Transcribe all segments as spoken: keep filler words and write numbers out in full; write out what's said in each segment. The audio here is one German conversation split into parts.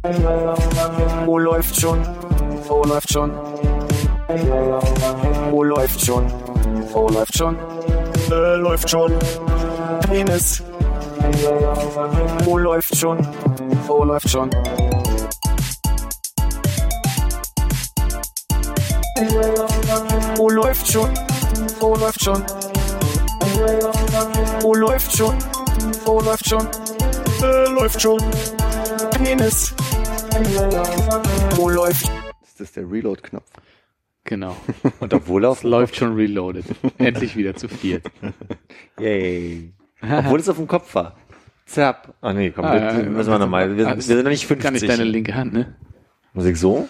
Wo läuft schon? Wo läuft schon? Wo läuft schon? Wo läuft schon? Äh, läuft schon. Penis. Wo läuft schon? Wo läuft schon? Wo läuft schon? Wo läuft schon? Wo läuft schon? Wo läuft schon? Äh, läuft schon. Penis. Wo läuft? Ist das der Reload-Knopf? Genau. Und obwohl es läuft schon reloaded. Endlich wieder zu viert. Yay. Obwohl es auf dem Kopf war. Zap. Ah nee, komm, ah, das ja, müssen wir nochmal. Wir, ah, wir sind noch nicht fünfzig. Gar nicht deine linke Hand, ne? Muss ich so?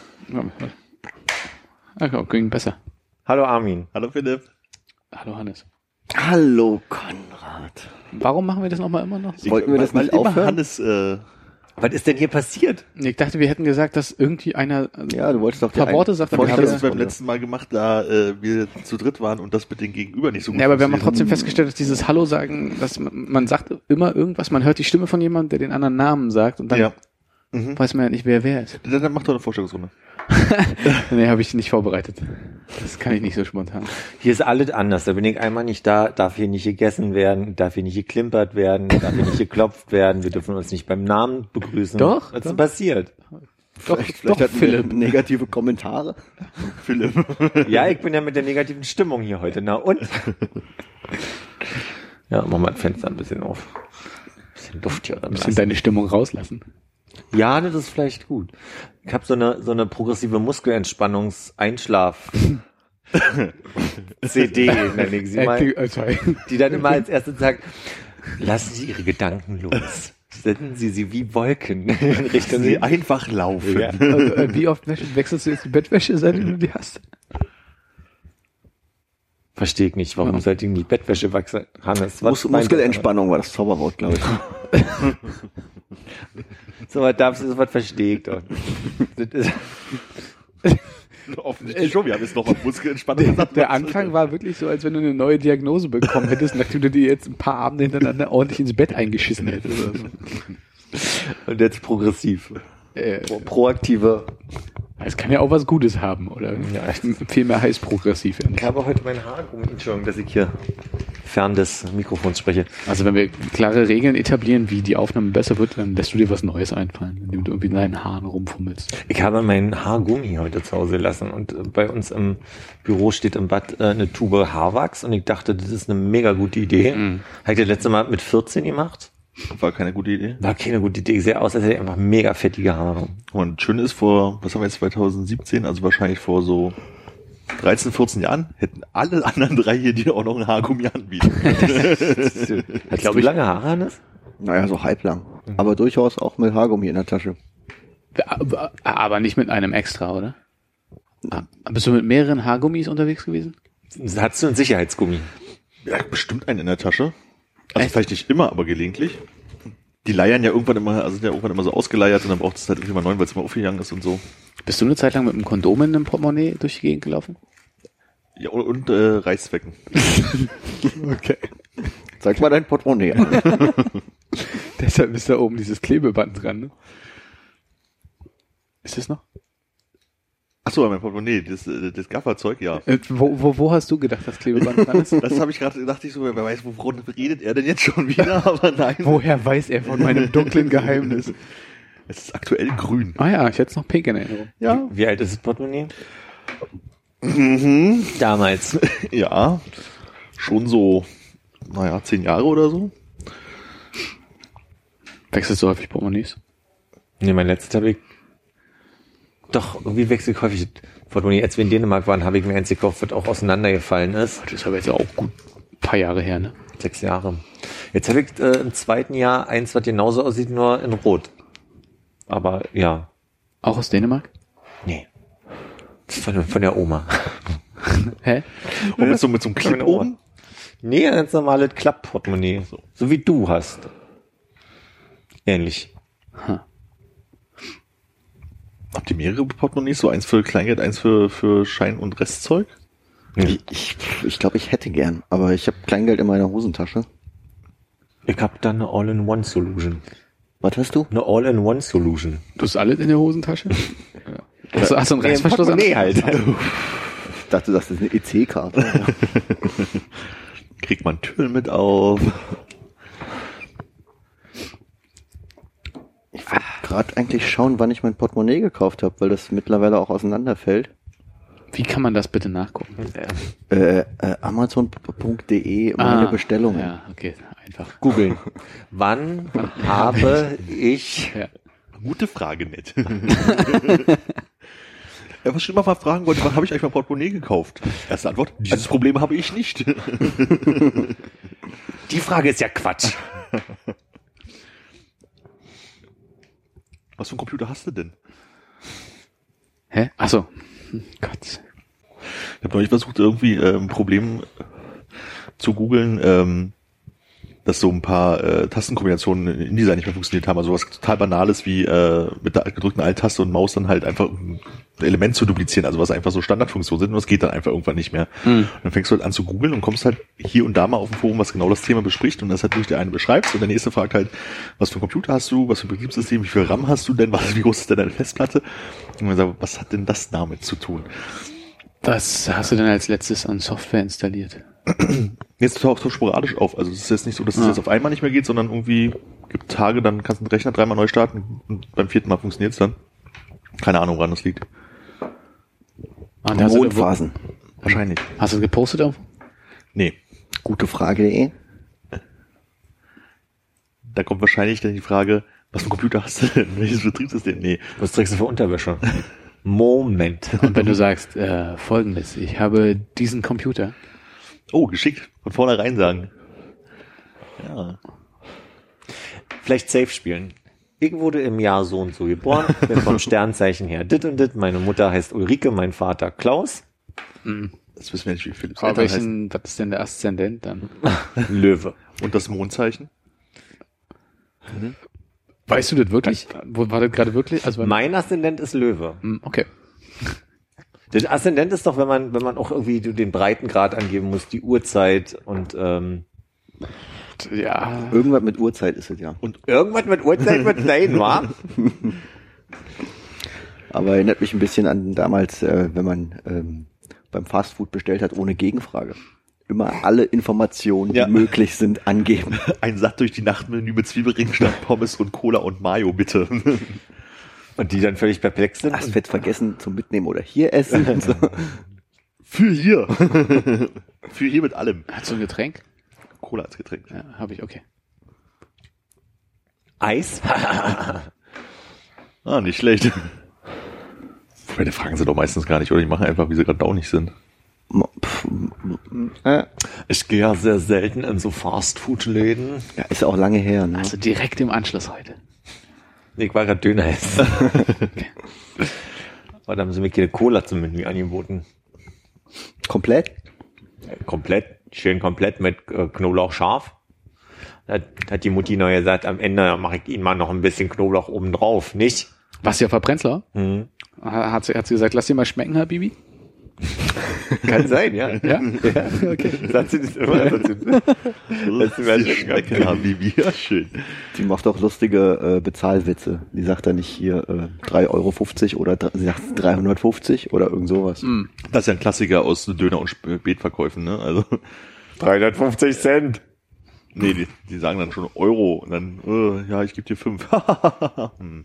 Okay, ging besser. Hallo Armin. Hallo Philipp. Hallo Hannes. Hallo Konrad. Warum machen wir das nochmal immer noch? Ich, Wollten wir das weil, nicht weil aufhören? Hannes, äh, was ist denn hier passiert? Ich dachte, wir hätten gesagt, dass irgendwie einer ja, du wolltest doch ein paar die Worte sagt. wir haben das wir beim letzten Mal gemacht, da äh, wir zu dritt waren und das mit den Gegenüber nicht so gut ja, aber wir haben auch funktioniert. trotzdem festgestellt, dass dieses Hallo sagen, dass man, man sagt immer irgendwas, man hört die Stimme von jemandem, der den anderen Namen sagt und dann Ja. Mhm. weiß man ja nicht, wer wer ist. Dann, dann mach doch eine Vorstellungsrunde. Nee, habe ich nicht vorbereitet. Das kann ich nicht so spontan. Hier ist alles anders. Da bin ich einmal nicht da, darf hier nicht gegessen werden, darf hier nicht geklimpert werden, darf hier nicht geklopft werden, wir dürfen uns nicht beim Namen begrüßen. Doch, Was ist doch. denn passiert? Doch, Vielleicht, vielleicht doch, hatten Philipp. wir negative Kommentare. Philipp. Ja, ich bin ja mit der negativen Stimmung hier heute. Na und? Ja, mach mal das Fenster ein bisschen auf. Ein bisschen Luft hier Ein drin bisschen lassen. deine Stimmung rauslassen. Ja, das ist vielleicht gut. Ich habe so eine so eine progressive Muskelentspannungs-Einschlaf C D, nenne ich sie mal, Äh, sorry. die dann immer als erstes sagt, lassen Sie Ihre Gedanken los. Senden Sie sie wie Wolken in Richtung Sie einfach laufen. Ja. Also, äh, wie oft wäsch- wechselst du jetzt die Bettwäsche, seitdem du die hast? Verstehe ich nicht, warum sollte ich die Bettwäsche wachsen? Hannes, Mus meint Muskelentspannung war das Zauberwort, glaube ich. das? So was darfst du, so was verstehe ich doch. Das ist, Offensichtlich schon, wir haben jetzt noch mal Muskelentspannung gesagt. Der Anfang war wirklich so, als wenn du eine neue Diagnose bekommen hättest, nachdem du dir jetzt ein paar Abende hintereinander ordentlich ins Bett eingeschissen hättest. Oder so. und jetzt progressiv. Äh, Pro proaktive. es kann ja auch was Gutes haben, oder? Ja. Vielmehr heißt progressiv. Ich habe heute mein Haargummi, Entschuldigung, dass ich hier fern des Mikrofons spreche. Also wenn wir klare Regeln etablieren, wie die Aufnahme besser wird, dann lässt du dir was Neues einfallen, indem du irgendwie in deinen Haaren rumfummelst. Ich habe mein Haargummi heute zu Hause gelassen und äh, bei uns im Büro steht im Bad äh, eine Tube Haarwachs und ich dachte, das ist eine mega gute Idee. Mhm. Habe ich das letzte Mal mit vierzehn gemacht. War keine gute Idee. War keine gute Idee. Ich sehe aus, als hätte ich einfach mega fettige Haare. Und schön ist, vor, was haben wir jetzt, zwanzig siebzehn, also wahrscheinlich vor so dreizehn, vierzehn Jahren, hätten alle anderen drei hier dir auch noch ein Haargummi anbieten. Hast du lange Haare, Hannes? Naja, so halblang. Aber durchaus auch mit Haargummi in der Tasche. Aber, aber nicht mit einem extra, oder? Bist du mit mehreren Haargummis unterwegs gewesen? Hattest du einen Sicherheitsgummi? Ja, bestimmt einen in der Tasche. Also vielleicht nicht immer, aber gelegentlich. Die leiern ja irgendwann immer, also sind ja irgendwann immer so ausgeleiert und dann braucht es halt irgendwie mal neun, weil es immer aufgegangen ist und so. Bist du eine Zeit lang mit einem Kondom in einem Portemonnaie durch die Gegend gelaufen? Ja, und, und äh, Reißzwecken. Okay. Zeig mal dein Portemonnaie an. Deshalb ist da oben dieses Klebeband dran, ne? Ist das noch? Achso, mein Portemonnaie, das, äh, das Gafferzeug, ja. Äh, wo, wo, wo hast du gedacht, das Klebeband dran ist? Das habe ich gerade, dachte ich so, wer weiß, wovon redet er denn jetzt schon wieder, aber nein. Woher weiß er von meinem dunklen Geheimnis? Es ist aktuell grün. Ah ja, ich hätte es noch pink in Erinnerung. Ja. Wie alt ist das Portemonnaie? Mhm. Damals. Ja, schon so, naja, zehn Jahre oder so. Wechselst du häufig Portemonnaies? Nee, mein letztes habe ich doch, irgendwie wechsle ich häufig Portemonnaie. Als wir in Dänemark waren, habe ich mir eins gekauft, was auch auseinandergefallen ist. Das ist aber jetzt auch gut ein paar Jahre her, ne? Sechs Jahre. Jetzt habe ich äh, im zweiten Jahr eins, was genauso aussieht, nur in Rot. Aber ja, Auch aus Dänemark? nee. Das ist von, von der Oma. Hä? Und jetzt so mit so einem Clip Von der Oma. oben. Nee, ein ganz normales Klappportemonnaie. So. so wie du hast. Ähnlich. Hm. Habt ihr mehrere Portemonnaies? So eins für Kleingeld, eins für, für Schein- und Restzeug? Ich ich, ich glaube, ich hätte gern, aber ich habe Kleingeld in meiner Hosentasche. Ich hab da eine All-in-One-Solution. Was hast du? Eine All-in-One-Solution. Du hast alles in der Hosentasche? Ja. Hast du, hast du einen Reißverschluss an? Nee, halt. Ich dachte, das ist eine E C-Karte. Kriegt man Türen mit auf. Ich wollte gerade eigentlich schauen, wann ich mein Portemonnaie gekauft habe, weil das mittlerweile auch auseinanderfällt. Wie kann man das bitte nachgucken? Äh, äh, Amazon punkt de, meine Ah, Bestellungen. Ja, okay, einfach. Googeln. Wann habe ich... Ja. Gute Frage, nett. Ja, was ich immer mal fragen wollte, wann habe ich eigentlich mein Portemonnaie gekauft? Erste Antwort, dieses Problem habe ich nicht. Die Frage ist ja Quatsch. Was für einen Computer hast du denn? Hä? Achso. Hm, Gott. Ich habe neulich versucht, irgendwie äh, ein Problem zu googeln, ähm, dass so ein paar äh, Tastenkombinationen in InDesign nicht mehr funktioniert haben. Also was total Banales wie äh, mit der gedrückten Alt-Taste und Maus dann halt einfach ein Element zu duplizieren. Also was einfach so Standardfunktionen sind und das geht dann einfach irgendwann nicht mehr. Mhm. Und dann fängst du halt an zu googeln und kommst halt hier und da mal auf ein Forum, was genau das Thema bespricht und das halt durch der eine beschreibst und der nächste fragt halt, was für ein Computer hast du, was für ein Betriebssystem, wie viel RAM hast du denn, was, wie groß ist denn deine Festplatte? Und man sagt, was hat denn das damit zu tun? Was hast du denn als letztes an Software installiert? Jetzt taucht es sporadisch auf. Also es ist jetzt nicht so, dass es Ah. jetzt auf einmal nicht mehr geht, sondern irgendwie gibt Tage, dann kannst du den Rechner dreimal neu starten und beim vierten Mal funktioniert es dann. Keine Ahnung, woran das liegt. Ah, da hast, du, Mondphasen. Wahrscheinlich. hast du das gepostet auf? Nee. Gute Frage.de. Da kommt wahrscheinlich dann die Frage, was für ein Computer hast du denn? Welches Betriebssystem? Nee. Was trägst du für Unterwäsche? Moment. Und wenn du sagst, äh, folgendes, ich habe diesen Computer. Oh, geschickt. Von vornherein sagen. Ja. Vielleicht safe spielen. Ich wurde im Jahr so und so geboren, bin vom Sternzeichen her dit und dit. Meine Mutter heißt Ulrike, mein Vater Klaus. Das wissen wir nicht, wie Philipps Aber Eltern heißen. welchen, was ist denn der Aszendent dann? Löwe. Und das Mondzeichen? Weißt du das wirklich? Wo war das gerade wirklich? Also Mein Aszendent ist Löwe. Hm, okay. Der Aszendent ist doch, wenn man, wenn man auch irgendwie den Breitengrad angeben muss, die Uhrzeit und ähm, Ja. Irgendwas mit Uhrzeit ist es ja. irgendwas mit Uhrzeit wird sein, wa? Aber erinnert mich ein bisschen an damals, äh, wenn man ähm, beim Fastfood bestellt hat, ohne Gegenfrage. Immer alle Informationen, die Ja. möglich sind, angeben. Ein Satt durch die Nachtmenü mit Zwiebelringen statt Pommes und Cola und Mayo, bitte. Und die dann völlig perplex sind. Das wird vergessen zum Mitnehmen oder hier essen. Und so. Für hier. Für hier mit allem. Hast du ein Getränk? Cola als Getränk. Ja, habe ich, okay. Eis? Ah, nicht schlecht. Meine fragen sie doch meistens gar nicht, oder? Die machen einfach, wie sie gerade daunig sind. Pff, äh, Ich gehe ja sehr selten in so Fastfood-Läden. ja, ist auch lange her. Ne? Also direkt im Anschluss heute. Nee, ich war gerade Döner essen. Aber da haben sie mir keine Cola zum Menü angeboten. Komplett? Komplett, schön komplett mit äh, Knoblauch scharf. Da hat, hat die Mutti noch gesagt, am Ende mache ich Ihnen mal noch ein bisschen Knoblauch oben drauf, nicht? Was ja Verbrenzler? Mhm. Hat sie, hat sie gesagt, lass dir mal schmecken, Herr Bibi? Kann sein, ja. Ja? ja. Okay. Sagt sie das immer? Sagt sie das? Lass sie schmecken, Habibi. Ja, schön. Die macht auch lustige äh, Bezahlwitze. Die sagt dann nicht hier äh, drei Euro fünfzig oder dr- sie sagt dreihundertfünfzig oder irgend sowas. Mm. Das ist ja ein Klassiker aus Döner- und Spätverkäufen, ne? Also, dreihundertfünfzig Cent. nee, die, die sagen dann schon Euro und dann, äh, ja, ich gebe dir fünf. Hm.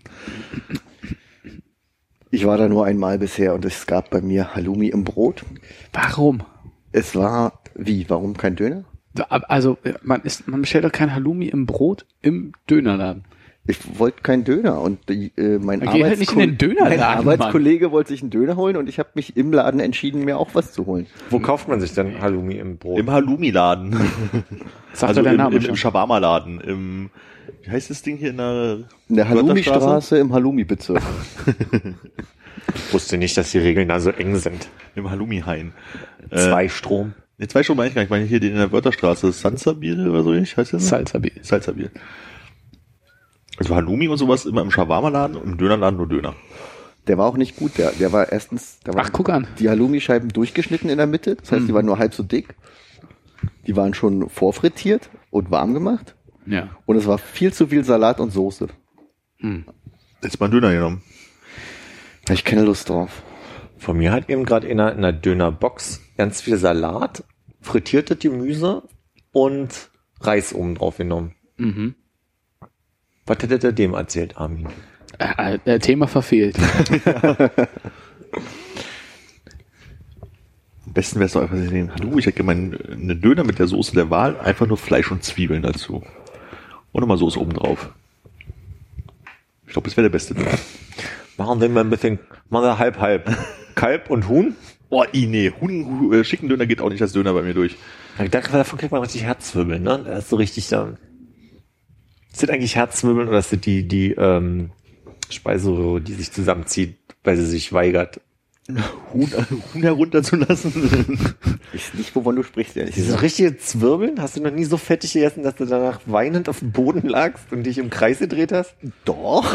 Ich war da nur einmal bisher und es gab bei mir Halloumi im Brot. Warum? Es war, wie, warum kein Döner? Also, man isst, man bestellt doch kein Halloumi im Brot im Dönerladen. Ich wollte keinen Döner und die, äh, mein, Geh halt nicht in den Dönerladen, mein Arbeitskollege wollte sich einen Döner holen und ich habe mich im Laden entschieden, mir auch was zu holen. Wo kauft man sich denn Halloumi im Brot? Im Halloumi-Laden. Sagt Also ja der im, Name im, schon. im Shawarma-Laden. Im, wie heißt das Ding hier in der, In der Wörterstraße? Halloumi-Straße im Halloumi-Bezirk. Ich wusste nicht, dass die Regeln da so eng sind. Im Halloumi-Hain. Äh, Zwei Strom. Ne, zwei Stunden meine ich gar nicht. Ich meine hier den in der Wörterstraße. Sansabil oder so, ich heißt der so? Salsabil. Salsabil. Also Halloumi und sowas immer im Shawarma-Laden und im Dönerladen nur Döner. Der war auch nicht gut. Der, der war erstens, da waren Ach, guck an. die Halloumi-Scheiben durchgeschnitten in der Mitte. Das heißt, Mhm. die waren nur halb so dick. Die waren schon vorfrittiert und warm gemacht. Ja. Und es war viel zu viel Salat und Soße. Hm. Jetzt mal einen Döner genommen. Habe ich keine Lust drauf. Von mir hat eben gerade in einer, in einer Dönerbox ganz viel Salat, frittiertes Gemüse und Reis oben drauf genommen. Mhm. Was hätte der dem erzählt, Armin? Äh, äh, Thema verfehlt. Am besten wäre es doch einfach, du, ich hätte gerne meinen einen Döner mit der Soße der Wahl, einfach nur Fleisch und Zwiebeln dazu. Und nochmal Soße oben drauf. Ich glaube, das wäre der beste Döner. Machen wir mal ein bisschen, machen wir halb, halb. Kalb und Huhn? Oh, i, nee, Huhn, Huhn, äh, schicken Döner geht auch nicht als Döner bei mir durch. Davon kriegt man richtig Herzwirbeln, ne? Das ist so richtig da. Ist das eigentlich Herzwirbeln oder ist das die, die, ähm, Speiseröhre, die sich zusammenzieht, weil sie sich weigert? Huhn, Huhn herunterzulassen. Ich weiß nicht, wovon du sprichst, ehrlich Dieses gesagt. richtige Zwirbeln? Hast du noch nie so fettig gegessen, dass du danach weinend auf dem Boden lagst und dich im Kreis gedreht hast? Doch.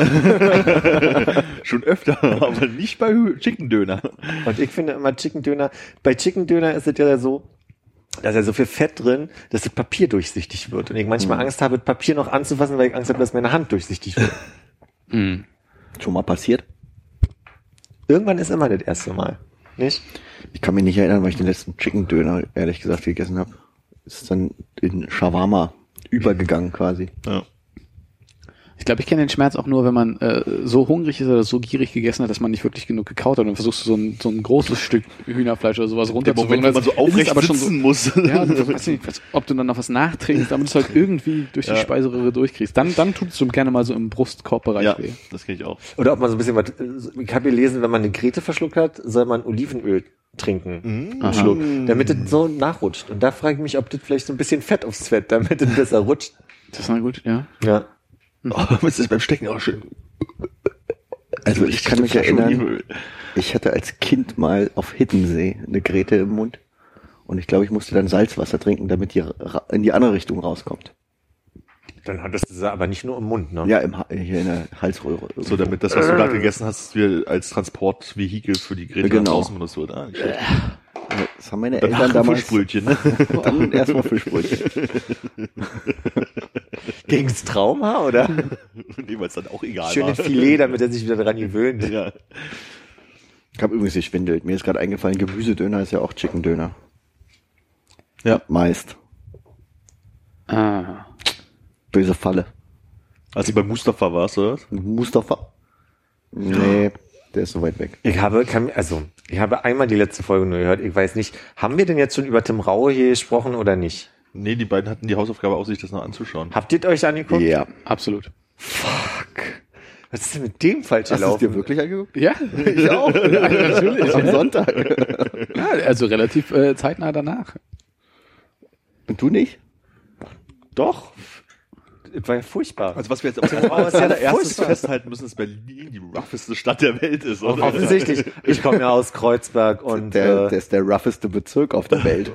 Schon öfter, aber nicht bei Hü- Chicken Döner. Und ich finde immer Chicken Döner, bei Chicken Döner ist es ja so, da ist ja so viel Fett drin, dass das Papier durchsichtig wird. Und ich manchmal Mhm. Angst habe, das Papier noch anzufassen, weil ich Angst habe, dass meine Hand durchsichtig wird. Mhm. Schon mal passiert? Irgendwann ist immer das erste Mal. Nicht? Ich kann mich nicht erinnern, weil ich den letzten Chicken Döner, ehrlich gesagt, gegessen habe. Ist dann in Shawarma übergegangen quasi. Ja. Ich glaube, ich kenne den Schmerz auch nur, wenn man äh, so hungrig ist oder so gierig gegessen hat, dass man nicht wirklich genug gekaut hat und dann versuchst du so ein, so ein großes Stück Hühnerfleisch oder sowas Der runterzuwürgen. Moment, wo man so Das ist aufrecht aber schon sitzen so, muss. ja, du weißt nicht, was- ob du dann noch was nachtrinkst, damit du es halt irgendwie durch die Ja. Speiseröhre durchkriegst. Dann, dann tut es so gerne mal so im Brustkorbbereich Ja, weh. das kenne ich auch. Oder ob man so ein bisschen was, ich habe gelesen, wenn man eine Krete verschluckt hat, soll man Olivenöl trinken. Mhm. Einen Schluck, damit es so nachrutscht. Und da frage ich mich, ob das vielleicht so ein bisschen Fett aufs Fett, damit es besser rutscht. Das ist na gut, ja. Ja. Oh, das ist beim Stecken auch schön. Also ich kann mich Flasche erinnern, Olivenöl. ich hatte als Kind mal auf Hiddensee eine Grete im Mund. Und ich glaube, ich musste dann Salzwasser trinken, damit die ra- in die andere Richtung rauskommt. Dann hattest du sie aber nicht nur im Mund, ne? Ja, im ha hier in der Halsröhre. So, damit das, was du gerade gegessen hast, wir als Transportvehikel für die Grete Genau. nach draußen benutzt wird. Ah, nicht schlecht. Das haben meine Danach Eltern ein damals. Fischbrötchen, ne? Dann erstmal Fischbrötchen. Gegen's Trauma, oder? Nee, weil es dann auch egal Schönes war. Filet, damit er sich wieder dran gewöhnt. Ja. Ich habe übrigens geschwindelt. Mir ist gerade eingefallen, Gemüsedöner ist ja auch Chicken Döner. Ja. Meist. Ah. Böse Falle. Als du bei Mustafa warst, oder? Mustafa. Nee, der ist so weit weg. Ich habe, kann, also, ich habe einmal die letzte Folge nur gehört. Ich weiß nicht, haben wir denn jetzt schon über Tim Raue hier gesprochen oder nicht? Nee, die beiden hatten die Hausaufgabe auf sich, das noch anzuschauen. Habt ihr es euch angeguckt? Ja. Absolut. Fuck. Was ist denn mit dem falsch Hast du es gelaufen? dir wirklich angeguckt? Ja, ich auch. Ja, natürlich. Am Sonntag. Ja, also relativ äh, zeitnah danach. Und du nicht? Doch. Das war ja furchtbar. Also was wir jetzt als ist ja allererstes furchtbar. festhalten müssen, ist Berlin die rougheste Stadt der Welt ist, oder? Offensichtlich. Ich komme ja aus Kreuzberg und Der, äh, der ist der rougheste Bezirk auf der Welt.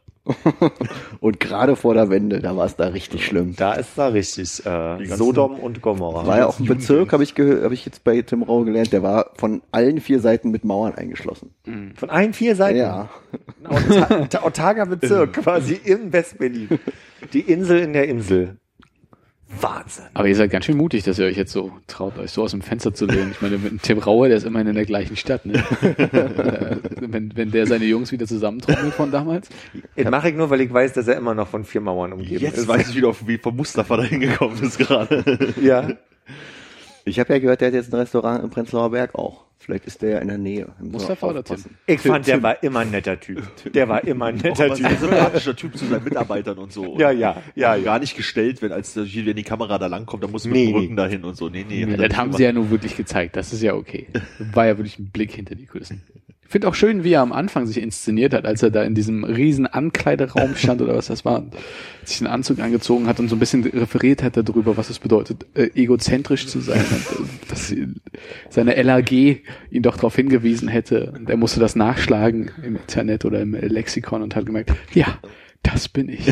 Und gerade vor der Wende, da war es da richtig schlimm. da ist da richtig äh, ganzen- Sodom und Gomorra. War ja auch ein Jugendlich. Bezirk, habe ich gehört, habe ich jetzt bei Tim Rau gelernt, der war von allen vier Seiten mit Mauern eingeschlossen. Von allen vier Seiten. Ja. Ein auta- autarker Bezirk, quasi in Westberlin. Die Insel in der Insel. Wahnsinn. Aber ihr seid ganz schön mutig, dass ihr euch jetzt so traut, euch so aus dem Fenster zu lehnen. Ich meine, mit Tim Rauer, der ist immerhin in der gleichen Stadt. Ne? Äh, wenn, wenn der seine Jungs wieder zusammentrommelt von damals. Das mache ich nur, weil ich weiß, dass er immer noch von vier Mauern umgeben Jetzt ist. weiß ich wieder, wie vom Mustafa da hingekommen ist gerade. Ja. Ich habe ja gehört, der hat jetzt ein Restaurant im Prenzlauer Berg auch. Vielleicht ist der ja in der Nähe. Mustafa oder Tim? Ich fand, der war immer ein netter Typ. Der war immer ein Auch netter immer so ein Typ. sympathischer Typ zu seinen Mitarbeitern und so. Ja, ja, ja, ja. Gar nicht gestellt, wenn als hier, wenn die Kamera da langkommt, dann muss man Nee, mit dem Rücken nee. dahin und so. Nee, nee. Ja, hat er das nicht haben gemacht. sie ja nun wirklich gezeigt. Das ist ja okay. War ja wirklich ein Blick hinter die Kulissen. Ich finde auch schön, wie er am Anfang sich inszeniert hat, als er da in diesem riesen Ankleideraum stand oder was das war, und sich einen Anzug angezogen hat und so ein bisschen referiert hat darüber, was es bedeutet, äh, egozentrisch zu sein. Und, äh, dass sie, seine L A G ihn doch darauf hingewiesen hätte. Und er musste das nachschlagen im Internet oder im Lexikon und hat gemerkt, ja, das bin ich.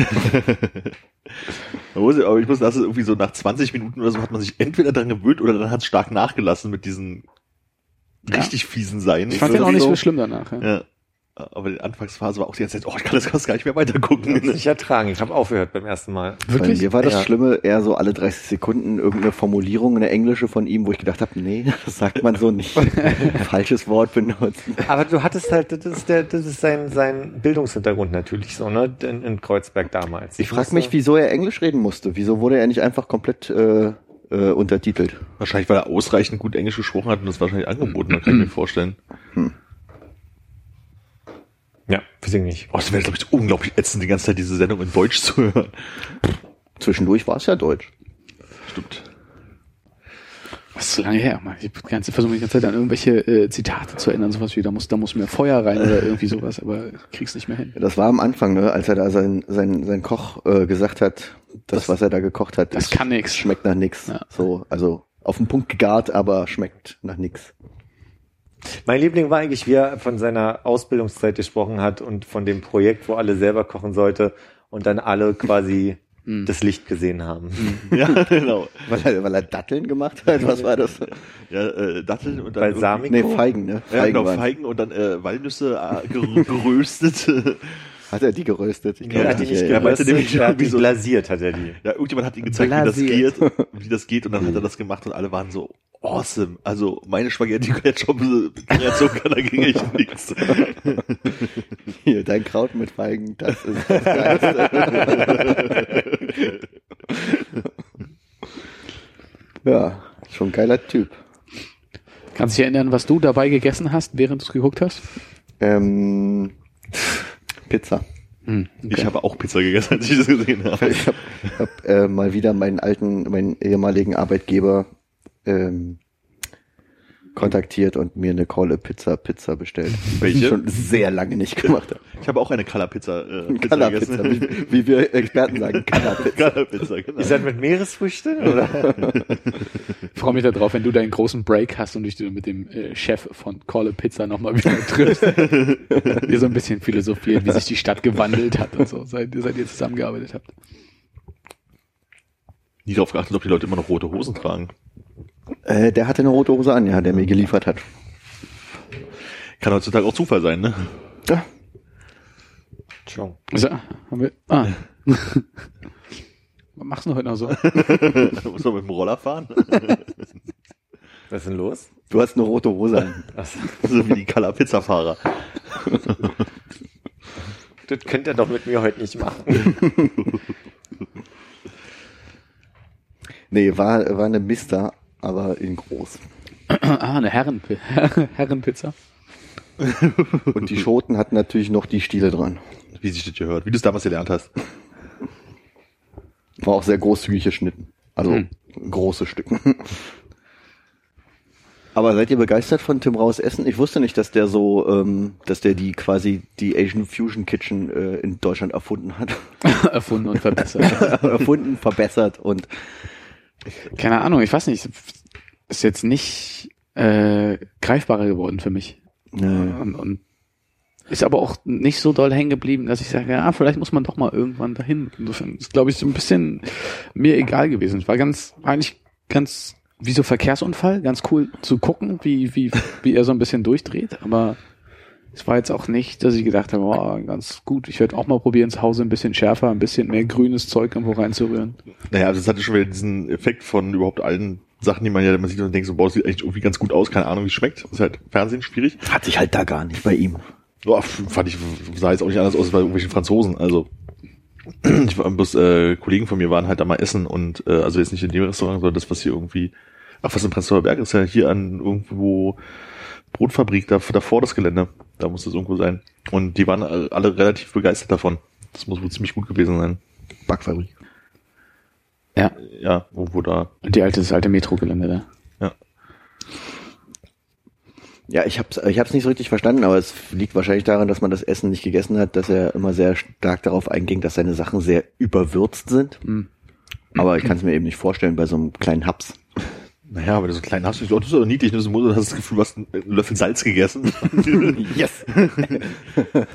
Man muss, aber ich muss, das ist irgendwie so nach zwanzig Minuten oder so hat man sich entweder daran gewöhnt oder dann hat es stark nachgelassen mit diesen Ja. richtig fiesen Seinen. Ich fand So, den auch nicht so. so schlimm danach. Ja. Ja. Aber die Anfangsphase war auch die ganze Zeit, oh, ich kann das fast gar nicht mehr weitergucken. Ich kann es nicht ertragen. Ich habe aufgehört beim ersten Mal. Bei mir war das Ja. Schlimme eher so alle dreißig Sekunden irgendeine Formulierung, eine englische von ihm, wo ich gedacht habe, nee, das sagt man so nicht. Falsches Wort benutzen. Aber du hattest halt, das ist der, das ist sein, sein Bildungshintergrund natürlich so, ne, in, in Kreuzberg damals. Ich frage mich, wieso er Englisch reden musste. Wieso wurde er nicht einfach komplett äh, äh, untertitelt? Wahrscheinlich, weil er ausreichend gut Englisch gesprochen hat und das wahrscheinlich angeboten hat, kann ich mir vorstellen. Ja, weiß ich nicht. Oh, das wäre, glaube ich, unglaublich ätzend, die ganze Zeit diese Sendung in Deutsch zu hören. Zwischendurch war es ja Deutsch. Stimmt. Das ist so lange her. Ich versuche mich die ganze Zeit an irgendwelche äh, Zitate zu erinnern, sowas wie, da muss, da muss mehr Feuer rein oder irgendwie sowas, aber ich krieg's nicht mehr hin. Das war am Anfang, ne, als er da sein, sein, sein Koch äh, gesagt hat, das, das, was er da gekocht hat, das ist, kann nix. Schmeckt nach nix. Ja. So, also auf den Punkt gegart, aber schmeckt nach nix. Mein Liebling war eigentlich, wie er von seiner Ausbildungszeit gesprochen hat und von dem Projekt, wo alle selber kochen sollte und dann alle quasi Mm. das Licht gesehen haben. Ja, genau. Weil er, weil er Datteln gemacht hat, was war das? Ja, äh, Datteln und dann Balsamico? Nee, Feigen, ne? Ja, genau, waren. Feigen und dann äh, Walnüsse äh, gerö- geröstet. Hat er die geröstet? Ich Ja, Er glaub hat die nicht, nicht ey. er meinte geröstet, nämlich er hat irgendwie die so- glasiert, hat er die. Ja, irgendjemand hat ihm gezeigt, wie das Blasiert. geht, wie das geht und dann hat er das gemacht und alle waren so awesome. Also meine Spaghetti-Ketchup-Kreation kann dagegen echt nichts. Hier, dein Kraut mit Feigen, das ist das Geilste. Ja, schon ein geiler Typ. Kannst du dich erinnern, was du dabei gegessen hast, während du es geguckt hast? Ähm, Pizza. Hm, okay. Ich habe auch Pizza gegessen, als ich das gesehen habe. Ich habe hab, äh, mal wieder meinen alten, meinen ehemaligen Arbeitgeber ähm, kontaktiert und mir eine Kolle Pizza Pizza bestellt. Welche? Die ich schon sehr lange nicht gemacht habe. Ich habe auch eine Color-Pizza äh, Pizza Color Pizza, gegessen. wie, wie wir Experten sagen, Color Pizza. Color-Pizza, genau. Ist das mit Meeresfrüchten, oder? Ich freue mich darauf, wenn du deinen großen Break hast und dich mit dem äh, Chef von Call a Pizza nochmal wieder triffst. Ihr so ein bisschen philosophiert, wie sich die Stadt gewandelt hat und so, seit, seit ihr zusammengearbeitet habt. Nie darauf geachtet, ob die Leute immer noch rote Hosen tragen. Äh, der hatte eine rote Hose an, ja, der mir geliefert hat. Kann heutzutage auch Zufall sein, ne? Ja. Schon. So, haben wir, ah. Was machst du heute noch so? Da muss man mit dem Roller fahren. Was ist denn los? Du hast eine rote Hose an. So wie die Color-Pizza-Fahrer. Das könnt ihr doch mit mir heute nicht machen. Nee, war, war eine Mister, aber in groß. Ah, eine Herren, Herrenpizza. Und die Schoten hatten natürlich noch die Stiele dran. Wie sich das gehört, wie du es damals gelernt hast. War auch sehr großzügig geschnitten. Also Hm. große Stücken. Aber seid ihr begeistert von Tim Raus Essen? Ich wusste nicht, dass der so, ähm, dass der die quasi die Asian Fusion Kitchen äh, in Deutschland erfunden hat. Erfunden und verbessert. erfunden, verbessert und Keine Ahnung, ich weiß nicht. Ist jetzt nicht äh, greifbarer geworden für mich. äh, Und, und ist aber auch nicht so doll hängen geblieben, dass ich sage, ja, vielleicht muss man doch mal irgendwann dahin. Insofern ist, glaube ich, so ein bisschen mir egal gewesen. Es war ganz, eigentlich ganz wie so Verkehrsunfall, ganz cool zu gucken, wie, wie, wie er so ein bisschen durchdreht, aber es war jetzt auch nicht, dass ich gedacht habe, oh, ganz gut, ich werde auch mal probieren, zu Hause ein bisschen schärfer, ein bisschen mehr grünes Zeug irgendwo reinzurühren. Naja, also es hatte schon wieder diesen Effekt von überhaupt allen Sachen, die man ja, man sieht und denkt so, boah, das sieht eigentlich irgendwie ganz gut aus, keine Ahnung, wie es schmeckt. Das ist halt Fernsehen schwierig. hat sich halt da gar nicht bei ihm. Boah, fand ich, sah jetzt auch nicht anders aus als bei irgendwelchen Franzosen, also. Ich war bloß, äh, Kollegen von mir waren halt da mal essen und, äh, also jetzt nicht in dem Restaurant, sondern das, was hier irgendwie, ach, was in Prenzlauer Berg ist ja hier an irgendwo Brotfabrik, da, davor das Gelände, da muss das irgendwo sein. Und die waren alle relativ begeistert davon. Das muss wohl ziemlich gut gewesen sein. Backfabrik. Ja, Ja, irgendwo da. die alte, das alte Metro-Gelände da. Ja. Ja, ich hab's, ich hab's nicht so richtig verstanden, aber es liegt wahrscheinlich daran, dass man das Essen nicht gegessen hat, dass er immer sehr stark darauf einging, dass seine Sachen sehr überwürzt sind. Mhm. Aber ich kann es mir eben nicht vorstellen bei so einem kleinen Haps. Naja, aber so klein hast du, das ist doch niedlich, du hast das Gefühl, du hast einen Löffel Salz gegessen. Yes!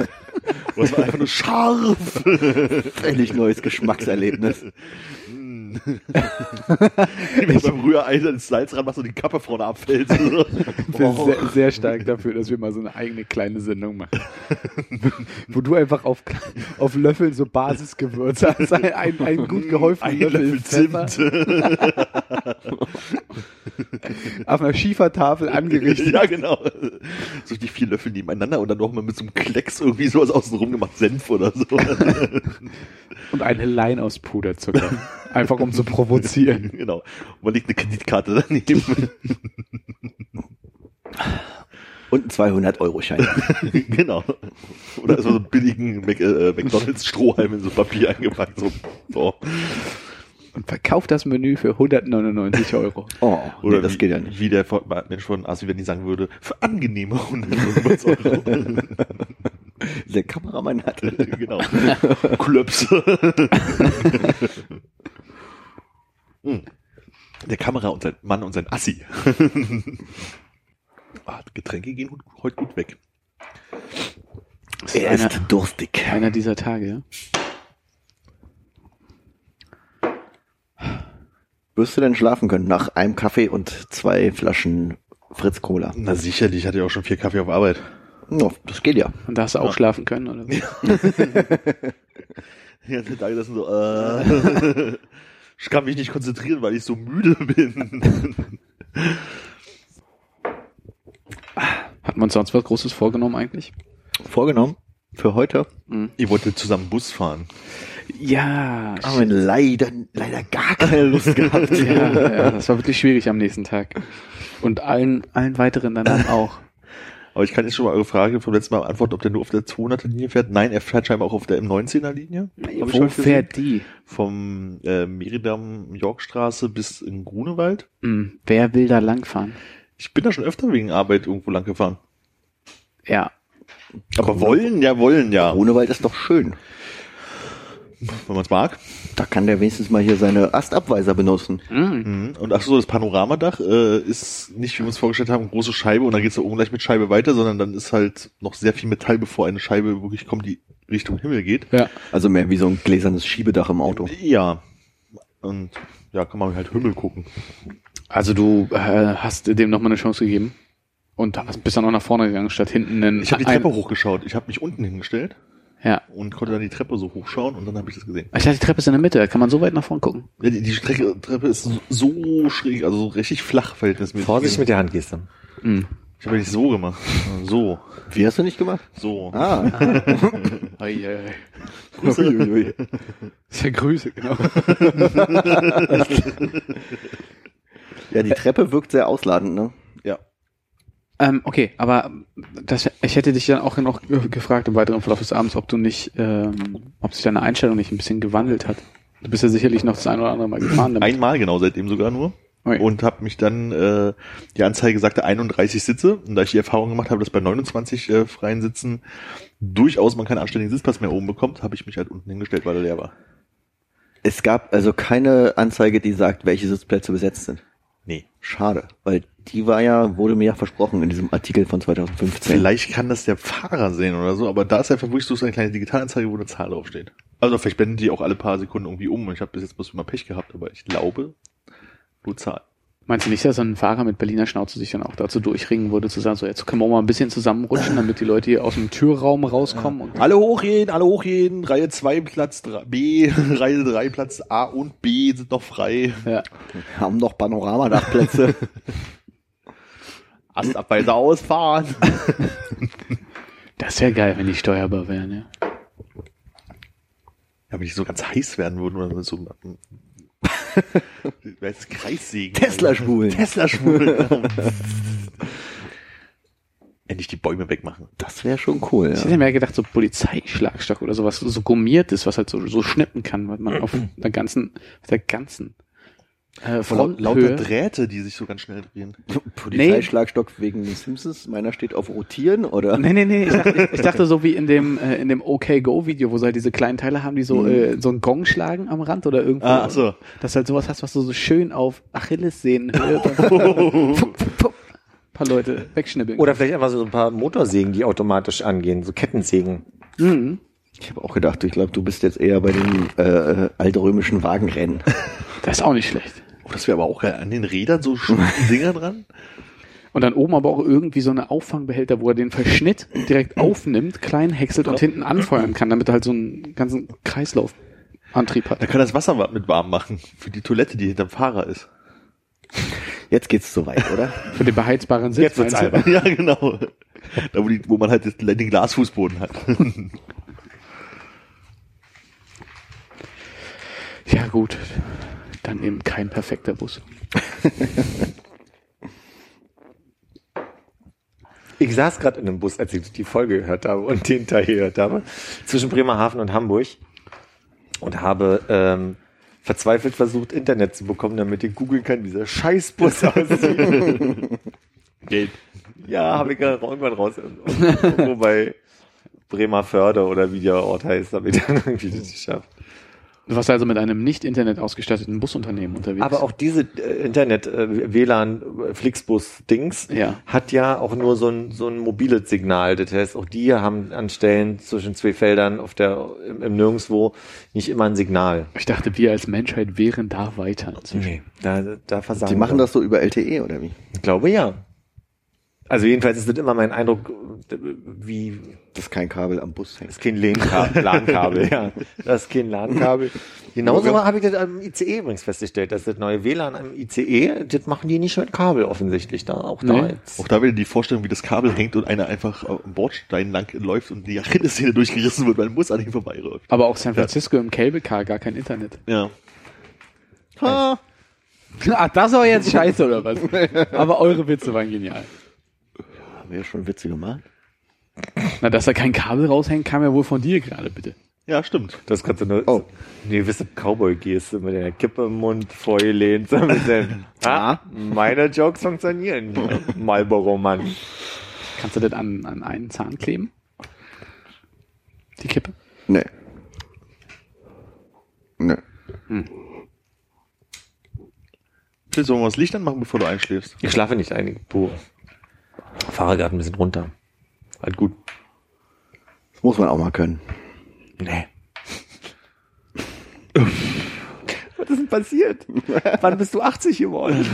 Das war einfach nur scharf. Völlig neues Geschmackserlebnis. Mann. Wie wenn du beim Rührei das Salz ran machst und die Kappe vorne abfällt. So. Ich bin sehr, sehr stark dafür, dass wir mal so eine eigene kleine Sendung machen. Wo du einfach auf, auf Löffeln so Basisgewürze hast. Ein, ein, ein gut gehäuften Ein Löffel, Löffel Pfeffer Zimt. auf einer Schiefertafel angerichtet. Ja, genau. So die vier Löffel nebeneinander und dann noch mal mit so einem Klecks irgendwie sowas außenrum gemacht, Senf oder so. Und eine Line aus Puderzucker. Einfach um zu provozieren. Genau. Und man legt eine Kreditkarte daneben. Und einen zweihundert-Euro-Schein. Genau. Oder so einen billigen Mac, äh, McDonalds-Strohhalm in so Papier eingepackt. So. So. Und verkauft das Menü für hundertneunundneunzig Euro. Oh, Oder nee, das wie, geht ja nicht. Wie der Mensch von Asi, wenn die sagen würde, für angenehme hundertneunundneunzig Euro. Der Kameramann hat. Genau. Klöpse. Hm. Der Kamera und sein Mann und sein Assi. Ah, Getränke gehen heute gut weg. Er ist durstig. Einer dieser Tage, ja. Wirst du denn schlafen können nach einem Kaffee und zwei Flaschen Fritz Cola? Na sicherlich, ich hatte ja auch schon vier Kaffee auf Arbeit. No, das geht ja. Und da hast du auch Ja. schlafen können, oder? Ja, der Tage, das sind so, äh, ich kann mich nicht konzentrieren, weil ich so müde bin. Hat man uns sonst was Großes vorgenommen eigentlich? Vorgenommen für heute. Ihr wolltet zusammen Bus fahren. Ja, Haben wir leider, leider gar keine Lust gehabt. ja, ja, das war wirklich schwierig am nächsten Tag. Und allen, allen weiteren danach auch. Aber ich kann jetzt schon mal eure Frage vom letzten Mal beantworten, ob der nur auf der zweihunderter Linie fährt. Nein, er fährt scheinbar auch auf der M neunzehner Linie. Hab ich Wo heute fährt die? Vom äh, Meridamm-Yorkstraße bis in Grunewald. Hm, wer will da langfahren? Ich bin da schon öfter wegen Arbeit irgendwo lang gefahren. Ja. Aber wollen, ja, wollen, ja. Grunewald ist doch schön. Wenn man es mag. Da kann der wenigstens mal hier seine Astabweiser benutzen. Mhm. Und ach so, das Panoramadach äh, ist nicht, wie wir uns vorgestellt haben, große Scheibe und dann geht's so ungleich mit Scheibe weiter, sondern dann ist halt noch sehr viel Metall, bevor eine Scheibe wirklich kommt, die Richtung Himmel geht. Ja. Also mehr wie so ein gläsernes Schiebedach im Auto. Ja. Und ja, kann man halt Himmel gucken. Also du äh, hast dem nochmal eine Chance gegeben und hast- bist dann auch nach vorne gegangen, statt hinten einen... Ich habe die ein- Treppe hochgeschaut. Ich habe mich unten hingestellt Ja. und konnte dann die Treppe so hochschauen und dann habe ich das gesehen. Ich dachte, die Treppe ist in der Mitte, da kann man so weit nach vorne gucken. Ja, die, die Strecke, Treppe ist so, so schräg, also so richtig flach verhältnismäßig. Vorsicht mit der Handgeste. Hm. Ich habe nicht so gemacht. So. Wie hast du nicht gemacht? So. Ah. Ui, ui, ui. Uiuiui. Das ist ja Grüße, genau. Ja, die Treppe wirkt sehr ausladend, ne? Ja. Ähm, okay, aber das, ich hätte dich dann auch noch gefragt im weiteren Verlauf des Abends, ob du nicht, ähm, ob sich deine Einstellung nicht ein bisschen gewandelt hat. Du bist ja sicherlich noch das ein oder andere Mal gefahren damit. Einmal genau, seitdem sogar nur. Ui. Und habe mich dann, äh, die Anzeige sagte einunddreißig Sitze. Und da ich die Erfahrung gemacht habe, dass bei neunundzwanzig äh, freien Sitzen durchaus man keinen anständigen Sitzplatz mehr oben bekommt, habe ich mich halt unten hingestellt, weil er leer war. Es gab also keine Anzeige, die sagt, welche Sitzplätze besetzt sind. Nee. Schade, weil die war ja, wurde mir ja versprochen in diesem Artikel von zweitausendfünfzehn. Vielleicht kann das der Fahrer sehen oder so, aber da ist einfach wirklich so eine kleine Digitalanzeige, wo eine Zahl draufsteht. Also vielleicht blenden die auch alle paar Sekunden irgendwie um. Ich habe bis jetzt bloß immer Pech gehabt, aber ich glaube, nur Zahl. Meinst du nicht, dass so ein Fahrer mit Berliner Schnauze sich dann auch dazu durchringen würde, zu sagen, so jetzt können wir mal ein bisschen zusammenrutschen, damit die Leute hier aus dem Türraum rauskommen? Und Alle hochgehen, alle hochgehen. Reihe zwei Platz drei, B, Reihe drei Platz A und B sind noch frei. ja. Wir haben noch Panoramadachplätze. Astabweiser ausfahren. Das wäre geil, wenn die steuerbar wären, ja. Ja, wenn die so ganz heiß werden würden oder mit so einem wer ist das? Kreissägen. Tesla-Schwulen. Tesla-Schwulen. Endlich die Bäume wegmachen. Das wäre schon cool, Ich ja. hätte mir gedacht, so Polizeischlagstock oder sowas, so gummiert ist, was halt so, so schnippen kann, weil man auf der ganzen, auf der ganzen äh, Vor lau- lauter Fronthöhe. Drähte, die sich so ganz schnell drehen. Polizeischlagstock wegen den Simpsons. Meiner steht auf Rotieren, oder? Nee, nee, nee, ich dachte, ich dachte so wie in dem äh, in dem OK-Go-Video, wo sie halt diese kleinen Teile haben, die so äh, so einen Gong schlagen am Rand oder irgendwo. Ah, ach so. Dass du halt sowas hast, was du so schön auf Achillessehnenhöhe fupp, fupp, fupp, paar Leute wegschnippeln. Oder vielleicht einfach so ein paar Motorsägen, die automatisch angehen, so Kettensägen. Mhm. Ich habe auch gedacht, ich glaube, du bist jetzt eher bei den äh, altrömischen Wagenrennen. Das ist auch nicht schlecht. Oh, das wäre aber auch geil. An den Rädern so Dinger dran. Und dann oben aber auch irgendwie so eine Auffangbehälter, wo er den Verschnitt direkt aufnimmt, klein häckselt und hinten anfeuern kann, damit er halt so einen ganzen Kreislaufantrieb hat. Da kann das Wasser mit warm machen. Für die Toilette, die hinterm Fahrer ist. Jetzt geht's soweit, oder? Für den beheizbaren Sitz. Jetzt wird's meinst du? albern. Ja, genau. Da, wo, die, wo man halt das- den Glasfußboden hat. Ja gut, dann eben kein perfekter Bus. Ich saß gerade in einem Bus, als ich die Folge gehört habe und den Teil gehört habe, zwischen Bremerhaven und Hamburg und habe ähm, verzweifelt versucht, Internet zu bekommen, damit ich googeln kann, wie dieser Scheißbus aussieht. Gelb. Ja, habe ich gerade irgendwann raus. Irgendwo bei Bremerförde oder wie der Ort heißt, habe ich dann irgendwie das geschafft. Du warst also mit einem nicht Internet ausgestatteten Busunternehmen unterwegs. Aber auch diese äh, Internet, äh, W L A N, äh, Flixbus-Dings Ja. hat ja auch nur so ein, so ein mobiles Signal. Das heißt, auch die haben an Stellen zwischen zwei Feldern auf der, im, im Nirgendwo nicht immer ein Signal. Ich dachte, wir als Menschheit wären da weiter. Nee, da, da versagen Die machen wir. das so über L T E, oder wie? Ich glaube, ja. Also jedenfalls ist das immer mein Eindruck, wie, Dass kein Kabel am Bus hängt. das ist kein LAN-Kabel, LAN-Kabel, ja. Das ist kein LAN-Kabel. Genauso habe ich das am I C E übrigens festgestellt, dass das neue W L A N am I C E, das machen die nicht mit Kabel offensichtlich da, auch da Nee. jetzt. Auch da wieder die Vorstellung, wie das Kabel hängt und einer einfach am Bordstein lang läuft und die Achillessehne durchgerissen wird, weil ein Bus an ihm vorbeiläuft. Aber auch San Francisco im Cable Car gar kein Internet. Ja. Ach, das war jetzt scheiße, oder was? Aber eure Witze waren genial. Haben wir ja schon Witze gemacht. Na, dass da kein Kabel raushängt, kam ja wohl von dir gerade, bitte. Ja, stimmt. Das kannst du nur, Oh. eine gewisse Cowboy-Geste mit der Kippe im Mund vorgelehnt, so mit dem, ah, meine Jokes funktionieren, Marlboro-Mann. Kannst du das an, an einen Zahn kleben? Die Kippe? Nee. Nee. Phil, sollen wir das Licht anmachen, bevor du einschläfst? Ich schlafe nicht ein, ich fahre gerade ein bisschen runter. Halt gut. Das muss man auch mal können. Nee. Was ist denn passiert? Wann bist du achtzig geworden?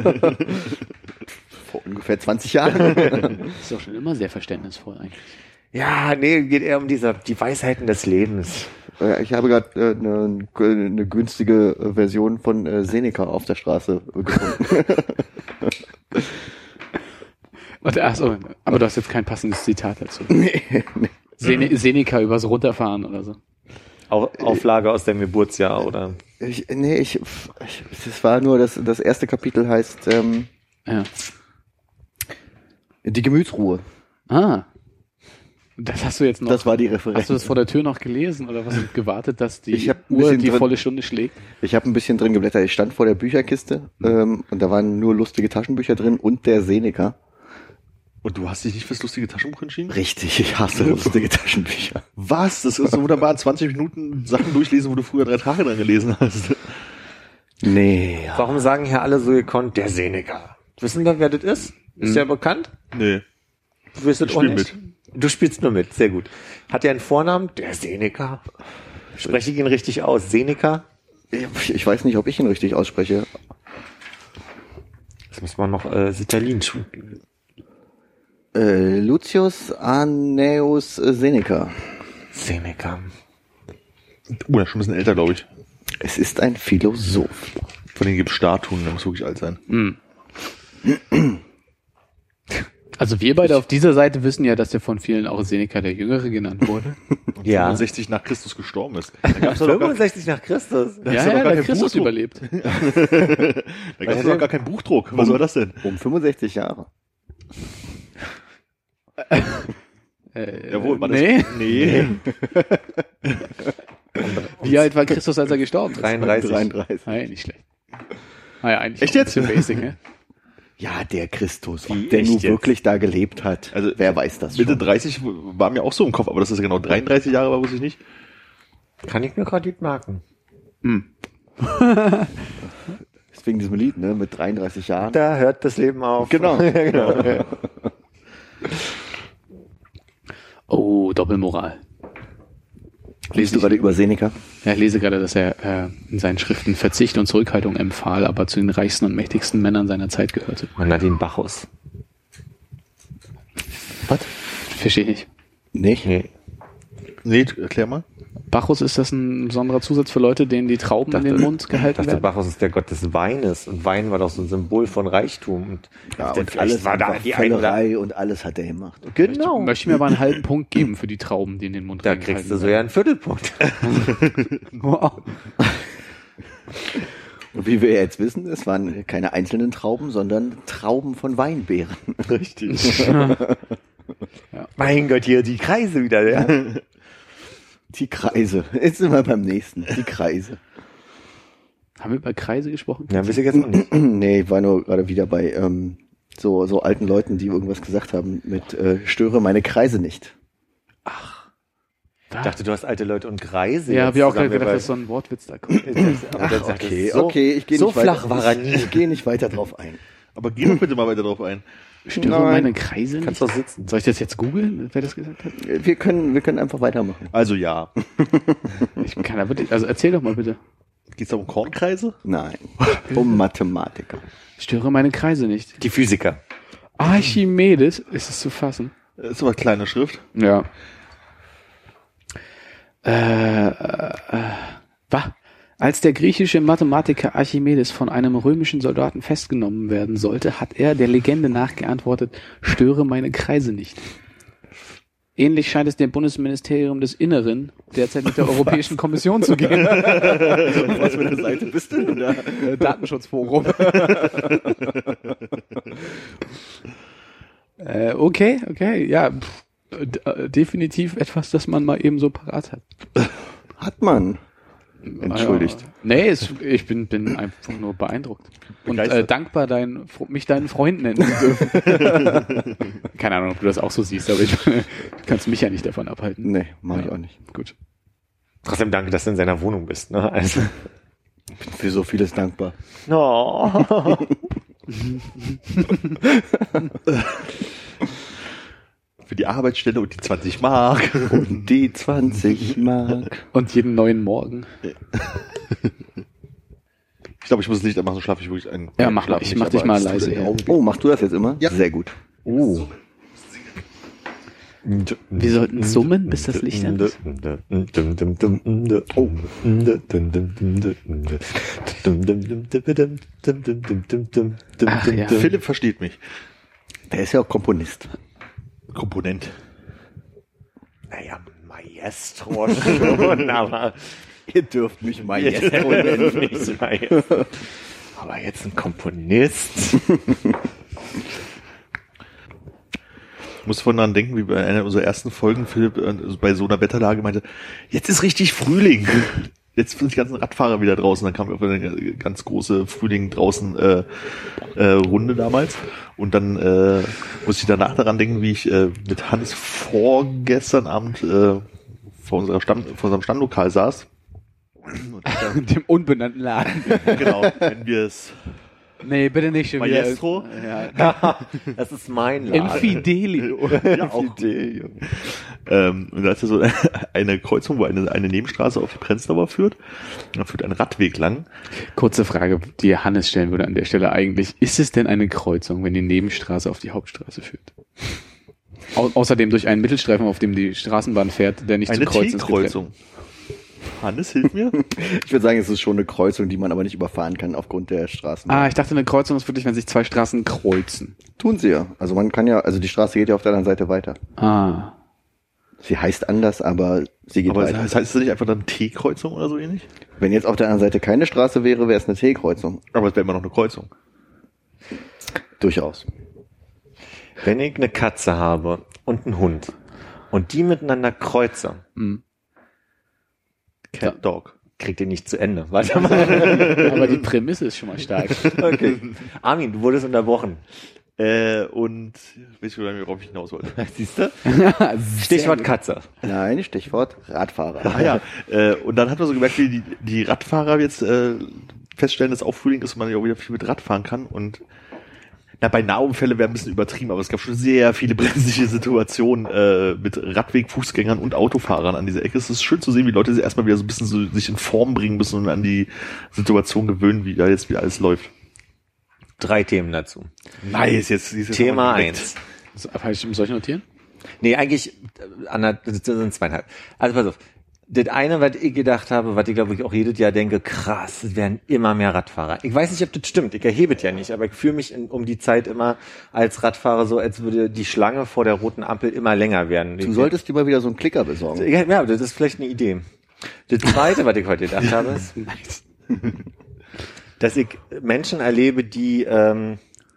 Vor ungefähr zwanzig Jahren. Ist doch schon immer sehr verständnisvoll eigentlich. Ja, nee, geht eher um diese, die Weisheiten des Lebens. Äh, Ich habe gerade äh, eine, eine günstige äh, Version von äh, Seneca auf der Straße äh, gefunden. Warte, ach so, aber du hast jetzt kein passendes Zitat dazu. nee, nee. Sene Seneca übers Runterfahren oder so. Au- Auflage aus deinem Geburtsjahr, oder? Ich, nee, ich, ich, das war nur, das, das erste Kapitel heißt ähm, Ja. Die Gemütsruhe. Ah. Das hast du jetzt noch. Das war die Referenz. Hast du das vor der Tür noch gelesen oder was und gewartet, dass die Ich hab ein Uhr bisschen die drin- volle Stunde schlägt? Ich habe ein bisschen drin geblättert. Ich stand vor der Bücherkiste ähm, und da waren nur lustige Taschenbücher drin und der Seneca. Und du hast dich nicht fürs lustige Taschenbuch entschieden? Richtig, ich hasse lustige Taschenbücher. Was? Das ist so wunderbar. zwanzig Minuten Sachen durchlesen, wo du früher drei Tage dran gelesen hast. Nee. Ja. Warum sagen hier alle so gekonnt, der Seneca? Wissen wir, wer das ist? Ist der bekannt? Nee. Du wirst das Ich auch spiel nicht. Du spielst nur mit, sehr gut. Hat er einen Vornamen? Der Seneca. Spreche ich ihn richtig aus? Seneca? Ich, ich weiß nicht, ob ich ihn richtig ausspreche. Das muss man noch äh, Sitalin schu- Äh, Lucius Annaeus Seneca. Seneca. Oh, der ist schon ein bisschen älter, glaube ich. Es ist ein Philosoph. Von denen gibt es Statuen, der muss wirklich alt sein. Hm. Also wir beide auf dieser Seite wissen ja, dass der von vielen auch Seneca der Jüngere genannt wurde. Ja. fünfundsechzig nach Christus gestorben ist. Da gab es doch, noch gar- fünfundsechzig nach Christus. da ja, ist doch noch ja, gar der kein Christus Buchdruck. überlebt. Da gab es noch gar keinen Buchdruck. Was war das denn? Um fünfundsechzig Jahre. Äh, Jawohl, war das? nee. Nee. Wie alt war Christus, als er gestorben ist? dreiunddreißig. dreiunddreißig. Ah, ja, nicht schlecht. Ah, ja, eigentlich Echt auch ein jetzt? bisschen basic, ne? Ja, der Christus. Wie, Ob der echt nun jetzt? wirklich da gelebt hat. Also, wer weiß das Mitte schon. dreißig war mir auch so im Kopf, aber dass das genau dreiunddreißig Jahre war, wusste ich nicht. Kann ich mir gerade nicht merken. Deswegen diesem Lied, ne, mit dreiunddreißig Jahren. Da hört das Leben auf. Genau. ja, genau. Oh, Doppelmoral. Liest du gerade über Seneca? Ja, ich lese gerade, dass er äh, in seinen Schriften Verzicht und Zurückhaltung empfahl, aber zu den reichsten und mächtigsten Männern seiner Zeit gehörte. Man hat ihn Bacchus. Was? Verstehe ich nicht. Nicht? Nee. Nee, erklär mal. Bacchus, ist das ein besonderer Zusatz für Leute, denen die Trauben in den Mund Ich gehalten dachte, werden? Bacchus ist der Gott des Weines und Wein war doch so ein Symbol von Reichtum. Und, Ja, und und vielleicht alles war da einfach die eine oder Völlerei und alles hat er gemacht. Genau. Ich möchte mir aber einen halben Punkt geben für die Trauben, die in den Mund Da reingehalten kriegst du so werden. ja einen Viertelpunkt. Wow. Und wie wir jetzt wissen, es waren keine einzelnen Trauben, sondern Trauben von Weinbeeren. Richtig. Mein Gott, hier die Kreise wieder, ja. Die Kreise. Jetzt sind wir beim nächsten. Die Kreise. Haben wir über Kreise gesprochen? Ja, wisst ihr jetzt noch nicht. Nee, ich war nur gerade wieder bei ähm, so, so alten Leuten, die irgendwas gesagt haben mit äh, störe meine Kreise nicht. Ich dachte, du hast alte Leute und Kreise. Ja, jetzt habe ich auch gerade zusammen, gedacht, weil- dass so ein Wortwitz da kommt. Aber dann sagt okay, es so, okay, ich gehe so nicht flach weiter. war er nie. Ich gehe nicht weiter drauf ein. Aber geh doch bitte mal weiter drauf ein. Störe Nein. meine Kreise nicht? Kannst doch sitzen. Soll ich das jetzt googeln, wer das gesagt hat? Wir können, wir können einfach weitermachen. Also ja. Ich kann da wirklich, also erzähl doch mal bitte. Geht's da um Kornkreise? Nein, um Mathematiker. Störe meine Kreise nicht. Die Physiker. Archimedes, ist es zu fassen? Das ist aber kleine Schrift. Ja. Äh, äh, was? Als der griechische Mathematiker Archimedes von einem römischen Soldaten festgenommen werden sollte, hat er der Legende nach geantwortet, störe meine Kreise nicht. Ähnlich scheint es dem Bundesministerium des Inneren derzeit mit der Europäischen Kommission zu gehen. Was für eine Seite bist du denn da? Äh, Datenschutzforum. äh, okay, okay, ja. Pff, d- äh, definitiv etwas, das man mal eben so parat hat. Hat man. Entschuldigt. Ja. Nee, es, ich bin, bin einfach nur beeindruckt. Und äh, Begeistert. dankbar, dein, mich deinen Freund nennen zu dürfen. Keine Ahnung, ob du das auch so siehst, aber ich du kannst mich ja nicht davon abhalten. Nee, mache ich auch nicht. Gut. Trotzdem danke, dass du in seiner Wohnung bist. Ne? Also. Bin für so vieles dankbar. No. Für die Arbeitsstelle und die zwanzig Mark. Und die zwanzig Mark. Und jeden neuen Morgen. Ich glaube, ich muss das Licht anmachen, so schlafe ich wirklich ein. Ja, mach mal. schlafe Ich nicht, mach dich aber mal es tut leise, in den ja. Augen weh. Oh, machst du das jetzt immer? Ja. Sehr gut. Oh. Wir sollten summen, bis das Licht an ist. Oh. Ach ja. Philipp versteht mich. Der ist ja auch Komponist. Komponent. Naja, Maestro schon, aber Ihr dürft mich mal jetzt jetzt. nicht Maestro. Aber jetzt ein Komponist. Ich muss vorhin daran denken, wie bei einer unserer ersten Folgen Philipp äh, bei so einer Wetterlage meinte, jetzt ist richtig Frühling. Jetzt sind die ganzen Radfahrer wieder draußen. Dann kam auf eine ganz große Frühling draußen äh, äh, Runde damals. Und dann äh, musste ich danach daran denken, wie ich äh, mit Hannes vorgestern Abend äh, vor, unserer Stamm, vor unserem Stammlokal saß. Und dann, Dem unbenannten Laden. genau, wenn wir es Nee, bitte nicht schon Maestro? wieder. Ja. Das ist mein Laden. Infidelio. ja, auch. Ähm, und da ist ja so eine Kreuzung, wo eine, eine Nebenstraße auf die Prenzlauer führt. Und da führt ein Radweg lang. Kurze Frage, die Hannes stellen würde an der Stelle eigentlich. Ist es denn eine Kreuzung, wenn die Nebenstraße auf die Hauptstraße führt? Au außerdem durch einen Mittelstreifen, auf dem die Straßenbahn fährt, der nicht Eine zu kreuzen ist. T-Kreuzung. Hannes, hilf mir. Ich würde sagen, es ist schon eine Kreuzung, die man aber nicht überfahren kann aufgrund der Straßen. Ah, ich dachte, eine Kreuzung ist wirklich, wenn sich zwei Straßen kreuzen. Tun sie ja. Also man kann ja, also die Straße geht ja auf der anderen Seite weiter. Ah. Sie heißt anders, aber sie geht Aber weiter. das heißt, ist das nicht einfach dann T-Kreuzung oder so ähnlich? Wenn jetzt auf der anderen Seite keine Straße wäre, wäre es eine T-Kreuzung. Aber es wäre immer noch eine Kreuzung. Durchaus. Wenn ich eine Katze habe und einen Hund und die miteinander kreuze, Hm. Cat Dog. kriegt ihr nicht zu Ende. Warte mal. Aber die Prämisse ist schon mal stark. Okay. Armin, du wurdest unterbrochen. Äh, und weiß ich gar nicht, worauf ich hinaus wollte. Siehst du? Stichwort Katze. Nein, Stichwort Radfahrer. Ah ja, äh, und dann hat man so gemerkt, wie die, die Radfahrer jetzt äh, feststellen, dass auch Frühling ist und man ja auch wieder viel mit Rad fahren kann. Und Na, bei Nahunfälle wäre ein bisschen übertrieben, aber es gab schon sehr viele brenzliche Situationen äh, mit Radweg, Fußgängern und Autofahrern an dieser Ecke. Es ist schön zu sehen, wie Leute sich erstmal wieder so ein bisschen so sich in Form bringen müssen und an die Situation gewöhnen, wie da jetzt wieder alles läuft. Drei Themen dazu. Nice, jetzt, jetzt Thema eins. Soll ich soll ich notieren? Nee, eigentlich äh, das sind zweieinhalb. Also pass auf. Das eine, was ich gedacht habe, was ich glaube ich auch jedes Jahr denke, krass, es werden immer mehr Radfahrer. Ich weiß nicht, ob das stimmt, ich erhebe es ja nicht, aber ich fühle mich in, um die Zeit immer als Radfahrer so, als würde die Schlange vor der roten Ampel immer länger werden. Du solltest dir mal wieder so einen Klicker besorgen. Ja, ja, das ist vielleicht eine Idee. Das zweite, was ich heute gedacht habe, ist, dass ich Menschen erlebe, die ähm,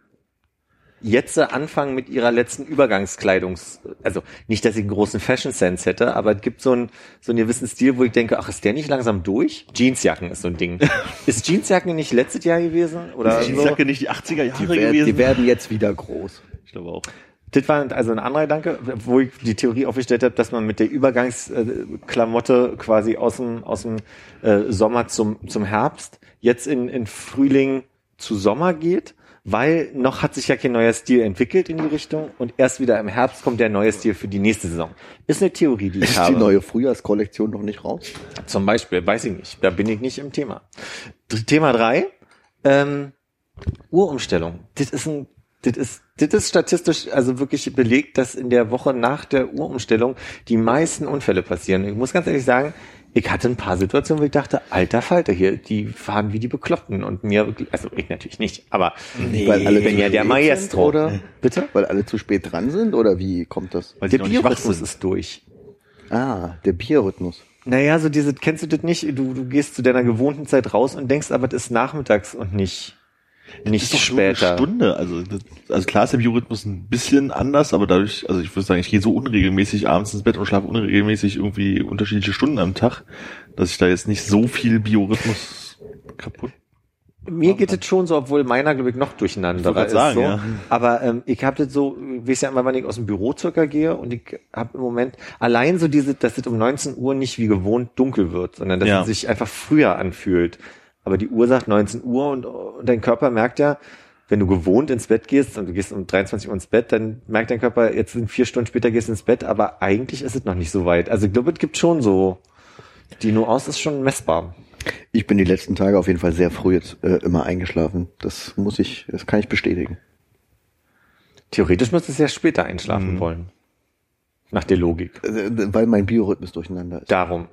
jetzt anfangen mit ihrer letzten Übergangskleidungs, also nicht, dass ich einen großen Fashion Sense hätte, aber es gibt so einen, so einen gewissen Stil, wo ich denke, ach, ist der nicht langsam durch? Jeansjacken ist so ein Ding. Ist Jeansjacken nicht letztes Jahr gewesen? Oder ist Jeansjacke so? nicht die achtziger Jahre Die, werd, gewesen? die werden jetzt wieder groß. Ich glaube auch. Das war also ein anderer Gedanke, wo ich die Theorie aufgestellt habe, dass man mit der Übergangsklamotte quasi aus dem, aus dem äh, Sommer zum, zum Herbst jetzt in, in Frühling zu Sommer geht, weil noch hat sich ja kein neuer Stil entwickelt in die Richtung und erst wieder im Herbst kommt der neue Stil für die nächste Saison. Ist eine Theorie, die ich Ist habe. die neue Frühjahrskollektion noch nicht raus? Zum Beispiel, weiß ich nicht, da bin ich nicht im Thema. Thema drei, ähm, Uhrumstellung. Das ist ein Das ist, das ist statistisch also wirklich belegt, dass in der Woche nach der Uhrumstellung die meisten Unfälle passieren. Ich muss ganz ehrlich sagen, ich hatte ein paar Situationen, wo ich dachte, alter Falter hier, die fahren wie die Bekloppten und mir, also ich natürlich nicht, aber Nee, weil alle wenn zu ja der spät Maestro, sind, oder? Bitte? Weil alle zu spät dran sind, oder wie kommt das? Weil sie Der noch nicht wach Biorhythmus sind. ist durch. Ah, der Biorhythmus. Naja, so diese, kennst du das nicht? Du, du gehst zu deiner gewohnten Zeit raus und denkst, aber es ist nachmittags und nicht, nicht Das ist doch nur eine später. Stunde. Also, das, also klar ist der Biorhythmus ein bisschen anders, aber dadurch, also ich würde sagen, ich gehe so unregelmäßig abends ins Bett und schlafe unregelmäßig irgendwie unterschiedliche Stunden am Tag, dass ich da jetzt nicht so viel Biorhythmus kaputt. Mir geht es schon so, obwohl meiner, glaube ich, noch durcheinander Ich wollte ist. grad sagen, so. ja. Aber ähm, ich habe das so, ich weiß ja immer, wann ich aus dem Büro circa gehe und ich habe im Moment allein so diese, dass es um neunzehn Uhr nicht wie gewohnt dunkel wird, sondern dass Ja. es sich einfach früher anfühlt. Aber die Uhr sagt neunzehn Uhr und, und dein Körper merkt ja, wenn du gewohnt ins Bett gehst und du gehst um dreiundzwanzig Uhr ins Bett, dann merkt dein Körper, jetzt sind vier Stunden später gehst du ins Bett, aber eigentlich ist es noch nicht so weit. Also ich glaube, es gibt schon so, die Nuance ist schon messbar. Ich bin die letzten Tage auf jeden Fall sehr früh jetzt äh, immer eingeschlafen. Das muss ich, das kann ich bestätigen. Theoretisch müsstest du ja später einschlafen Mhm. wollen. Nach der Logik. Äh, weil mein Biorhythmus durcheinander ist. Darum.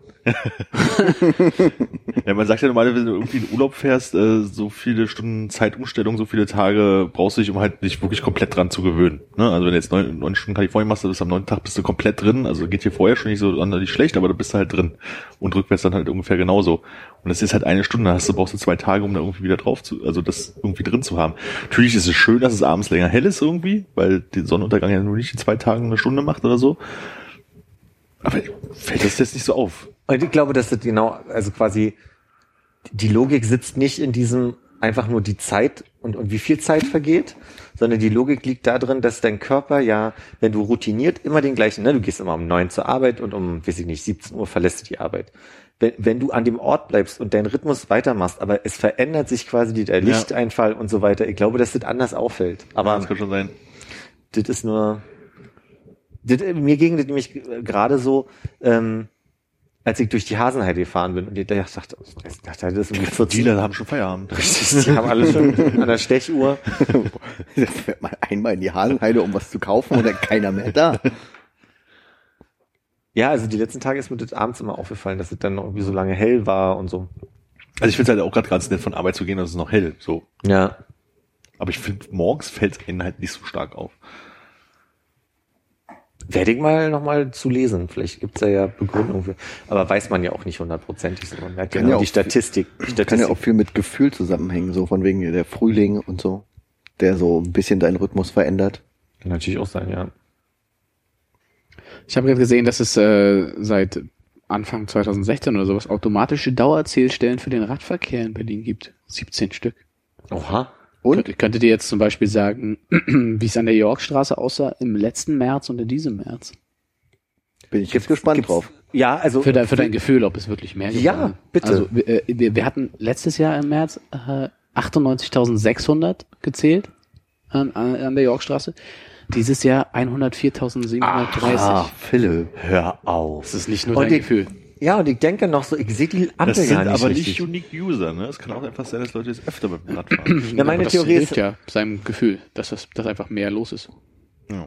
Ja, man sagt ja normalerweise, wenn du irgendwie in Urlaub fährst, äh, so viele Stunden Zeitumstellung, so viele Tage brauchst du dich, um halt dich wirklich komplett dran zu gewöhnen. Ne? Also wenn du jetzt neun, neun Stunden Kalifornien machst, dann bist du am neunten Tag bist du komplett drin. Also geht hier vorher schon nicht so sonderlich schlecht, aber du bist halt drin. Und rückwärts dann halt ungefähr genauso. Und das ist halt eine Stunde, hast du brauchst du zwei Tage, um da irgendwie wieder drauf zu, also das irgendwie drin zu haben. Natürlich ist es schön, dass es abends länger hell ist irgendwie, weil der Sonnenuntergang ja nur nicht in zwei Tagen eine Stunde macht oder so. Aber fällt das jetzt nicht so auf? Und ich glaube, dass das genau, also quasi, die Logik sitzt nicht in diesem einfach nur die Zeit und, und wie viel Zeit vergeht, sondern die Logik liegt da drin, dass dein Körper ja, wenn du routiniert immer den gleichen, ne, du gehst immer um neun zur Arbeit und um, weiß ich nicht, siebzehn Uhr verlässt du die Arbeit. Wenn, wenn du an dem Ort bleibst und deinen Rhythmus weitermachst, aber es verändert sich quasi die, der Ja. Lichteinfall und so weiter, ich glaube, dass das anders auffällt. Aber Das kann schon sein. das ist nur, das, mir ging das nämlich gerade so, ähm, als ich durch die Hasenheide gefahren bin und ich dachte, ich dachte das ist irgendwie Die vierzehn. Dealer haben schon Feierabend. Richtig, die haben alle schon an der Stechuhr. Da fährt man einmal in die Hasenheide, um was zu kaufen, und dann keiner mehr da. Ja, also die letzten Tage ist mir das abends immer aufgefallen, dass es dann noch irgendwie so lange hell war und so. Also ich finde es halt auch gerade ganz nett, von Arbeit zu gehen, dass es noch hell, so. Ja. Aber ich finde, morgens fällt es ihnen halt nicht so stark auf. Werde ich mal nochmal zu lesen. Vielleicht gibt's da ja Begründung für. Aber weiß man ja auch nicht hundertprozentig. So. Man merkt ja Kann nur ja die auch- Statistik. Die Kann Statistik. ja auch viel mit Gefühl zusammenhängen, so von wegen der Frühling und so, der so ein bisschen deinen Rhythmus verändert. Kann natürlich auch sein, ja. Ich habe gerade gesehen, dass es äh, seit Anfang zwanzig sechzehn oder sowas automatische Dauerzählstellen für den Radverkehr in Berlin gibt. siebzehn Stück. Oha. Und? Könnt, könntet ihr jetzt zum Beispiel sagen, wie es an der Yorkstraße aussah im letzten März und in diesem März? Bin ich jetzt gespannt Gibt's- drauf. Ja, also. Für dein, für dein Gefühl, ob es wirklich mehr Ja, geworden ist. bitte. Also wir, äh, wir, wir hatten letztes Jahr im März äh, achtundneunzigtausendsechshundert gezählt an, an der Yorkstraße. Dieses Jahr hundertviertausendsiebenhundertdreißig. Ah, Philipp. Hör auf. Das ist nicht nur Und dein die- Gefühl. Ja, und ich denke noch so, ich sehe die Ampel Das sind gar nicht aber richtig. nicht Unique User, ne? Es kann auch einfach sein, dass Leute jetzt öfter mit dem Rad fahren. Ja, meine Aber das Theorie hilft ist, ja seinem Gefühl, dass das dass einfach mehr los ist. Ja.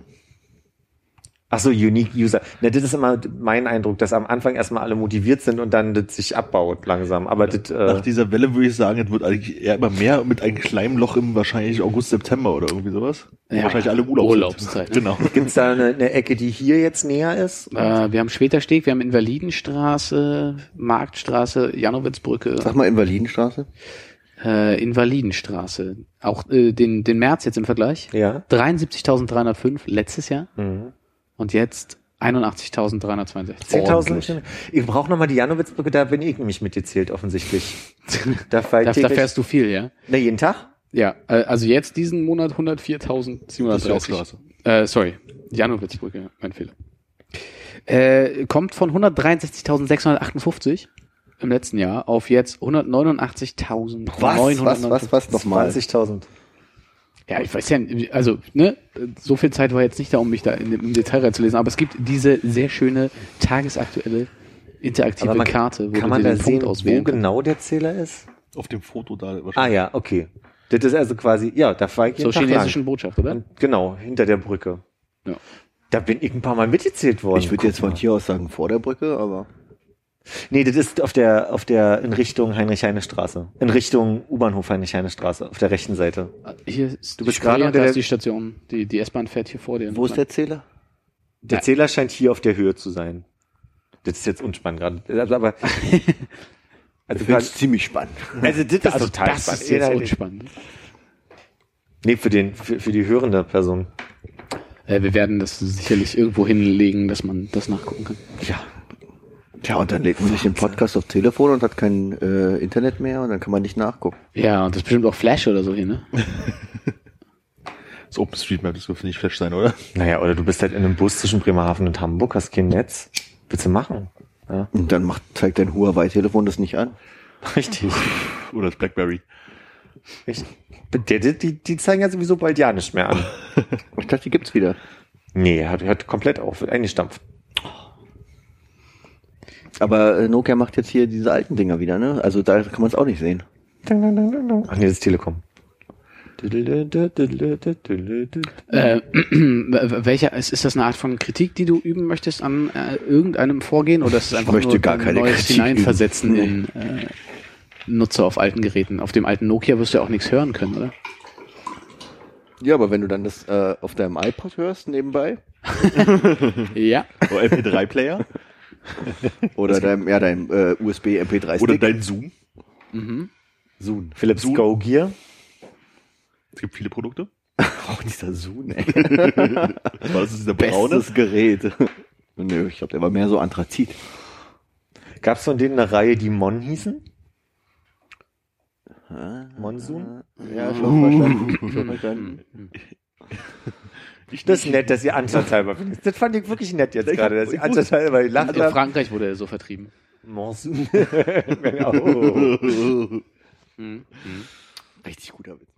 ach so, Unique User. Na, das ist immer mein Eindruck, dass am Anfang erstmal alle motiviert sind und dann das sich abbaut langsam. Aber das, Nach äh, dieser Welle würde ich sagen, es wird eigentlich eher immer mehr mit einem Schleimloch im wahrscheinlich August, September oder irgendwie sowas. Wo Ja, wahrscheinlich alle im Urlaub Urlaubszeit. sind. Genau. gibt's da eine, eine Ecke, die hier jetzt näher ist? Äh, wir haben Schwetersteg, wir haben Invalidenstraße, Marktstraße, Janowitzbrücke, Sag mal Invalidenstraße. äh, Invalidenstraße. Auch äh, den, den März jetzt im Vergleich. Ja. dreiundsiebzigtausenddreihundertfünf letztes Jahr Mhm. und jetzt einundachtzigtausenddreihundertzweiundsechzig. zehntausend. Ich brauche nochmal die Janowitzbrücke, da bin ich nämlich mitgezählt, offensichtlich. Da, fahr ich Da, da täglich- fährst du viel, ja? Na, jeden Tag? Ja, äh, also jetzt diesen Monat hundertviertausendsiebenhundertdreißig. Yorkstraße. Äh, sorry, Janowitzbrücke, mein Fehler. Äh, kommt von hundertdreiundsechzigtausendsechshundertachtundfünfzig im letzten Jahr auf jetzt hundertneunundachtzigtausendneunhundertneunundfünfzig. Was, was, was nochmal? zwanzigtausend. Ja, ich weiß ja, nicht, also, ne, so viel Zeit war jetzt nicht da, um mich da in, im Detail reinzulesen, aber es gibt diese sehr schöne, tagesaktuelle, interaktive Aber man, Karte, wo kann du man dir da den Punkt sehen, wo auswählen kannst. genau der Zähler ist? Auf dem Foto da wahrscheinlich. Ah ja, okay. Das ist also quasi, ja, da fahre ich jeden Zur Tag chinesischen lang. Botschaft, oder? Und genau, hinter der Brücke. Ja. Da bin ich ein paar Mal mitgezählt worden. Ich würde jetzt von hier aus sagen vor der Brücke, aber Nee, das ist auf der, auf der, in Richtung Heinrich-Heine-Straße. In Richtung U-Bahnhof Heinrich-Heine-Straße, auf der rechten Seite. Hier ist Du die bist Spree, gerade unter da der- ist die Station, die, die S-Bahn fährt hier vor dir. wo ist der Zähler? Der Ja. Zähler scheint hier auf der Höhe zu sein. Das ist jetzt unspannend gerade. Also, aber, also, Ich gerade, finde es ziemlich spannend. also, das ist Also total das spannend. ist jetzt Inhaltlich- unspannend. Nee, für den, für, für die hörende Person. Äh, wir werden das sicherlich irgendwo hinlegen, dass man das nachgucken kann. Ja. Tja, und dann legt man sich den Podcast aufs Telefon und hat kein äh, Internet mehr und dann kann man nicht nachgucken. Ja, und das ist bestimmt auch Flash oder so hier, ne? Das OpenStreetMap, das dürfte nicht Flash sein, oder? Naja, oder du bist halt in einem Bus zwischen Bremerhaven und Hamburg, hast kein Netz. Willst du machen? Ja, Und dann macht, zeigt dein Huawei-Telefon das nicht an. richtig. Oder das Blackberry. richtig. Die, die, die zeigen ja sowieso bald ja nicht mehr an. Ich dachte, die gibt's wieder. Nee, hat, hört komplett auf, wird eingestampft. Aber äh, Nokia macht jetzt hier diese alten Dinger wieder, ne? Also da kann man es auch nicht sehen. Ach nee, das ist Telekom. Äh, welcher, ist, ist das eine Art von Kritik, die du üben möchtest an äh, irgendeinem Vorgehen oder ist es einfach möchte nur gar ein keine neues Kritik Hineinversetzen üben. in äh, Nutzer auf alten Geräten? Auf dem alten Nokia wirst du ja auch nichts hören können, oder? Ja, aber wenn du dann das äh, auf deinem iPod hörst nebenbei Ja. Oder M P drei Player. oder deinem, ja, deinem äh, U S B M P drei Oder Stick. dein Zoom. Mhm. Zoom. Philips Zoom. Go Gear. Es gibt viele Produkte. Auch dieser Zoom, ey. War das dieser braune? Bestes Gerät. Nö, ich glaube, der war mehr so Anthrazit. Gab es von denen eine Reihe, die Mon hießen? Monsun? Ja, schon verstanden. Schon verstanden. Ich Das ist nett, dass ihr anstandshalber findet. Das fand ich wirklich nett jetzt Ich gerade, hab- dass ihr ich anstandshalber gelacht In habt. Frankreich wurde er so vertrieben. Monsun. oh. Richtig guter Witz.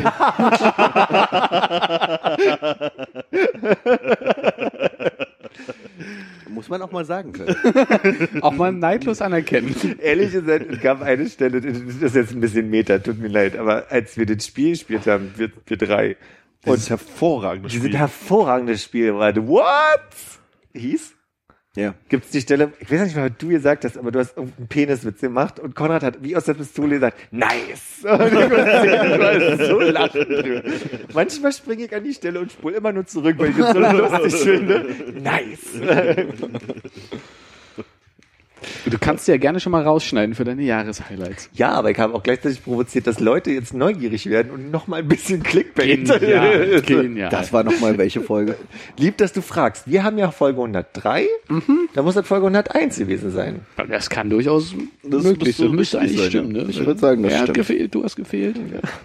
Muss man auch mal sagen können. Auch mal neidlos anerkennen. Ehrlich gesagt, es gab eine Stelle, das ist jetzt ein bisschen Meta, tut mir leid, aber als wir das Spiel gespielt haben, wir, wir drei, Das ist hervorragendes dieses Spiel. hervorragende Spiel, gerade, what? Hieß? Ja. Gibt's die Stelle, ich weiß nicht mehr, was du gesagt hast, aber du hast irgendeinen Peniswitz gemacht und Konrad hat wie aus der Pistole gesagt, nice! Und ich war so lachen drüber. Manchmal springe ich an die Stelle und spule immer nur zurück, weil ich es so lustig finde. Nice! Du kannst ja gerne schon mal rausschneiden für deine Jahreshighlights. Ja, aber ich habe auch gleichzeitig provoziert, dass Leute jetzt neugierig werden und noch mal ein bisschen Clickbait. Genial, genial. Das war nochmal welche Folge? Lieb, dass du fragst. Wir haben ja Folge hundertdrei, Mhm. da muss das Folge hunderteins gewesen sein. Das kann durchaus Das möglich müsste sein. Müsste richtig eigentlich sein, stimmen, ja. ne? Ich würde sagen, das Er hat stimmt. gefehlt, du hast gefehlt.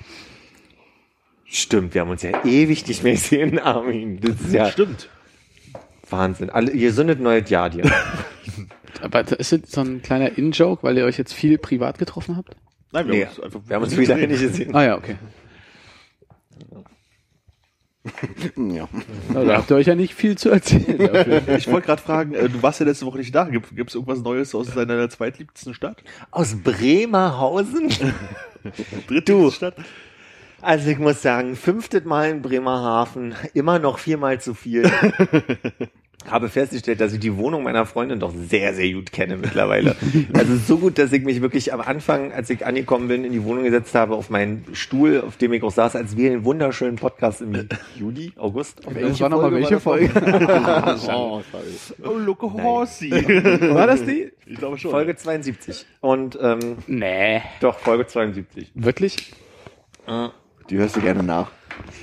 Stimmt, wir haben uns ja ewig nicht mehr gesehen, Armin. Das ist ja Stimmt. Wahnsinn. Alle, ihr sündet neues Jahr dir. Aber ist das so ein kleiner In-Joke, weil ihr euch jetzt viel privat getroffen habt? Nein, wir Nee, haben uns einfach wir haben uns wieder nicht gesehen. Ah ja, okay. Ja. Na, da habt ihr euch ja nicht viel zu erzählen dafür. Ich wollte gerade fragen, äh, du warst ja letzte Woche nicht da. Gibt es irgendwas Neues aus deiner zweitliebsten Stadt? Aus Bremerhaven? Drittliebste Stadt? Also ich muss sagen, fünftes Mal in Bremerhaven, immer noch viermal zu viel. Habe festgestellt, dass ich die Wohnung meiner Freundin doch sehr, sehr gut kenne mittlerweile. Also so gut, dass ich mich wirklich am Anfang, als ich angekommen bin, in die Wohnung gesetzt habe, auf meinen Stuhl, auf dem ich auch saß, als wir einen wunderschönen Podcast im Juli, August. Auf Das war nochmal welche Folge? Oh, Oh, look a horsey. War das die? Ich glaube schon. Folge zweiundsiebzig. Und ähm, Nee. doch, Folge zweiundsiebzig. Wirklich? Die hörst du gerne nach.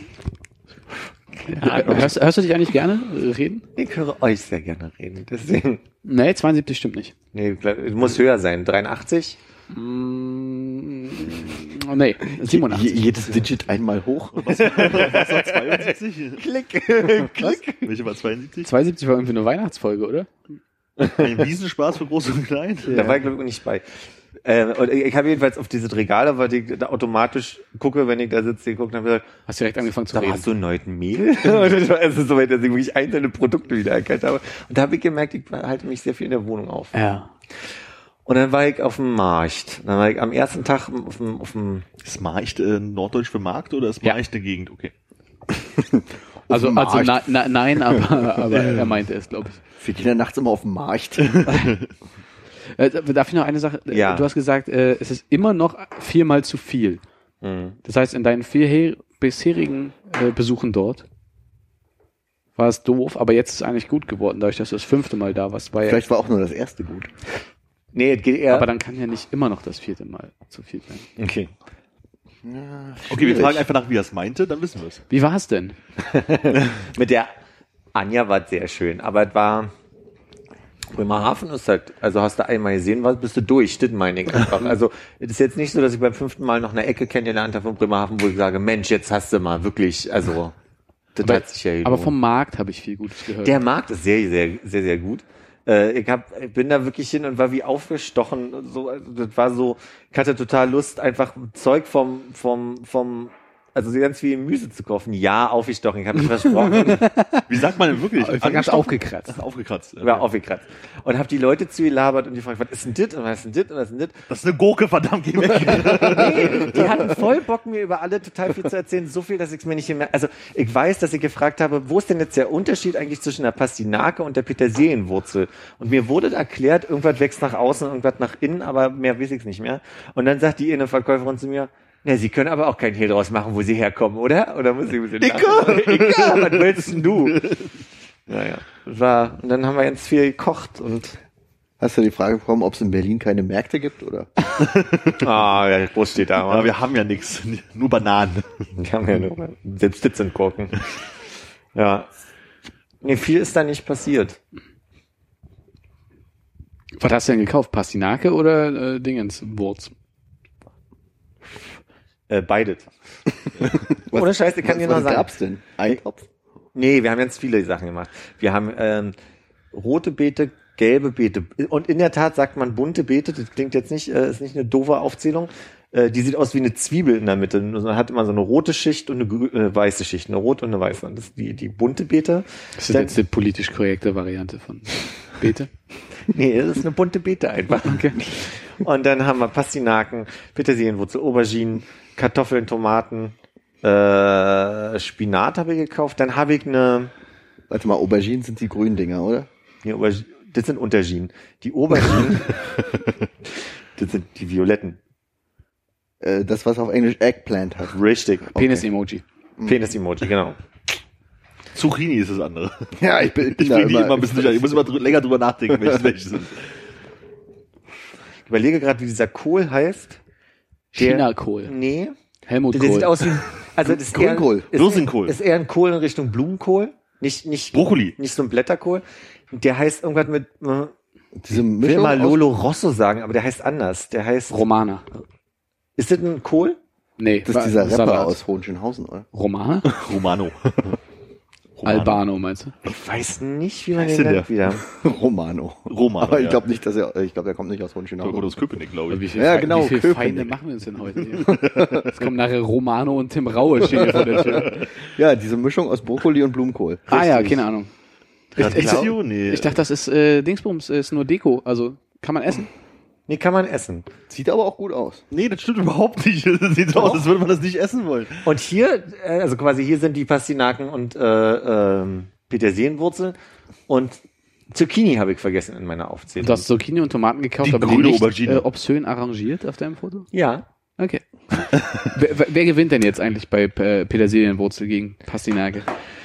Ja, hörst, hörst du dich eigentlich gerne reden? Ich höre euch sehr gerne reden, deswegen. Nee, zweiundsiebzig stimmt nicht. Nee, es muss höher sein. dreiundachtzig? Mm, nee, siebenundachtzig. Je, jedes Digit einmal hoch. Was war zweiundsiebzig? Klick, Klick. Welche war zweiundsiebzig? zweiundsiebzig war irgendwie eine Weihnachtsfolge, oder? Ein Riesenspaß für Groß und Klein. Da war ich glaube ich nicht bei. Äh, und ich habe jedenfalls auf dieses Regal, weil ich da automatisch gucke, wenn ich da sitze, geguckt habe, gesagt, Hast direkt angefangen zu da reden. hast du einen neuen Mehl? Also so weit, dass ich wirklich einzelne Produkte wiedererkannt habe. Und da habe ich gemerkt, ich halte mich sehr viel in der Wohnung auf. Ja. Und dann war ich auf dem Markt. Dann war ich am ersten Tag auf dem, auf dem Ist Marcht äh, Norddeutsch für Markt oder ist Ja. Marcht eine Gegend? Okay. Also, dem also Markt. na, na, nein, aber, aber er meinte es, glaube ich. Wir gehen ja nachts immer auf den Markt. Äh, darf ich noch eine Sache? Ja. Du hast gesagt, äh, es ist immer noch viermal zu viel. Mhm. Das heißt, in deinen vier he- bisherigen äh, Besuchen dort war es doof, aber jetzt ist es eigentlich gut geworden, dadurch, dass du das fünfte Mal da warst. War ja, Vielleicht war auch nur das erste gut. Nee, es geht eher. aber dann kann ja nicht immer noch das vierte Mal zu viel sein. Okay. Okay, wir fragen einfach nach, wie er es meinte, dann wissen wir es. Wie war es denn? Mit der Anja war es sehr schön, aber es war. Bremerhaven ist halt, also hast du einmal gesehen, was bist du durch, das meine ich einfach. Also es ist jetzt nicht so, dass ich beim fünften Mal noch eine Ecke kennengelernt habe von Bremerhaven, wo ich sage, Mensch, jetzt hast du mal wirklich, also das Aber, hat sich ja gelohnt. aber vom Markt habe ich viel Gutes gehört. Der Markt ist sehr, sehr, sehr, sehr gut. Äh, ich hab, ich bin da wirklich hin und war wie aufgestochen. So, also das war so, ich hatte total Lust, einfach Zeug vom, vom, vom, also so ganz viel Gemüse zu kaufen. Ja, aufgestochen, ich habe mich versprochen. Wie sagt man denn wirklich? Ich war ganz Angestochen? aufgekratzt. Aufgekratzt. Okay. War aufgekratzt. Und habe die Leute zugelabert und die gefragt, was ist denn das und was ist denn das und was ist denn das? Das ist eine Gurke, verdammt, geh weg. Nee, die hatten voll Bock, mir über alle total viel zu erzählen. So viel, dass ich es mir nicht gemerkt. Also ich weiß, dass ich gefragt habe, wo ist denn jetzt der Unterschied eigentlich zwischen der Pastinake und der Petersilienwurzel? Und mir wurde erklärt, irgendwas wächst nach außen, irgendwas nach innen, aber mehr weiß ich es nicht mehr. Und dann sagt die eine Verkäuferin zu mir, na, Sie können aber auch kein Hehl draus machen, wo Sie herkommen, oder? Oder muss ich ein bisschen lachen? Icke, was willst denn du? Naja, das war, und dann haben wir ganz viel gekocht und Hast du die Frage bekommen, ob es in Berlin keine Märkte gibt, oder? ah, ja, groß steht da. Aber wir haben ja nichts, nur Bananen. Wir haben ja nur, selbst das sind Gurken. Ja. Nee, viel ist da nicht passiert. Was hast du denn gekauft? Pastinake oder äh, Dingens? Wurz? Äh, beides. Ohne Scheiß, ich kann was, dir noch was sagen. gab's denn? Eintopf? Nee, wir haben ganz viele Sachen gemacht. Wir haben ähm, rote Beete, gelbe Beete. Und in der Tat sagt man bunte Beete. Das klingt jetzt nicht, äh, ist nicht eine doofe Aufzählung. Äh, die sieht aus wie eine Zwiebel in der Mitte. Man hat immer so eine rote Schicht und eine grü- äh, weiße Schicht. Eine rote und eine weiße. Und das ist die, die bunte Beete. Das ist jetzt die politisch korrekte Variante von Beete. Nee, das ist eine bunte Beete einfach. Okay. Und dann haben wir Pastinaken, Petersilienwurzel, Auberginen, Kartoffeln, Tomaten, äh, Spinat habe ich gekauft. Dann habe ich eine, Warte mal, Auberginen sind die grünen Dinger, oder? nee, Auberg- das sind Unterginen. Die Auberginen, das sind die violetten. Äh, das, was auf Englisch Eggplant hat. Richtig. Penis-Emoji. Penis-Emoji, genau. Zucchini ist das andere. Ja, ich bin, ich bin Ich da bringe die immer, immer ein bisschen durch. Ich muss immer drü- länger drüber nachdenken, welches welches sind. Ich überlege gerade, wie dieser Kohl heißt. Der- China-Kohl. Nee. Helmut Der Kohl. sieht aus wie, also das ist eher, Grünkohl. ist, Würstchenkohl. ist eher ein Kohl in Richtung Blumenkohl. Nicht, nicht, Brokkoli. nicht so ein Blätterkohl. Der heißt irgendwas mit, äh, diese ich will Mischung mal aus- Lolo Rosso sagen, aber der heißt anders. Der heißt, Romana. ist das ein Kohl? Nee, Das ist dieser Rapper Salat. aus Hohenschönhausen, oder? Romana? Romano. Albano, meinst du? Ich weiß nicht, wie man heißt den denn nennt wieder. Romano. Romano, Aber ich ja. glaube nicht, dass er, ich glaube, er kommt nicht aus Hohenschönhausen. Oder aus Köpenick, glaube ich. Wie viel, Ja, Fe- genau, wie viele Köpenick. Feinde machen wir uns denn heute hier? Es kommen nachher Romano und Tim Raue stehen hier vor der Tür. Ja, diese Mischung aus Brokkoli und Blumenkohl. Ah ja, keine Ahnung. Ich, ich, Radicchio? Nee. ich dachte, das ist äh, Dingsbums, ist nur Deko. Also kann man essen? Nee, kann man essen. Sieht aber auch gut aus. Nee, das stimmt überhaupt nicht. Das sieht so aus, als würde man das nicht essen wollen. Und hier, äh, also quasi hier sind die Pastinaken und äh, ähm, Petersilienwurzeln und Zucchini habe ich vergessen in meiner Aufzählung. Du hast Zucchini und Tomaten gekauft, Die aber grüne die nicht Aubergine. äh, obszön arrangiert auf deinem Foto? Ja. Okay. wer, wer- wer gewinnt denn jetzt eigentlich bei äh, Petersilienwurzel gegen Pastinake?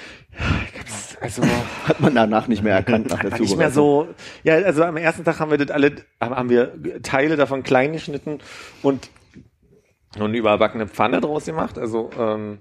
Also Hat man danach nicht mehr erkannt nach der war nicht mehr Zubereitung. so. Ja, also am ersten Tag haben wir das alle, haben haben wir Teile davon klein geschnitten und und eine überbackene Pfanne draus gemacht. Also ähm,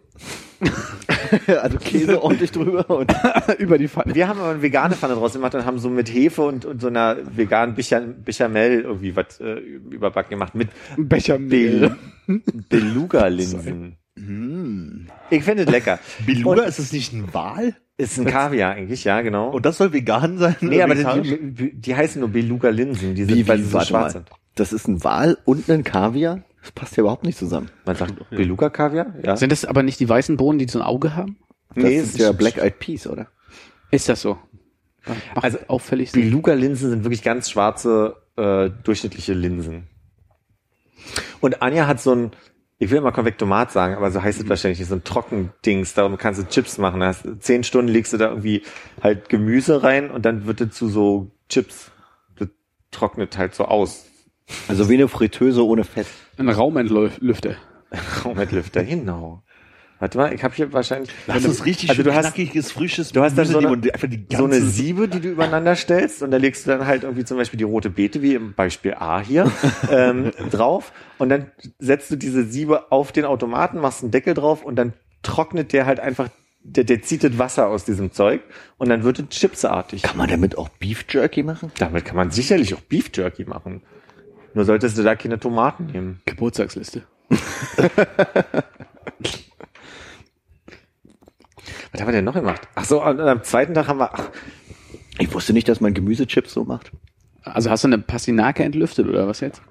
Also Käse ordentlich drüber und Über die Pfanne. wir haben aber eine vegane Pfanne draus gemacht und haben so mit Hefe und, und so einer veganen Becha- Bechamel irgendwie was äh, überbacken gemacht mit Bechamel. Bel Beluga-Linsen. Ich finde es lecker. Beluga, Und- ist es nicht ein Wal? Ist ein Kaviar eigentlich, ja, genau. Und das soll vegan sein? nee, oder aber die, vegetarisch? die, die heißen nur Beluga-Linsen. Die sind, wie, weil wie, sie so warte schwarz mal. sind. Das ist ein Wal und ein Kaviar? Das passt ja überhaupt nicht zusammen. Man sagt Beluga-Kaviar? Ja. Sind das aber nicht die weißen Bohnen, die so ein Auge haben? Das Nee, ist es ja ist- Black Eyed Peas, oder? Ist das so? Macht Also, auffällig Sinn. Beluga-Linsen sind wirklich ganz schwarze, äh, durchschnittliche Linsen. Und Anja hat so ein, ich will immer Konvektomat sagen, aber so heißt es wahrscheinlich nicht, so ein Trockendings, darum kannst du Chips machen. Da hast, zehn Stunden legst du da irgendwie halt Gemüse rein und dann wird es zu so Chips. Das trocknet halt so aus. Also wie eine Fritteuse ohne Fett. Ein Raumentlüfter. Raumentlüfter, genau. Warte mal, ich habe hier wahrscheinlich Lass uns richtig also schön du hast, knackiges, frisches du hast dann Gemüse so eine, nehmen und einfach die so eine ganze- Siebe, die du übereinander stellst und da legst du dann halt irgendwie zum Beispiel die rote Beete, wie im Beispiel A hier, ähm, drauf und dann setzt du diese Siebe auf den Automaten, machst einen Deckel drauf und dann trocknet der halt einfach, der, der zieht das Wasser aus diesem Zeug und dann wird es chipsartig. Kann man damit auch Beef Jerky machen? Damit kann man sicherlich auch Beef Jerky machen. Nur solltest du da keine Tomaten nehmen. Geburtstagsliste. Was haben wir denn noch gemacht? Ach so, und am zweiten Tag haben wir, ach, Ich wusste nicht, dass man Gemüsechips so macht. Also hast du eine Pastinake entlüftet oder was jetzt?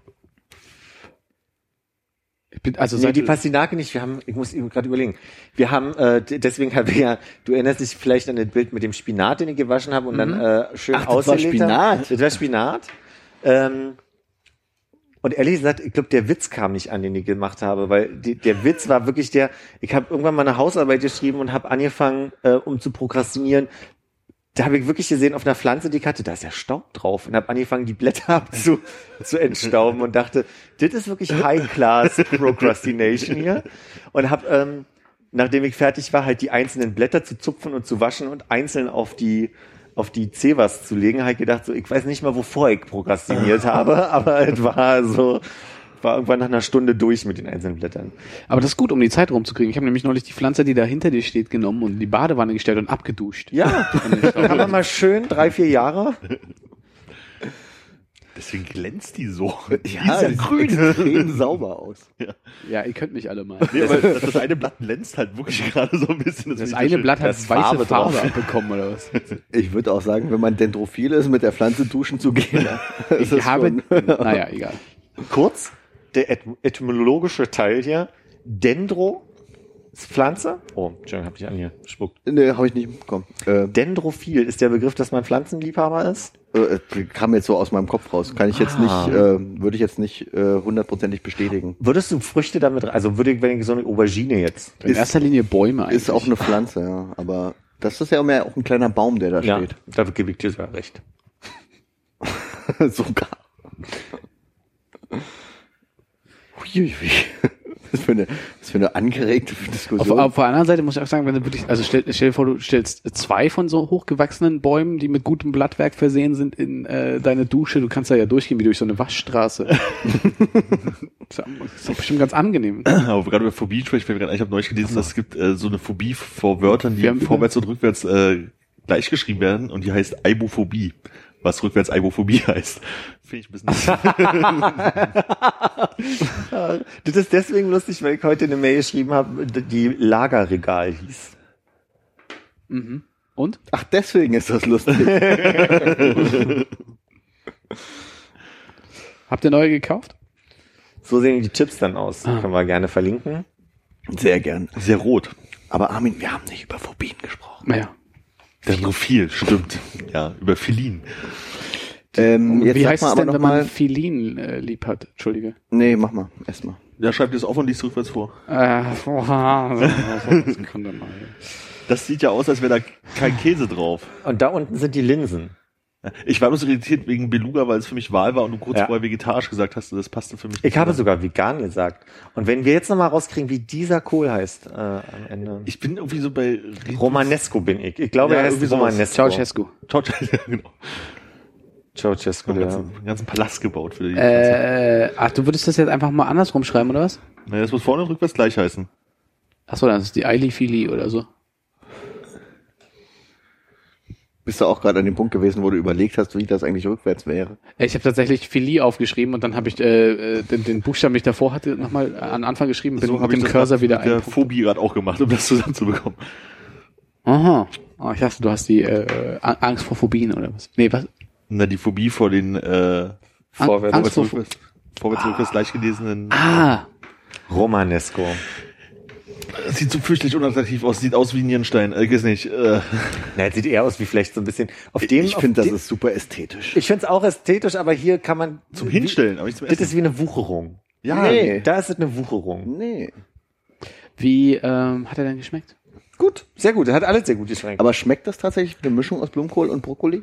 Ich bin, also nee, seit die Pastinake nicht. Wir haben, ich muss gerade überlegen. Wir haben, äh, d- deswegen haben wir ja, du erinnerst dich vielleicht an das Bild mit dem Spinat, den ich gewaschen habe und dann äh, schön Ach, das war ausgelegt habe. Spinat. Das war Spinat. Ähm, und ehrlich gesagt, ich glaube, der Witz kam nicht an, den ich gemacht habe, weil die, der Witz war wirklich der, ich habe irgendwann mal eine Hausarbeit geschrieben und habe angefangen, äh, um zu prokrastinieren. Da habe ich wirklich gesehen, auf einer Pflanze, die ich hatte, da ist ja Staub drauf und habe angefangen, die Blätter abzu, zu entstauben und dachte, das ist wirklich High-Class Procrastination hier. Und habe, ähm, nachdem ich fertig war, halt die einzelnen Blätter zu zupfen und zu waschen und einzeln auf die auf die Zebras zu legen, habe ich gedacht, so, ich weiß nicht mal, wovor ich prokrastiniert habe, aber es war so, war irgendwann nach einer Stunde durch mit den einzelnen Blättern. Aber das ist gut, um die Zeit rumzukriegen. Ich habe nämlich neulich die Pflanze, die da hinter dir steht, genommen und in die Badewanne gestellt und abgeduscht. Ja, kann man mal schön drei, vier Jahre. Deswegen glänzt die so. Ja, die sieht extrem sauber aus. Ja, ihr könnt mich alle mal. Nee, aber das, das eine Blatt glänzt halt wirklich gerade so ein bisschen. Das finde ich eine so schön. Blatt hat Das weiße Farbe Farbe, drauf. abbekommen oder was? Ich würde auch sagen, wenn man dendrophil ist, mit der Pflanze duschen zu gehen. Ich habe, naja, egal. Kurz, der et etymologische Teil hier, Dendro ist Pflanze. Oh, Entschuldigung, hab ich angespuckt. Nee, habe ich nicht bekommen. Äh, Dendrophil ist der Begriff, dass man Pflanzenliebhaber ist? äh, kam jetzt so aus meinem Kopf raus. Kann ich jetzt Ah. nicht, äh, würde ich jetzt nicht äh, hundertprozentig bestätigen. Würdest du Früchte damit, also würde ich, wenn ich so eine Aubergine jetzt. In erster Linie Bäume eigentlich. Ist auch eine Pflanze, ja. Aber das ist ja mehr auch ein kleiner Baum, der da Ja, steht. da gebe ich dir sogar recht. Sogar. Huiuiui. Was für eine, was für eine angeregte Auf, Diskussion. auf der anderen Seite muss ich auch sagen, wenn du wirklich, also stell, stell dir vor, du stellst zwei von so hochgewachsenen Bäumen, die mit gutem Blattwerk versehen sind, in äh, deine Dusche. Du kannst da ja durchgehen wie durch so eine Waschstraße. Das ist doch bestimmt ganz angenehm. Aber gerade über Phobie sprechen, fällt mir gerade ein, ich habe neulich gelesen, dass es gibt äh, so eine Phobie vor Wörtern, die Wir haben- vorwärts und rückwärts äh, gleich geschrieben werden und die heißt Aibophobie, was rückwärts Aibophobie heißt. Finde ich ein bisschen Das ist deswegen lustig, weil ich heute eine Mail geschrieben habe, die Lagerregal hieß. Mhm. Und? Ach, deswegen ist das lustig. Habt ihr neue gekauft? So sehen die Chips dann aus. Ah. Können wir gerne verlinken. Sehr gern. Sehr rot. Aber Armin, wir haben nicht über Phobien gesprochen. Naja. Dermophil, stimmt. Ja, über Filin. Ähm, jetzt Wie sag heißt mal es aber denn, noch wenn man mal. Filin äh, lieb hat? Entschuldige. Nee, mach mal. Erstmal. Ja, schreibt ihr es auf und liest rückwärts vor. Äh, boah, das kann dann mal. Das sieht ja aus, als wäre da kein Käse drauf. Und da unten sind die Linsen. Ich war bloß irritiert wegen Beluga, weil es für mich Wahl war und du kurz Ja. vorher vegetarisch gesagt hast, das passte für mich Ich nicht habe zusammen. sogar vegan gesagt. Und wenn wir jetzt nochmal rauskriegen, wie dieser Kohl heißt äh, am Ende. Ich bin irgendwie so bei Romanesco bin ich. Ich glaube, Ja, er heißt irgendwie sowas. Romanesco. Ceausescu. ja, genau. Ceausescu, Einen ja. ganzen, einen ganzen Palast gebaut für die. Äh, ach, du würdest das jetzt einfach mal andersrum schreiben, oder was? Naja, das muss vorne und rückwärts gleich heißen. Ach so, das ist die Eili-Fili oder so. Bist du auch gerade an dem Punkt gewesen, wo du überlegt hast, wie das eigentlich rückwärts wäre? Ich habe tatsächlich Fili aufgeschrieben und dann habe ich äh, den, den Buchstaben, den ich davor hatte, nochmal an Anfang geschrieben, bin So mit habe ich dem das Cursor grad wieder mit der ein. Phobie gerade auch gemacht, um das zusammenzubekommen. Aha. Oh, ich dachte, du hast die äh, Angst vor Phobien oder was? Nee, was? Na, die Phobie vor den äh, Vorwärts. Angst vorwärts, vor- rückwärts, vorwärts, rückwärts gleich gelesenen. Ah, Romanesco. Das sieht so fürchterlich unattraktiv aus, sieht aus wie ein Nierenstein. Äh, Ich weiß nicht. Äh, Na, jetzt sieht eher aus wie vielleicht so ein bisschen. Auf dem, Ich auf finde, das dem- ist super ästhetisch. Ich finde es auch ästhetisch, aber hier kann man. zum Hinstellen, aber nicht zum Das Essen. ist wie eine Wucherung. Ja, Nee. Da ist es eine Wucherung. Nee. wie ähm, hat er denn geschmeckt? Gut, sehr gut. Er hat alles sehr gut geschmeckt. Aber schmeckt das tatsächlich wie eine Mischung aus Blumenkohl und Brokkoli?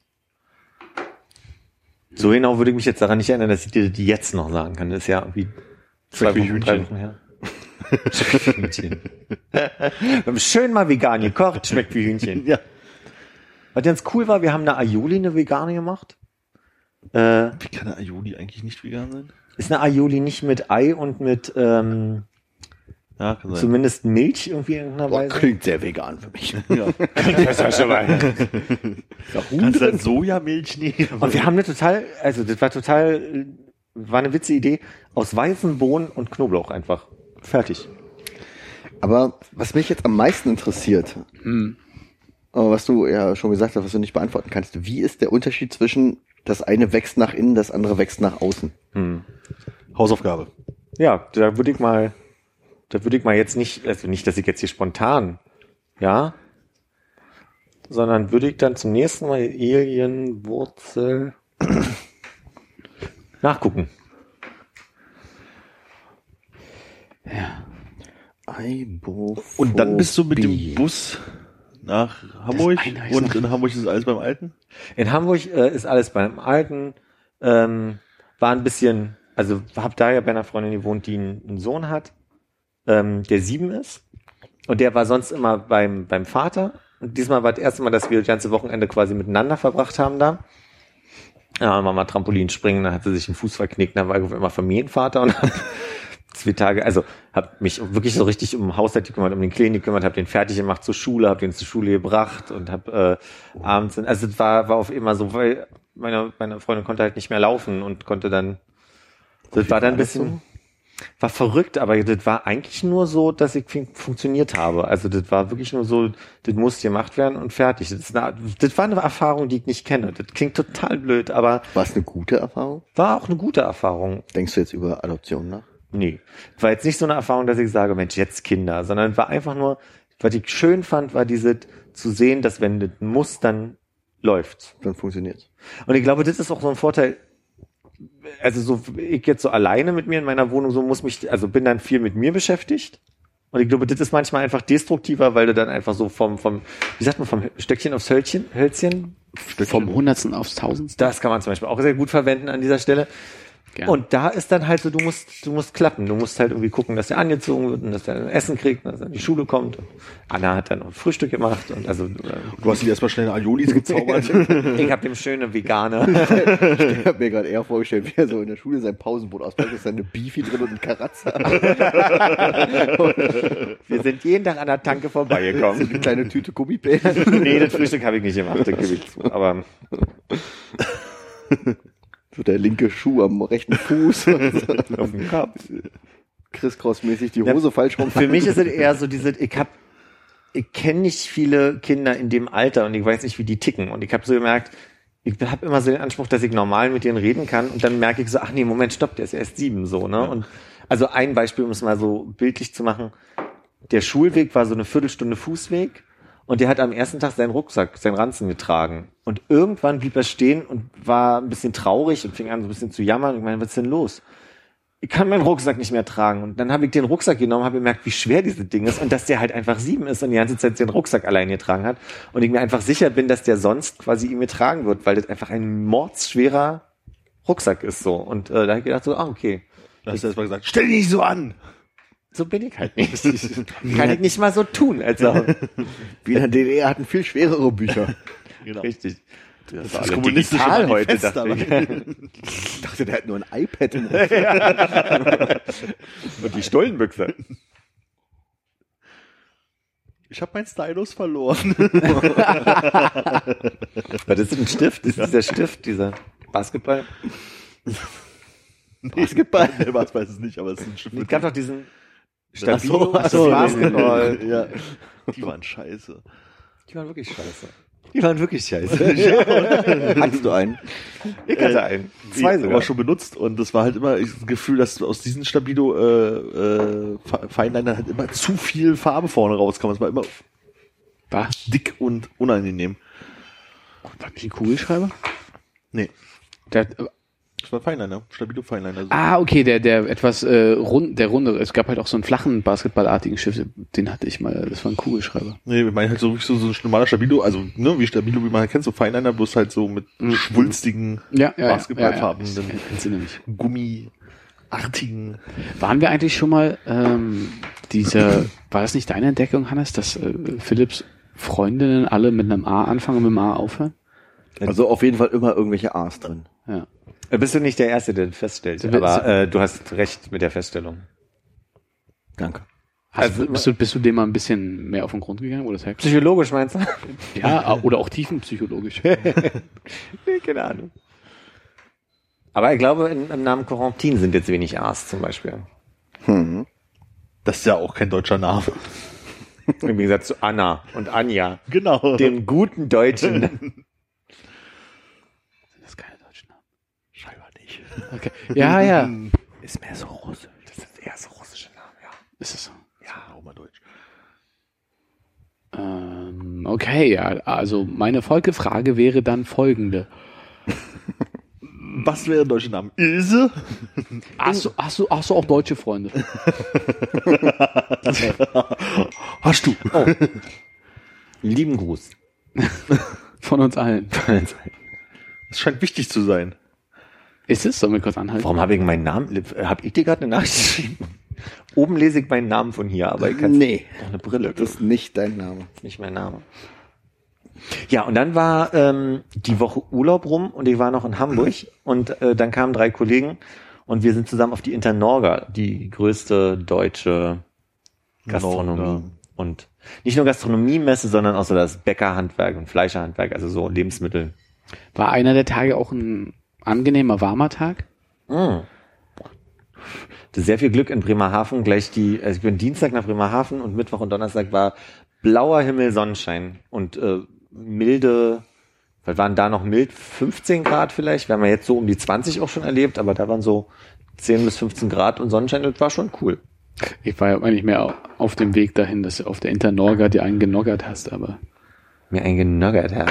So genau würde ich mich jetzt daran nicht erinnern, dass ich dir die jetzt noch sagen kann. Das ist ja irgendwie zwei Schmeckt wie Wochen, drei Hühnchen. Wochen her. Schmeckt wie Hühnchen. Wir haben schön mal vegan gekocht, schmeckt wie Hühnchen. Ja. Was ganz cool war, wir haben eine Aioli, eine vegane gemacht. Äh, Wie kann eine Aioli eigentlich nicht vegan sein? ist eine Aioli nicht mit Ei und mit ähm, Ja, kann sein. zumindest Milch irgendwie in irgendeiner Boah, Weise? klingt sehr vegan für mich. Ja. Das war schon mal. Kannst du dann Sojamilch nehmen? Und wir haben eine total, also das war total, war eine witzige Idee, aus weißen Bohnen und Knoblauch einfach. Fertig. Aber was mich jetzt am meisten interessiert, Hm. aber was du ja schon gesagt hast, was du nicht beantworten kannst, wie ist der Unterschied zwischen das eine wächst nach innen, das andere wächst nach außen? Hm. Hausaufgabe. Ja, da würde ich mal, da würde ich mal jetzt nicht, also nicht, dass ich jetzt hier spontan, ja, sondern würde ich dann zum nächsten Mal Alienwurzel nachgucken. Ja. Eibophobie. Und dann bist du mit dem Bus nach Hamburg eine heißt und nach- in Hamburg ist alles beim Alten? In Hamburg äh, ist alles beim Alten, ähm, war ein bisschen, also hab da ja bei einer Freundin gewohnt, die einen, einen Sohn hat, ähm, der sieben ist. Und der war sonst immer beim, beim Vater. Und diesmal war das erste Mal, dass wir das ganze Wochenende quasi miteinander verbracht haben da. Ja, dann waren wir mal Trampolin springen, dann hat sie sich den Fuß verknickt, dann war ich immer Familienvater und hab zwei Tage, also hab mich wirklich so richtig um den Haushalt gekümmert, um den Kleinen gekümmert, hab den fertig gemacht zur Schule, hab den zur Schule gebracht und hab äh, abends, also es war, war auf immer so, weil meine, meine Freundin konnte halt nicht mehr laufen und konnte dann, das war dann ein bisschen, war verrückt, aber das war eigentlich nur so, dass ich fun- funktioniert habe. Also das war wirklich nur so, das musste gemacht werden und fertig. Das, ist eine, das war eine Erfahrung, die ich nicht kenne. Das klingt total blöd, aber War es eine gute Erfahrung? war auch eine gute Erfahrung. Denkst du jetzt über Adoption nach? Nee. War jetzt nicht so eine Erfahrung, dass ich sage, Mensch, jetzt Kinder, sondern war einfach nur, was ich schön fand, war diese zu sehen, dass wenn das muss, dann läuft's. Dann funktioniert's. Und ich glaube, das ist auch so ein Vorteil. Also so, ich jetzt so alleine mit mir in meiner Wohnung, so muss mich, also bin dann viel mit mir beschäftigt. Und ich glaube, das ist manchmal einfach destruktiver, weil du dann einfach so vom, vom, wie sagt man, vom Stöckchen aufs Hölzchen, Hölzchen, Vom Hundertsten aufs Tausendsten. das kann man zum Beispiel auch sehr gut verwenden an dieser Stelle. Gerne. Und da ist dann halt so, du musst, du musst klappen. Du musst halt irgendwie gucken, dass der angezogen wird und dass der ein Essen kriegt und dass er in die Schule kommt. Und Anna hat dann noch Frühstück gemacht und also, Du hast dir erstmal schnell Aiolis gezaubert. ich habe dem schöne Vegane. Ich habe mir gerade eher vorgestellt, wie er so in der Schule sein Pausenbrot auspackt, ist da eine Beefy drin und ein Karatzer. Wir sind jeden Tag an der Tanke So vorbeigekommen. eine kleine Tüte Gummibärchen. Nee, das Frühstück habe ich nicht gemacht, das gebe ich zu. Aber So der linke Schuh am rechten Fuß. auf dem Kopf. Criss-Cross-mäßig die Hose falsch rum. Für mich ist es eher so diese, ich hab, ich kenne nicht viele Kinder in dem Alter und ich weiß nicht, wie die ticken. Und ich habe so gemerkt, ich habe immer so den Anspruch, dass ich normal mit denen reden kann. Und dann merke ich so, ach nee, Moment, stopp, der ist erst sieben, so, ne? Ja. Und also ein Beispiel, um es mal so bildlich zu machen. Der Schulweg war so eine Viertelstunde Fußweg. Und der hat am ersten Tag seinen Rucksack, seinen Ranzen getragen. Und irgendwann blieb er stehen und war ein bisschen traurig und fing an, so ein bisschen zu jammern. Und ich meine, was ist denn los? Ich kann meinen Rucksack nicht mehr tragen. Und dann habe ich den Rucksack genommen, habe gemerkt, wie schwer dieses Ding ist und dass der halt einfach sieben ist und die ganze Zeit den Rucksack allein getragen hat. Und ich mir einfach sicher bin, dass der sonst quasi ihm getragen wird, weil das einfach ein mordsschwerer Rucksack ist so. Und äh, da habe ich gedacht so, ah, okay. Da hast du erst mal gesagt, stell dich nicht so an! So bin ich halt nicht. Kann ich nicht mal so tun. Also wie in der D D R hatten viel schwerere Bücher. Genau. Richtig. Das, das war ist alle kommunistische digital heute, Manifest, dachte ich. Ich dachte, der hat nur ein iPad im Rucksack. Und die Stollenbüchse. Ich habe meinen Stylus verloren. Was ist ein Stift? Ist dieser Stift, dieser Basketball? Basketball? Nee, Basketball ist es nicht, aber es ist ein Stift. Es gab doch diesen Ach so, ach so, Basketball. Ja. Die waren scheiße. Die waren wirklich scheiße. Die waren wirklich scheiße. Hattest du einen? Ich hatte einen. Zwei sogar. Aber schon benutzt und das war halt immer das Gefühl, dass aus diesen Stabilo äh, äh, Feinliner halt immer zu viel Farbe vorne rauskam. Es war immer Bah. dick und unangenehm. War nicht ein Kugelschreiber? Nee. Der, Das war Feinliner, Stabilo Feinliner. So. ah, okay, der, der etwas äh, rund, der runde. Es gab halt auch so einen flachen basketballartigen Stift, den hatte ich mal. Das war ein Kugelschreiber. Nee, wir meinen halt so wirklich so, so ein normaler Stabilo, also ne, wie Stabilo, wie man halt kennt, so Feinliner, bloß halt so mit Mhm. schwulstigen Ja, ja, Basketballfarben, ja, ja, ja. Ich entsinne mich. Gummiartigen. Waren wir eigentlich schon mal ähm, diese, war das nicht deine Entdeckung, Hannes, dass äh, Philipps Freundinnen alle mit einem A anfangen und mit einem A aufhören? Also auf jeden Fall immer irgendwelche A's drin. Ja. Bist du nicht der Erste, der das feststellt, So, aber so- äh, du hast recht mit der Feststellung. Danke. Hast, Also- du, bist, du, bist du dem mal ein bisschen mehr auf den Grund gegangen, oder sagst Psychologisch meinst du? ja, oder auch tiefenpsychologisch. Nee, keine Ahnung. Aber ich glaube, in, im Namen Corentin sind jetzt wenig A's zum Beispiel. Hm. Das ist ja auch kein deutscher Name. Im Gegensatz zu Anna und Anja, Genau. dem guten Deutschen. Das ist keine deutschen Namen. Scheinbar nicht. Okay. Ja, ja. Ist mehr so russisch. Das sind eher so russische Namen, ja. Ist es so? Ja, auch mal deutsch. Ähm, okay, ja. Also meine Folgefrage wäre dann folgende. Was wäre ein deutscher Name? Ilse? Hast du, hast du, hast du auch deutsche Freunde? Hast du? Oh. Lieben Gruß. Von uns allen. Das scheint wichtig zu sein. Ist es? Sollen wir kurz anhalten? Warum habe ich meinen Namen? Hab ich dir gerade eine Nachricht geschrieben? Oben lese ich meinen Namen von hier, aber ich kann Nee, noch eine Brille. das ist nicht dein Name. Nicht mein Name. Ja, und dann war ähm, die Woche Urlaub rum und ich war noch in Hamburg und äh, dann kamen drei Kollegen und wir sind zusammen auf die Internorga, die größte deutsche Gastronomie. Norga. Und nicht nur Gastronomiemesse, sondern auch so das Bäckerhandwerk und Fleischerhandwerk, also so Lebensmittel. War einer der Tage auch ein angenehmer, warmer Tag? Mm. Sehr viel Glück in Bremerhaven, gleich die, also ich bin Dienstag nach Bremerhaven und Mittwoch und Donnerstag war blauer Himmel, Sonnenschein und äh, milde, was waren da noch mild, fünfzehn Grad vielleicht, wir haben ja jetzt so um die zwanzig auch schon erlebt, aber da waren so zehn bis fünfzehn Grad und Sonnenschein, das war schon cool. Ich war ja eigentlich mehr auf dem Weg dahin, dass du auf der Internorga dir einen genoggert hast, aber Mir ein genuggert habe.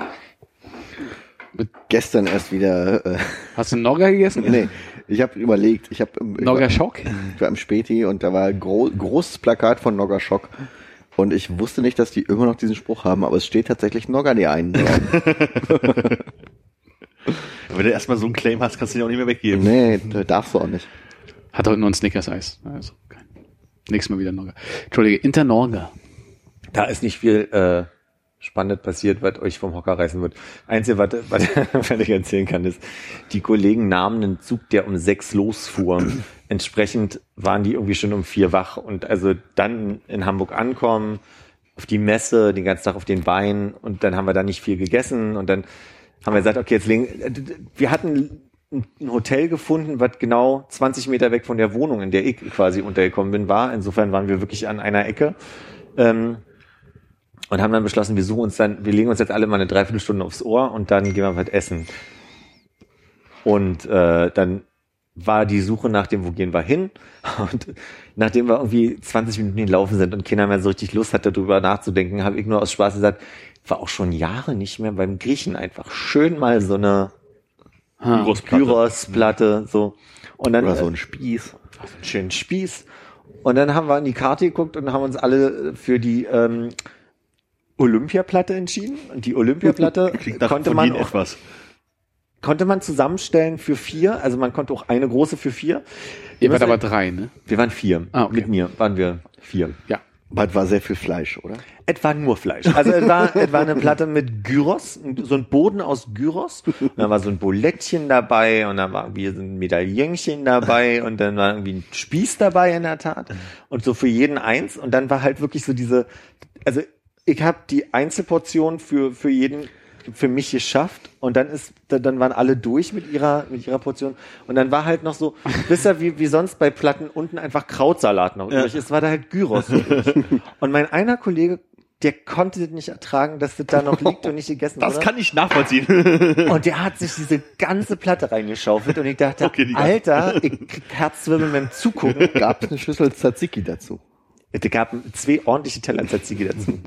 Gestern erst wieder. Äh, hast du einen Nogger gegessen? nee, ich habe überlegt. Ich habe im Nogger Schock? Ich war im Späti und da war ein gro großes Plakat von Nogger Schock. Und ich wusste nicht, dass die immer noch diesen Spruch haben, aber es steht tatsächlich Nogger die einen. Wenn du erstmal so einen Claim hast, kannst du den auch nicht mehr weggeben. Nee, darfst du auch nicht. Hat heute nur ein Snickers-Eis. Also, kein. Nächstes Mal wieder Nogger. Entschuldige, Internorga. Da ist nicht viel äh, Spannendes passiert, was euch vom Hocker reißen wird. Einzige, was, was, was ich erzählen kann, ist, die Kollegen nahmen einen Zug, der um sechs losfuhr. Entsprechend waren die irgendwie schon um vier wach. Und also dann in Hamburg ankommen, auf die Messe, den ganzen Tag auf den Beinen. Und dann haben wir da nicht viel gegessen. Und dann haben wir gesagt, okay, jetzt legen, wir hatten ein Hotel gefunden, was genau zwanzig Meter weg von der Wohnung, in der ich quasi untergekommen bin, war. Insofern waren wir wirklich an einer Ecke. Ähm, und haben dann beschlossen, wir suchen uns dann, wir legen uns jetzt alle mal eine Dreiviertelstunde aufs Ohr und dann gehen wir was essen. Und äh, dann war die Suche nach dem, wo gehen wir hin? Und nachdem wir irgendwie zwanzig Minuten gelaufen sind und keiner mehr so richtig Lust hatte, darüber nachzudenken, habe ich nur aus Spaß gesagt, war auch schon Jahre nicht mehr beim Griechen einfach schön mal so eine Gyrosplatte. Gyrosplatte, so. Und dann, Oder so ein Spieß. so einen schönen Spieß. Und dann haben wir in die Karte geguckt und haben uns alle für die ähm, Olympiaplatte entschieden. Und die Olympiaplatte Klingt nach konnte von man jedem auch, etwas. konnte man zusammenstellen für vier. Also man konnte auch eine große für vier. Ihr wart müssen- aber drei, ne? Wir waren vier. Ah, okay. Mit mir waren wir vier. Ja. Aber es war sehr viel Fleisch, oder? Etwa nur Fleisch. Also es war, es war eine Platte mit Gyros, so ein Boden aus Gyros. Und dann war so ein Bulettchen dabei und dann war irgendwie so ein Medaillönchen dabei und dann war irgendwie ein Spieß dabei in der Tat. Und so für jeden eins. Und dann war halt wirklich so diese, also ich habe die Einzelportion für, für jeden für mich geschafft und dann ist, dann waren alle durch mit ihrer, mit ihrer Portion und dann war halt noch so, wisst ihr, wie, wie sonst bei Platten unten einfach Krautsalat noch übrig ist, war da halt Gyros übrig. Und mein einer Kollege, der konnte das nicht ertragen, dass das da noch liegt und nicht gegessen Das wurde. kann ich nachvollziehen. Und der hat sich diese ganze Platte reingeschaufelt und ich dachte, Okay, die ganze- Alter, ich krieg Herzwirbeln beim Zugucken. Gab es eine Schüssel Tzatziki dazu? Es gab zwei ordentliche Teller Tzatziki dazu.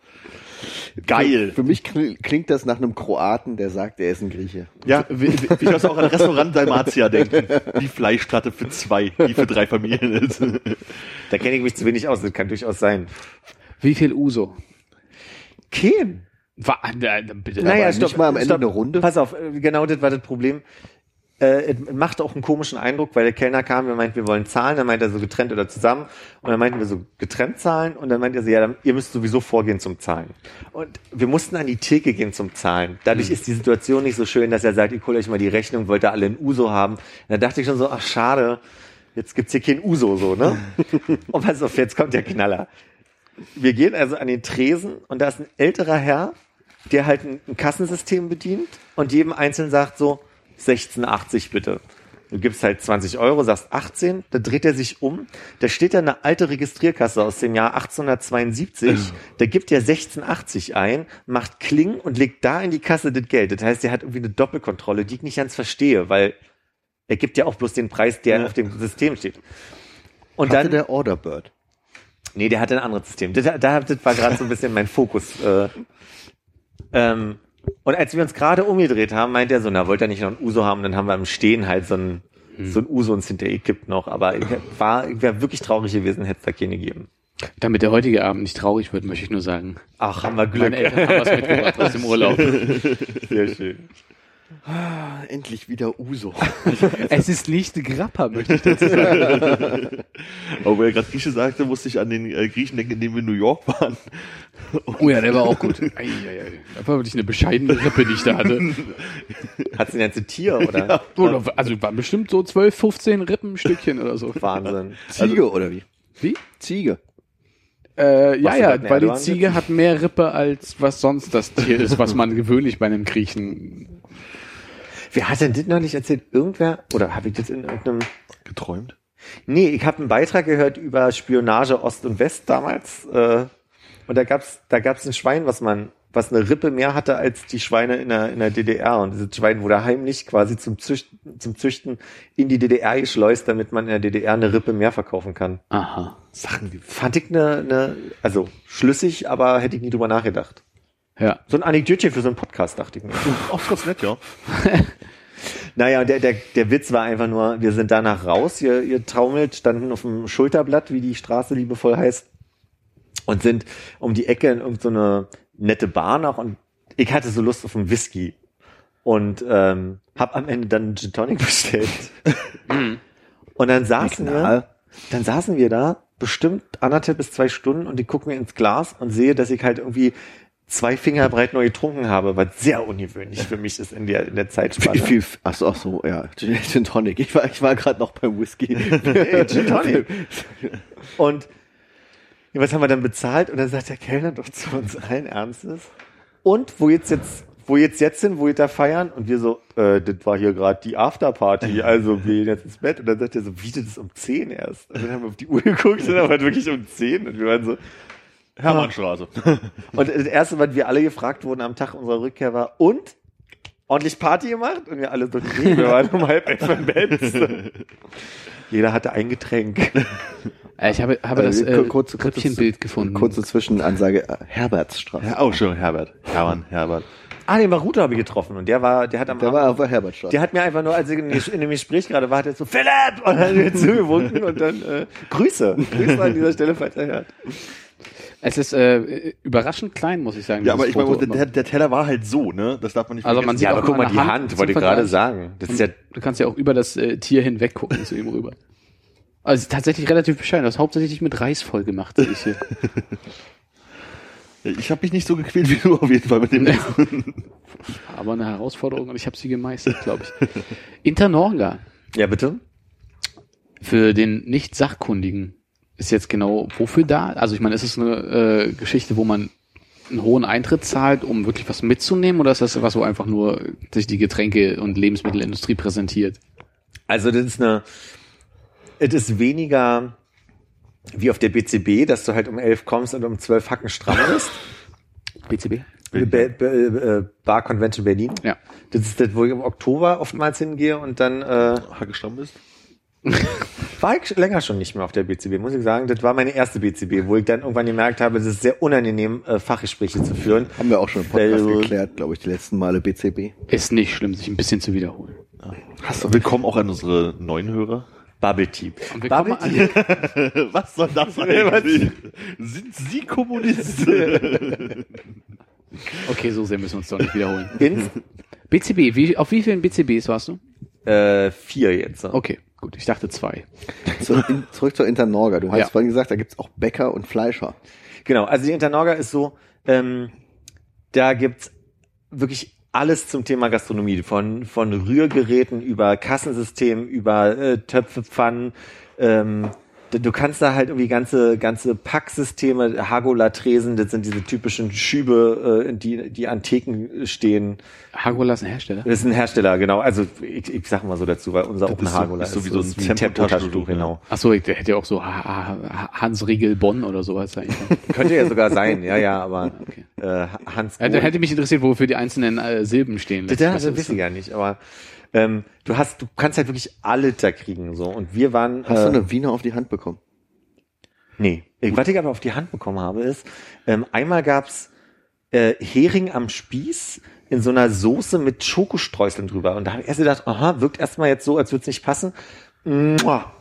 Geil. Für, für mich kl- klingt das nach einem Kroaten, der sagt, er ist ein Grieche. Ja, ich muss auch an Restaurant Dalmatia denken. Die Fleischplatte für zwei, die für drei Familien ist. Da kenne ich mich zu wenig aus, das kann durchaus sein. Wie viel Uso? Kein. War, äh, bitte. Naja, nicht stopp, mal am Ende stopp. eine Runde? Pass auf, äh, genau das war das Problem. Äh, es macht auch einen komischen Eindruck, weil der Kellner kam, wir meinten, wir wollen zahlen, dann meint er so getrennt oder zusammen und dann meinten wir so getrennt zahlen und dann meint er so, ja, dann, ihr müsst sowieso vorgehen zum Zahlen. Und wir mussten an die Theke gehen zum Zahlen. Dadurch Mhm. ist die Situation nicht so schön, dass er sagt, ich hole euch mal die Rechnung, wollt ihr alle in Uso haben. Und da dachte ich schon so, ach schade, jetzt gibt's hier kein Uso, so, ne? Und pass auf, jetzt kommt der Knaller. Wir gehen also an den Tresen und da ist ein älterer Herr, der halt ein, ein Kassensystem bedient und jedem Einzelnen sagt so, sechzehn achtzig bitte. Du gibst halt zwanzig Euro, sagst achtzehn, da dreht er sich um, da steht da eine alte Registrierkasse aus dem Jahr achtzehnhundertzweiundsiebzig, da gibt er sechzehn achtzig ein, macht Kling und legt da in die Kasse das Geld. Das heißt, er hat irgendwie eine Doppelkontrolle, die ich nicht ganz verstehe, weil er gibt ja auch bloß den Preis, der Ja. auf dem System steht. Und Hatte dann, der Orderbird. nee, der hatte ein anderes System. Das, da, das war gerade so ein bisschen mein Fokus. Äh, ähm, und als wir uns gerade umgedreht haben, meint er so, na, wollt ihr nicht noch ein Uso haben? Dann haben wir im Stehen halt so ein, so ein Uso uns hinterher gekippt noch. Aber ich war, ich wäre wirklich traurig gewesen, hätte es da keine gegeben. Damit der heutige Abend nicht traurig wird, möchte ich nur sagen. Ach, haben wir Glück. Meine Eltern haben was mitgebracht aus dem Urlaub. Sehr schön. Ah, endlich wieder Uso. Es ist nicht Grappa, möchte ich dazu sagen. Aber weil er gerade Grieche sagte, musste ich an den äh, Griechen denken, in dem wir in New York waren. Oh ja, der war auch gut. Ei, ei, ei. Das war wirklich eine bescheidene Rippe, die ich da hatte. Hat's ein ganzes Tier, oder? Ja. Oder, also waren bestimmt so zwölf, fünfzehn Rippenstückchen oder so. Wahnsinn. Ziege oder wie? Wie? Ziege. Äh, ja, Was, du ja, grad einen weil die Erdogan Ziege hat mehr Rippe als was sonst das Tier ist, was man gewöhnlich bei einem Griechen. Wer hat denn das noch nicht erzählt? Irgendwer? Oder habe ich das in irgendeinem... Geträumt? Nee, ich habe einen Beitrag gehört über Spionage Ost und West damals. Äh, und da gab's da gab's ein Schwein, was man, was eine Rippe mehr hatte als die Schweine in der, in der D D R. Und dieses Schwein wurde heimlich quasi zum Züchten, zum Züchten in die D D R geschleust, damit man in der D D R eine Rippe mehr verkaufen kann. Aha. Sachen wie Fand ich eine, eine also schlüssig, aber hätte ich nie drüber nachgedacht. Ja. So ein Anekdötchen für so einen Podcast, dachte ich mir. auch ganz nett, ja. Naja, und der, der, der Witz war einfach nur, wir sind danach raus, ihr, ihr taumelt, standen auf dem Schulterblatt, wie die Straße liebevoll heißt, und sind um die Ecke in irgendeine so nette Bar noch und ich hatte so Lust auf einen Whisky und ähm, hab am Ende dann einen Gin Tonic bestellt. Und dann saßen wir, dann saßen wir da bestimmt anderthalb bis zwei Stunden und ich gucke mir ins Glas und sehe, dass ich halt irgendwie zwei Finger breit neu getrunken habe, was sehr ungewöhnlich für mich ist in der, in der Zeitspanne. Wie viel? Ach so, ach so, ja. Gin, Gin Tonic. Ich war, ich war gerade noch beim Whisky. Gin Tonic. Und ja, was haben wir dann bezahlt? Und dann sagt der Kellner doch zu uns allen Ernstes. Und wo jetzt jetzt, wo jetzt jetzt sind, wo wir da feiern? Und wir so, äh, das war hier gerade die Afterparty, also wir gehen jetzt ins Bett. Und dann sagt er so, wie, das ist um zehn erst? Und dann haben wir auf die Uhr geguckt und dann war es wirklich um zehn. Und wir waren so, Hermannstraße. Und das erste, was wir alle gefragt wurden am Tag unserer Rückkehr war, und? Ordentlich Party gemacht? Und wir alle so, nee, wir waren um halb elf im Bett. Jeder hatte ein Getränk. Ich habe, habe das Äh, äh, kurze- Grüppchenbild gefunden. Kurze Zwischenansage, äh, Herbertsstraße. Ja, auch schon, Herbert. Hermann, Herbert. Ah, den Maruto habe ich getroffen und der war, der hat am Der Abend, war auf der Herbertstraße. der hat mir einfach nur, als ich in dem- in dem Gespräch gerade war, hat er so, Philipp! Und dann hat er zugewunken und dann, äh, Grüße. Grüße an dieser Stelle, falls er hört. Es ist äh, überraschend klein, muss ich sagen. Ja, aber dieses ich meine, Foto. der, der Teller war halt so, ne? Das darf man nicht Also man vergessen. sieht Ja, aber auch guck mal, an die der Hand, Hand wollte ich zum gerade Vergleich. sagen. Das ist ja, Du kannst ja auch über das äh, Tier hinweg gucken zu ihm rüber. Also es ist tatsächlich relativ bescheiden. Das ist hauptsächlich mit Reis voll gemacht, sehe ich hier. Ich habe mich nicht so gequält wie du auf jeden Fall mit dem Essen. Aber eine Herausforderung und ich habe sie gemeistert, glaube ich. Internorga. ja, bitte? Für den Nicht-Sachkundigen ist jetzt genau wofür da? Also ich meine, ist es eine äh, Geschichte, wo man einen hohen Eintritt zahlt, um wirklich was mitzunehmen, oder ist das was, wo einfach nur sich die Getränke- und Lebensmittelindustrie präsentiert? Also das ist eine, es ist weniger wie auf der B C B, dass du halt um elf kommst und um zwölf Hacken stramm bist. B C B? Be, be, äh, Bar Convention Berlin. Ja. Das ist das, wo ich im Oktober oftmals hingehe und dann äh, Hackestamm bist? war ich länger schon nicht mehr auf der B C B, muss ich sagen. Das war meine erste B C B, wo ich dann irgendwann gemerkt habe, es ist sehr unangenehm, äh, Fachgespräche zu führen. Haben wir auch schon im Podcast Weil- geklärt, glaube ich, die letzten Male B C B. Ist nicht schlimm, sich ein bisschen zu wiederholen. Hast du willkommen auch an unsere neuen Hörer. Bubble Tea. Und wir Bubble kommen Tea. Was soll das eigentlich? Sind Sie Kommunist? Okay, so sehr müssen wir uns doch nicht wiederholen. In B C B, wie, auf wie vielen B C Bs warst du? äh, vier jetzt. Okay, gut, ich dachte zwei. Zu, in, zurück zur Internorga. Du hast Ja. vorhin gesagt, da gibt's auch Bäcker und Fleischer. Genau, also die Internorga ist so, ähm, da gibt's wirklich alles zum Thema Gastronomie, von von Rührgeräten über Kassensystemen, über äh, Töpfe, Pfannen. Ähm, du- du kannst da halt irgendwie ganze ganze Packsysteme, Hagola-Tresen, das sind diese typischen Schübe, äh, die die an Theken stehen. Hagola ist ein Hersteller. Das ist ein Hersteller, genau. Also ich, ich sag mal so dazu, weil unser Open ist so- Hagola ist so wie so ein ist ein Tempo-Taschentuch, Tempo-Taschentuch, genau. Ach so, der hätte ja auch so Ha- Ha- Hans Riegel Bonn oder sowas sein können. Könnte ja sogar sein, ja, ja, aber Okay. äh, Hans Ja, da hätte mich interessiert, wofür die einzelnen äh, Silben stehen. Das, das, das weiß ich ja nicht, aber ähm, du hast, du kannst halt wirklich alle da kriegen, so. Und wir waren, Hast du äh, eine Wiener auf die Hand bekommen? nee. Ich, was ich aber auf die Hand bekommen habe, ist, ähm, einmal gab's äh, Hering am Spieß in so einer Soße mit Schokostreuseln drüber. Und da habe ich erst gedacht, aha, wirkt erstmal jetzt so, als würde es nicht passen. Mua.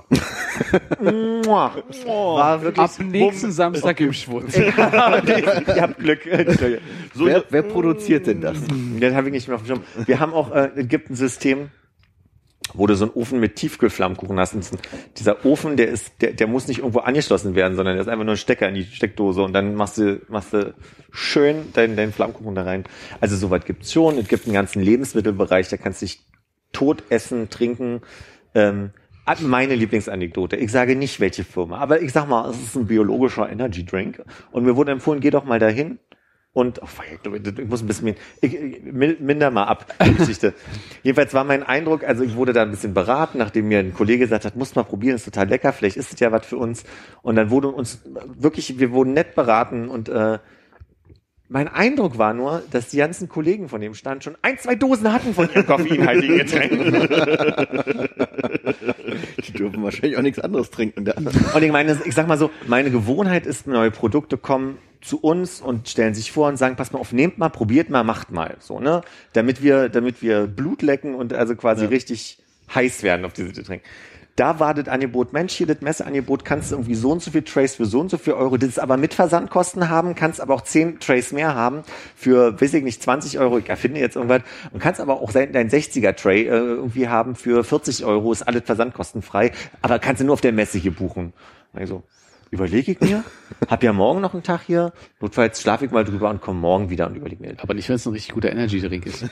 Mua. War wirklich Ab nächsten Samstag im Schwutz. Ihr habt Glück. So, Wer, wer produziert denn das? Das habe ich nicht mehr auf dem Schirm. Wir haben auch, äh, es gibt ein System, wo du so einen Ofen mit Tiefkühlflammkuchen hast. Und dieser Ofen, der ist, der, der muss nicht irgendwo angeschlossen werden, sondern der ist einfach nur ein Stecker in die Steckdose und dann machst du, machst du schön deinen, deinen Flammkuchen da rein. Also soweit gibt's schon. Es gibt einen ganzen Lebensmittelbereich, da kannst du dich tot essen, trinken. Ähm, meine Lieblingsanekdote. Ich sage nicht, welche Firma, aber ich sag mal, es ist ein biologischer Energy Drink und mir wurde empfohlen, geh doch mal dahin. Und oh, ich, ich muss ein bisschen ich, ich, minder mal ab die Geschichte. Jedenfalls war mein Eindruck, also ich wurde da ein bisschen beraten, nachdem mir ein Kollege gesagt hat, musst mal probieren, ist total lecker, vielleicht ist es ja was für uns. Und dann wurde uns wirklich, wir wurden nett beraten und äh, mein Eindruck war nur, dass die ganzen Kollegen von dem Stand schon ein, zwei Dosen hatten von ihrem koffeinhaltigen Getränk. Die dürfen wahrscheinlich auch nichts anderes trinken. Da. Und ich meine, ich sag mal so, meine Gewohnheit ist, neue Produkte kommen zu uns und stellen sich vor und sagen, pass mal auf, nehmt mal, probiert mal, macht mal, so, ne? Damit wir, damit wir Blut lecken und also quasi ja. richtig heiß werden auf diese Getränke. Da war das Angebot, Mensch, hier das Messeangebot, kannst du irgendwie so und so viel Trays für so und so viel Euro, das aber mit Versandkosten haben, kannst aber auch zehn Trays mehr haben für, weiß ich nicht, zwanzig Euro, ich erfinde jetzt irgendwas, und kannst aber auch dein sechziger Tray äh, irgendwie haben für vierzig Euro, ist alles versandkostenfrei, aber kannst du nur auf der Messe hier buchen. Also, überlege ich mir, hab ja morgen noch einen Tag hier, notfalls schlafe ich mal drüber und komme morgen wieder und überlege mir. Aber nicht, wenn es ein richtig guter Energy-Drink ist.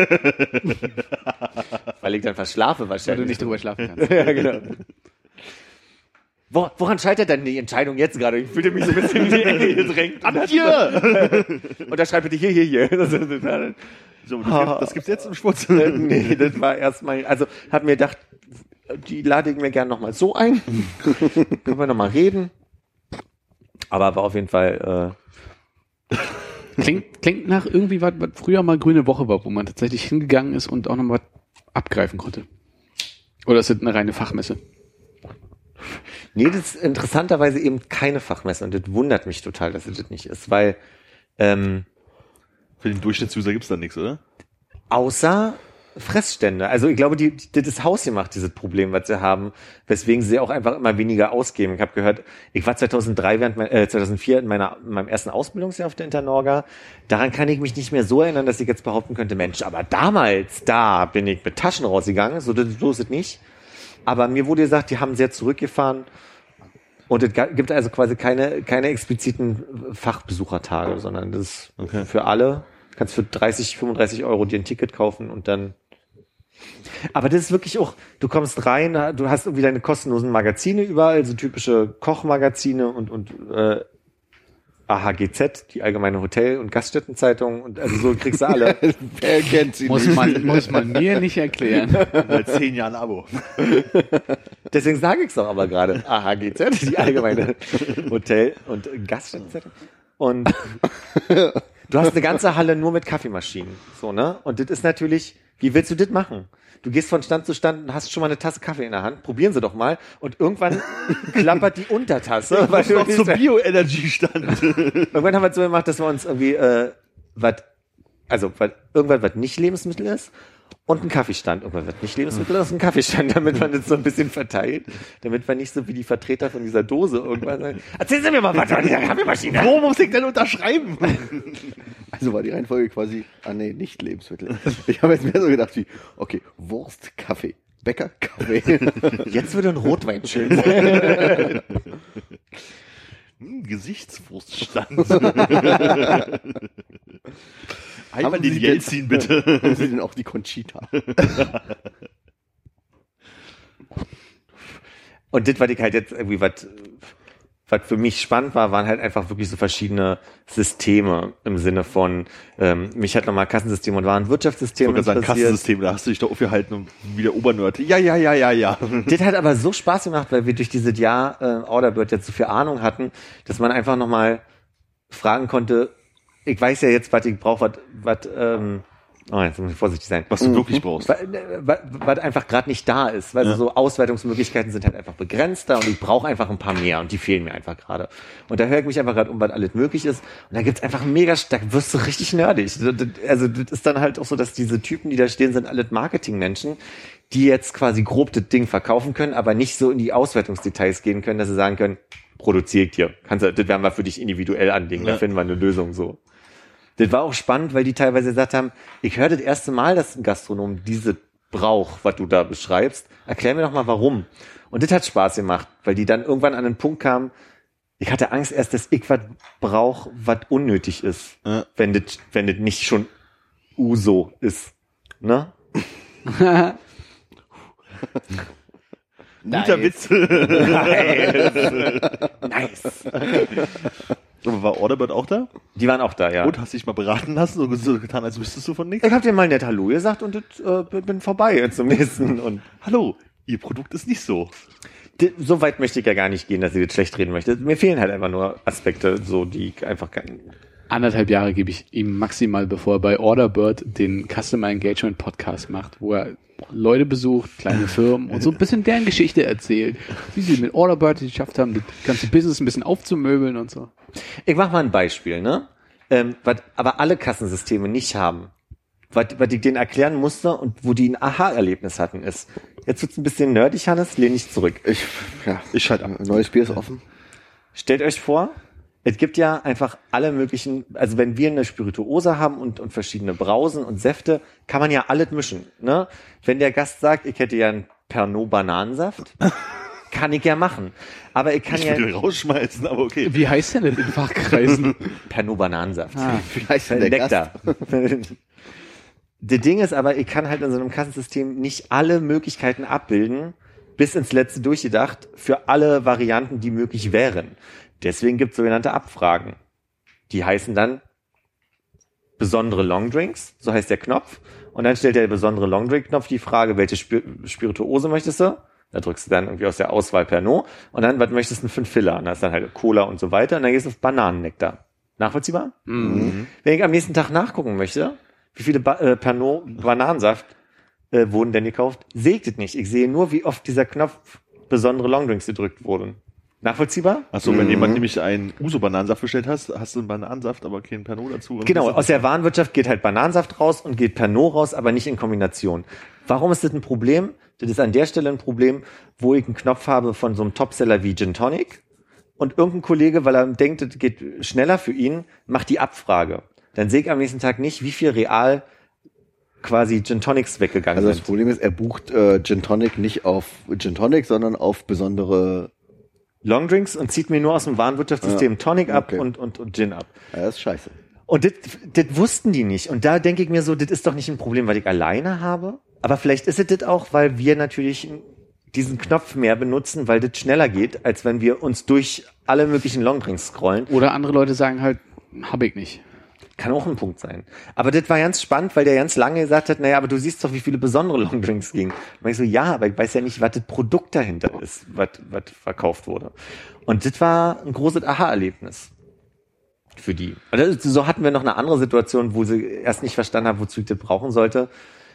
Weil ich dann verschlafe Weil wahrscheinlich. du nicht drüber schlafen kannst. Ja, genau. Wo, woran scheitert denn die Entscheidung jetzt gerade? Ich fühlte mich so ein bisschen in die Ecke gedrängt. hier! Und da schreibt bitte hier, hier, hier. So, das, gibt, das gibt's jetzt im Schwutz. Nee, das war erstmal, also hab mir gedacht, die lade ich mir gerne nochmal so ein. Können wir nochmal reden. Aber war auf jeden Fall... Äh, Klingt, klingt nach irgendwie, was, was früher mal Grüne Woche war, wo man tatsächlich hingegangen ist und auch noch mal was abgreifen konnte. Oder ist das eine reine Fachmesse? Nee, das ist interessanterweise eben keine Fachmesse und das wundert mich total, dass es das nicht ist, weil ähm, Für den Durchschnittsuser gibt's da nichts, oder? außer Fressstände. Also ich glaube, die, die, das ist hausgemacht, dieses Problem, was sie haben, weswegen sie auch einfach immer weniger ausgeben. Ich habe gehört, ich war zweitausenddrei, während mein, äh, zweitausendvier in meiner in meinem ersten Ausbildungsjahr auf der Internorga. Daran kann ich mich nicht mehr so erinnern, dass ich jetzt behaupten könnte, Mensch, aber damals, da bin ich mit Taschen rausgegangen, so, das, so ist es nicht. Aber mir wurde gesagt, die haben sehr zurückgefahren und es gibt also quasi keine keine expliziten Fachbesuchertage, sondern das ist Okay. für alle. Du kannst für dreißig, fünfunddreißig Euro dir ein Ticket kaufen und dann... Aber das ist wirklich auch, du kommst rein, du hast irgendwie deine kostenlosen Magazine überall, so typische Kochmagazine und und äh, A H G Z, die allgemeine Hotel- und Gaststättenzeitung und also so kriegst du alle. Wer kennt sie Muss nicht? man, muss man mir nicht erklären. Seit zehn Jahren Abo. Deswegen sage ich es doch aber gerade. A H G Z, die allgemeine Hotel- und Gaststättenzeitung. Und du hast eine ganze Halle nur mit Kaffeemaschinen. So, ne? Und das ist natürlich, wie willst du das machen? Du gehst von Stand zu Stand und hast schon mal eine Tasse Kaffee in der Hand. Probieren sie doch mal. Und irgendwann klappert die Untertasse. Weil du Noch nicht zum mehr- Bio-Energy-Stand. Irgendwann haben wir es so gemacht, dass wir uns irgendwie, äh, was, also, was, irgendwann, was nicht Lebensmittel ist und ein Kaffeestand. Irgendwann, was nicht Lebensmittel ist, ein Kaffeestand, damit man das so ein bisschen verteilt, damit man nicht so wie die Vertreter von dieser Dose irgendwann sagen, erzählen Sie mir mal was von dieser Kaffeemaschine. Wo muss ich denn unterschreiben? Also war die Reihenfolge quasi, ah nee, nicht Lebensmittel. Ich habe jetzt mehr so gedacht wie, okay, Wurst, Kaffee, Bäcker, Kaffee. Jetzt würde ein Rotwein schön sein. Hm, Gesichtswurststand. Einmal Haben den Sie Jelzin, bitte. Haben Sie denn auch die Conchita? Und das, was ich halt jetzt irgendwie, was, was für mich spannend war, waren halt einfach wirklich so verschiedene Systeme im Sinne von, ähm, mich hat nochmal Kassensystem und Warenwirtschaftssystem Ich wollte sagen, interessiert. Kassensystem, da hast du dich doch aufgehalten und wieder Obernörd. Ja, ja, ja, ja, ja. Das hat aber so Spaß gemacht, weil wir durch dieses Jahr äh, Orderbird jetzt so viel Ahnung hatten, dass man einfach nochmal fragen konnte, ich weiß ja jetzt, was ich brauche, was, was, ähm, oh, jetzt muss ich vorsichtig sein. Was du wirklich brauchst. Was, was, was einfach gerade nicht da ist. Weil Ja. so Auswertungsmöglichkeiten sind halt einfach begrenzter und ich brauche einfach ein paar mehr und die fehlen mir einfach gerade. Und da höre ich mich einfach gerade um, was alles möglich ist. Und da gibt's einfach mega, da wirst du richtig nerdig. Also das ist dann halt auch so, dass diese Typen, die da stehen, sind alles Marketingmenschen, die jetzt quasi grob das Ding verkaufen können, aber nicht so in die Auswertungsdetails gehen können, dass sie sagen können, produziere ich dir. Kannst du, das werden wir für dich individuell anlegen, Ja. da finden wir eine Lösung so. Das war auch spannend, weil die teilweise gesagt haben, ich höre das erste Mal, dass ein Gastronom diese braucht, was du da beschreibst. Erklär mir doch mal, warum. Und das hat Spaß gemacht, weil die dann irgendwann an den Punkt kamen, ich hatte Angst erst, dass ich was brauche, was unnötig ist, Ja. wenn das, wenn das nicht schon Uso ist. Ne? Guter Witz. Nice. Aber war Orderbird auch da? Die waren auch da, ja. Und hast dich mal beraten lassen und so getan, als wüsstest du von nichts? Ich hab dir mal nett Hallo gesagt und das, äh, bin vorbei jetzt zum nächsten. Und Hallo, ihr Produkt ist nicht so. d- so weit möchte ich ja gar nicht gehen, dass ich das schlecht reden möchte. Mir fehlen halt einfach nur Aspekte, so die ich einfach kann. Anderthalb Jahre gebe ich ihm maximal, bevor er bei Orderbird den Customer Engagement Podcast macht, wo er Leute besucht, kleine Firmen und so ein bisschen deren Geschichte erzählt, wie sie mit Orderbird es geschafft haben, das ganze Business ein bisschen aufzumöbeln und so. Ich mach mal ein Beispiel, ne? Ähm, was aber alle Kassensysteme nicht haben. Was, was ich denen erklären musste und wo die ein Aha-Erlebnis hatten, ist, jetzt wird's ein bisschen nerdig, Hannes, lehn ich zurück. Ich, ja, Ich schalte ab. neues Bier ist offen. Stellt euch vor, es gibt ja einfach alle möglichen, also wenn wir eine Spirituose haben und, und verschiedene Brausen und Säfte, kann man ja alles mischen, ne? Wenn der Gast sagt, ich hätte ja einen Pernod-Bananensaft, kann ich ja machen. Aber ich kann Ich ja würde ihn rausschmeißen, aber okay. Wie heißt denn das in Fachkreisen? Pernod-Bananensaft. Ah, Vielleicht der Nektar. Das Ding ist aber, ich kann halt in so einem Kassensystem nicht alle Möglichkeiten abbilden, bis ins Letzte durchgedacht, für alle Varianten, die möglich wären. Deswegen gibt es sogenannte Abfragen. Die heißen dann besondere Longdrinks, so heißt der Knopf. Und dann stellt der besondere Longdrink-Knopf die Frage, welche Spir- Spirituose möchtest du? Da drückst du dann irgendwie aus der Auswahl Pernod und dann, was möchtest du denn für einen Filler? Und da ist dann halt Cola und so weiter und dann gehst du auf Bananennektar. Nachvollziehbar? Mhm. Wenn ich am nächsten Tag nachgucken möchte, wie viele ba- äh, Pernod Bananensaft äh, wurden denn gekauft, sehe ich das nicht. Ich sehe nur, wie oft dieser Knopf besondere Longdrinks gedrückt wurde. Nachvollziehbar? Achso, wenn jemand nämlich einen Uso-Bananensaft bestellt hast, hast du einen Bananensaft, aber keinen Pernod dazu. Genau, aus der Warenwirtschaft geht halt Bananensaft raus und geht Pernod raus, aber nicht in Kombination. Warum ist das ein Problem? Das ist an der Stelle ein Problem, wo ich einen Knopf habe von so einem Topseller wie Gin Tonic und irgendein Kollege, weil er denkt, das geht schneller für ihn, macht die Abfrage. Dann sehe ich am nächsten Tag nicht, wie viel real quasi Gin Tonics weggegangen Also das sind. Problem ist, er bucht äh, Gin Tonic nicht auf Gin Tonic, sondern auf besondere... Longdrinks und zieht mir nur aus dem Warenwirtschaftssystem Ja, Tonic ab okay. und, und, und Gin ab. Ja, das ist scheiße. Und das, das wussten die nicht. Und da denke ich mir so, das ist doch nicht ein Problem, weil ich alleine habe. Aber vielleicht ist es das auch, weil wir natürlich diesen Knopf mehr benutzen, weil das schneller geht, als wenn wir uns durch alle möglichen Longdrinks scrollen. Oder andere Leute sagen halt, hab ich nicht. Kann auch ein Punkt sein. Aber das war ganz spannend, weil der ganz lange gesagt hat, naja, aber du siehst doch, wie viele besondere Longdrinks gingen. Und ich so, ja, aber ich weiß ja nicht, was das Produkt dahinter ist, was, was verkauft wurde. Und das war ein großes Aha-Erlebnis für die. Und so hatten wir noch eine andere Situation, wo sie erst nicht verstanden haben, wozu ich das brauchen sollte,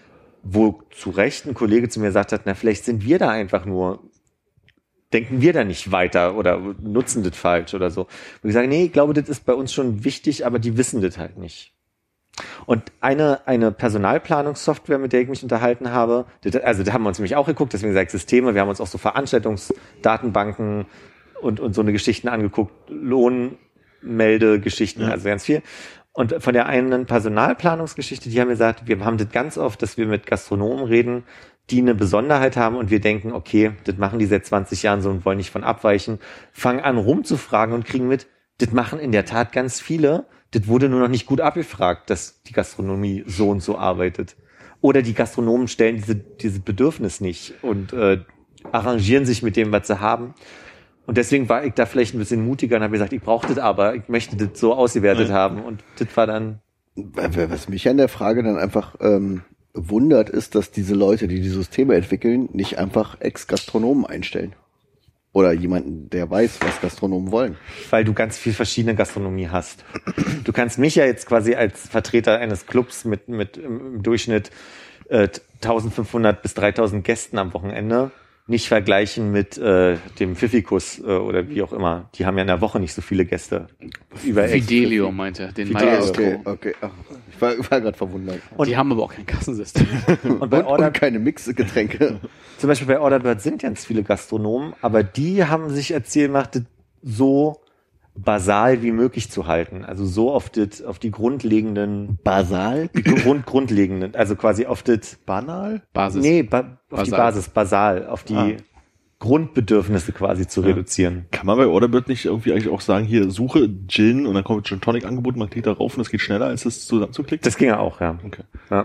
wo zu Recht ein Kollege zu mir gesagt hat, na, vielleicht sind wir da einfach nur, denken wir da nicht weiter oder nutzen das falsch oder so. Und ich sage, nee, ich glaube, das ist bei uns schon wichtig, aber die wissen das halt nicht. Und eine, eine Personalplanungssoftware, mit der ich mich unterhalten habe, das, also da haben wir uns nämlich auch geguckt, deswegen sage ich Systeme, wir haben uns auch so Veranstaltungsdatenbanken und, und so eine Geschichten angeguckt, Lohnmeldegeschichten, ja. Also ganz viel. Und von der einen Personalplanungsgeschichte, die haben gesagt, wir haben das ganz oft, dass wir mit Gastronomen reden, die eine Besonderheit haben und wir denken, okay, das machen die seit zwanzig Jahren so und wollen nicht von abweichen, fangen an rumzufragen und kriegen mit, das machen in der Tat ganz viele, das wurde nur noch nicht gut abgefragt, dass die Gastronomie so und so arbeitet. Oder die Gastronomen stellen diese, dieses Bedürfnis nicht und äh, arrangieren sich mit dem, was sie haben. Und deswegen war ich da vielleicht ein bisschen mutiger und habe gesagt, ich brauche das aber, ich möchte das so ausgewertet ja. haben. Und das war dann... Was mich an der Frage dann einfach ähm, wundert, ist, dass diese Leute, die die Systeme entwickeln, nicht einfach Ex-Gastronomen einstellen. Oder jemanden, der weiß, was Gastronomen wollen. Weil du ganz viel verschiedene Gastronomie hast. Du kannst mich ja jetzt quasi als Vertreter eines Clubs mit, mit im Durchschnitt äh, eintausendfünfhundert bis dreitausend Gästen am Wochenende nicht vergleichen mit äh, dem Pfiffikus äh, oder wie auch immer. Die haben ja in der Woche nicht so viele Gäste. Über Fidelio meinte er, den Fidelio, Maestro. okay, okay. Ach, ich war, war gerade verwundert. Und die haben aber auch kein Kassensystem. Und bei und, Order, und keine Mixgetränke. Zum Beispiel bei Orderbird sind ganz viele Gastronomen, aber die haben sich erzählt, gemacht, das so basal wie möglich zu halten. Also so auf, das, auf die grundlegenden... Basal? Die Grund, grundlegenden, also quasi auf das... Banal? Basis. Nee, ba, auf basal. die Basis, basal, auf die ah. Grundbedürfnisse quasi zu ja. reduzieren. Kann man bei Orderbird nicht irgendwie eigentlich auch sagen, hier suche Gin und dann kommt Gin Tonic angeboten, man klickt da rauf und das geht schneller, als das zusammenzuklicken? Das ging ja auch, ja. Okay. Ja.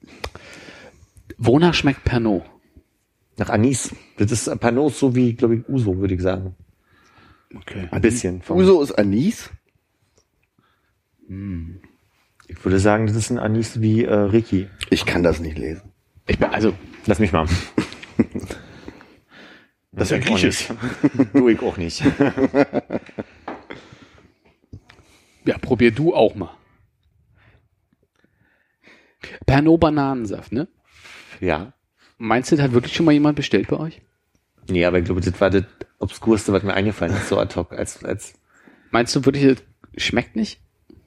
Wonach schmeckt Pernod? Nach Anis. Das ist Pernod so wie, glaube ich, Uso, würde ich sagen. Okay. Ein bisschen. Uso ist Anis? Hm. Ich würde sagen, das ist ein Anis wie äh, Ricky. Ich kann das nicht lesen. Ich bin, also, lass mich mal. Das ist ja griechisch. Du, ich auch nicht. Ja, probier du auch mal. Pernod Bananensaft, ne? Ja. Meinst du, das hat wirklich schon mal jemand bestellt bei euch? Nee, aber ich glaube, das war das Obskurste, was mir eingefallen ist, so ad hoc. Als, als Meinst du wirklich, das schmeckt nicht?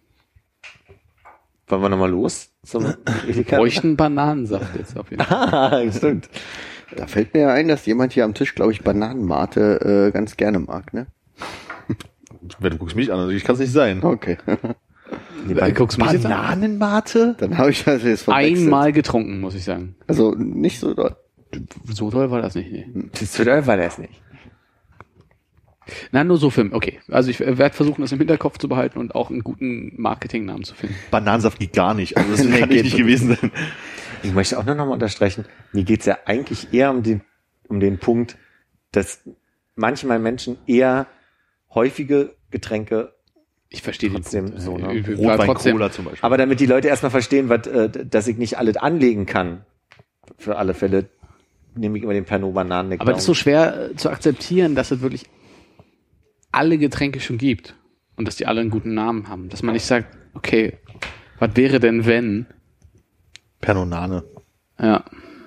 Wollen wir nochmal los? Wir bräuchten Bananensaft jetzt auf jeden Fall. Ah, stimmt. Da fällt mir ja ein, dass jemand hier am Tisch, glaube ich, Bananenmate äh, ganz gerne mag, ne? Du guckst mich an, also ich kann es nicht sein. Okay. Nee, Ban- guckst mich jetzt an? Bananenmate? Dann habe ich das jetzt verwechselt. Einmal getrunken, muss ich sagen. Also nicht so doll. So toll war das nicht, nee. So doll war das nicht. Na, nur so Film. Okay. Also ich werde versuchen, das im Hinterkopf zu behalten und auch einen guten Marketingnamen zu finden. Bananensaft geht gar nicht. Also das Nee, kann geht nicht nicht. gewesen sein. Ich möchte auch noch mal unterstreichen, mir geht's ja eigentlich eher um den, um den Punkt, dass manchmal Menschen eher häufige Getränke Ich verstehe trotzdem die, so, ne? äh, Rotwein, trotzdem, Cola zum Beispiel. Aber damit die Leute erstmal verstehen, was, äh, dass ich nicht alles anlegen kann, für alle Fälle, nehme ich immer den Pernod Bananen. Aber das ist so schwer äh, zu akzeptieren, dass es wirklich alle Getränke schon gibt und dass die alle einen guten Namen haben. Dass man nicht sagt, okay, was wäre denn wenn? Pernonane. Ja.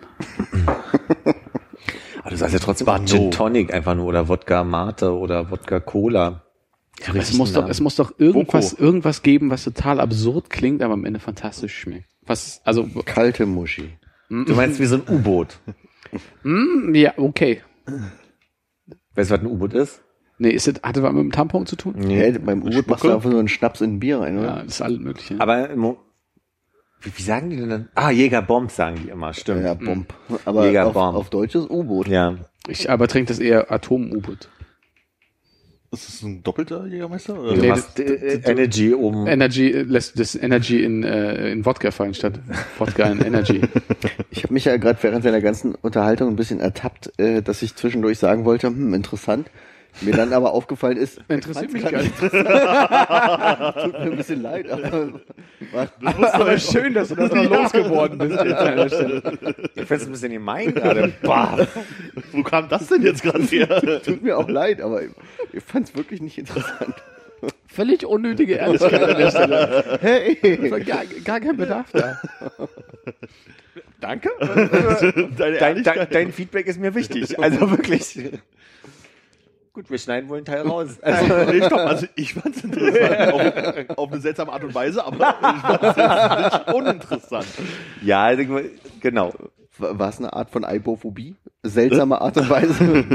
Aber du sagst ja trotzdem Bano. Gin Tonic einfach nur oder Wodka Mate oder Wodka Cola. Ja, aber es muss doch, es muss doch irgendwas, irgendwas geben, was total absurd klingt, aber am Ende fantastisch schmeckt. Was, also, Kalte Muschi. Du meinst wie so ein U-Boot. mm, ja, okay. Weißt du, was ein U-Boot ist? Nee, ist das, hatte was mit dem Tampon zu tun? Nee. Hey, beim U-Boot machst du einfach so einen Schnaps in ein Bier rein, oder? Ja, das ist alles Mögliche. Aber im Mo- wie, wie sagen die denn dann? Ah, Jägerbomb sagen die immer, stimmt. Ja, Bomb. Aber Jägerbomb. auf, auf Deutsch ist U-Boot. Ja. Ich aber trinke das eher Atom-U-Boot. Ist das ein doppelter Jägermeister? Du Oder? Nee, machst das- äh, Energy oben. Energy äh, lässt das Energy in, äh, in Wodka fallen statt Wodka in Energy. Ich habe mich ja gerade während seiner ganzen Unterhaltung ein bisschen ertappt, äh, dass ich zwischendurch sagen wollte, hm, interessant. Mir dann aber aufgefallen ist, Interessiert ich mich fand's gar nicht. Tut mir ein bisschen leid, aber Aber, aber schön, dass du das noch losgeworden bist jetzt an der Stelle. Ich find's ein bisschen gemein gerade. Bah. Wo kam das denn jetzt gerade her? tut mir auch leid, aber ich fand es wirklich nicht interessant. Völlig unnötige Ehrlichkeit an der Stelle. Hey! War Gar, gar kein Bedarf da. Danke. Deine Dein, Ehrlichkeit. dein, dein Feedback ist mir wichtig. Also wirklich. Gut, wir schneiden wohl einen Teil raus. Also, Also, nee, stopp, also ich fand es interessant. Auf, auf eine seltsame Art und Weise, aber ich fand es jetzt nicht uninteressant. ja, also, genau. War es eine Art von Eibophobie? Seltsame Art und Weise?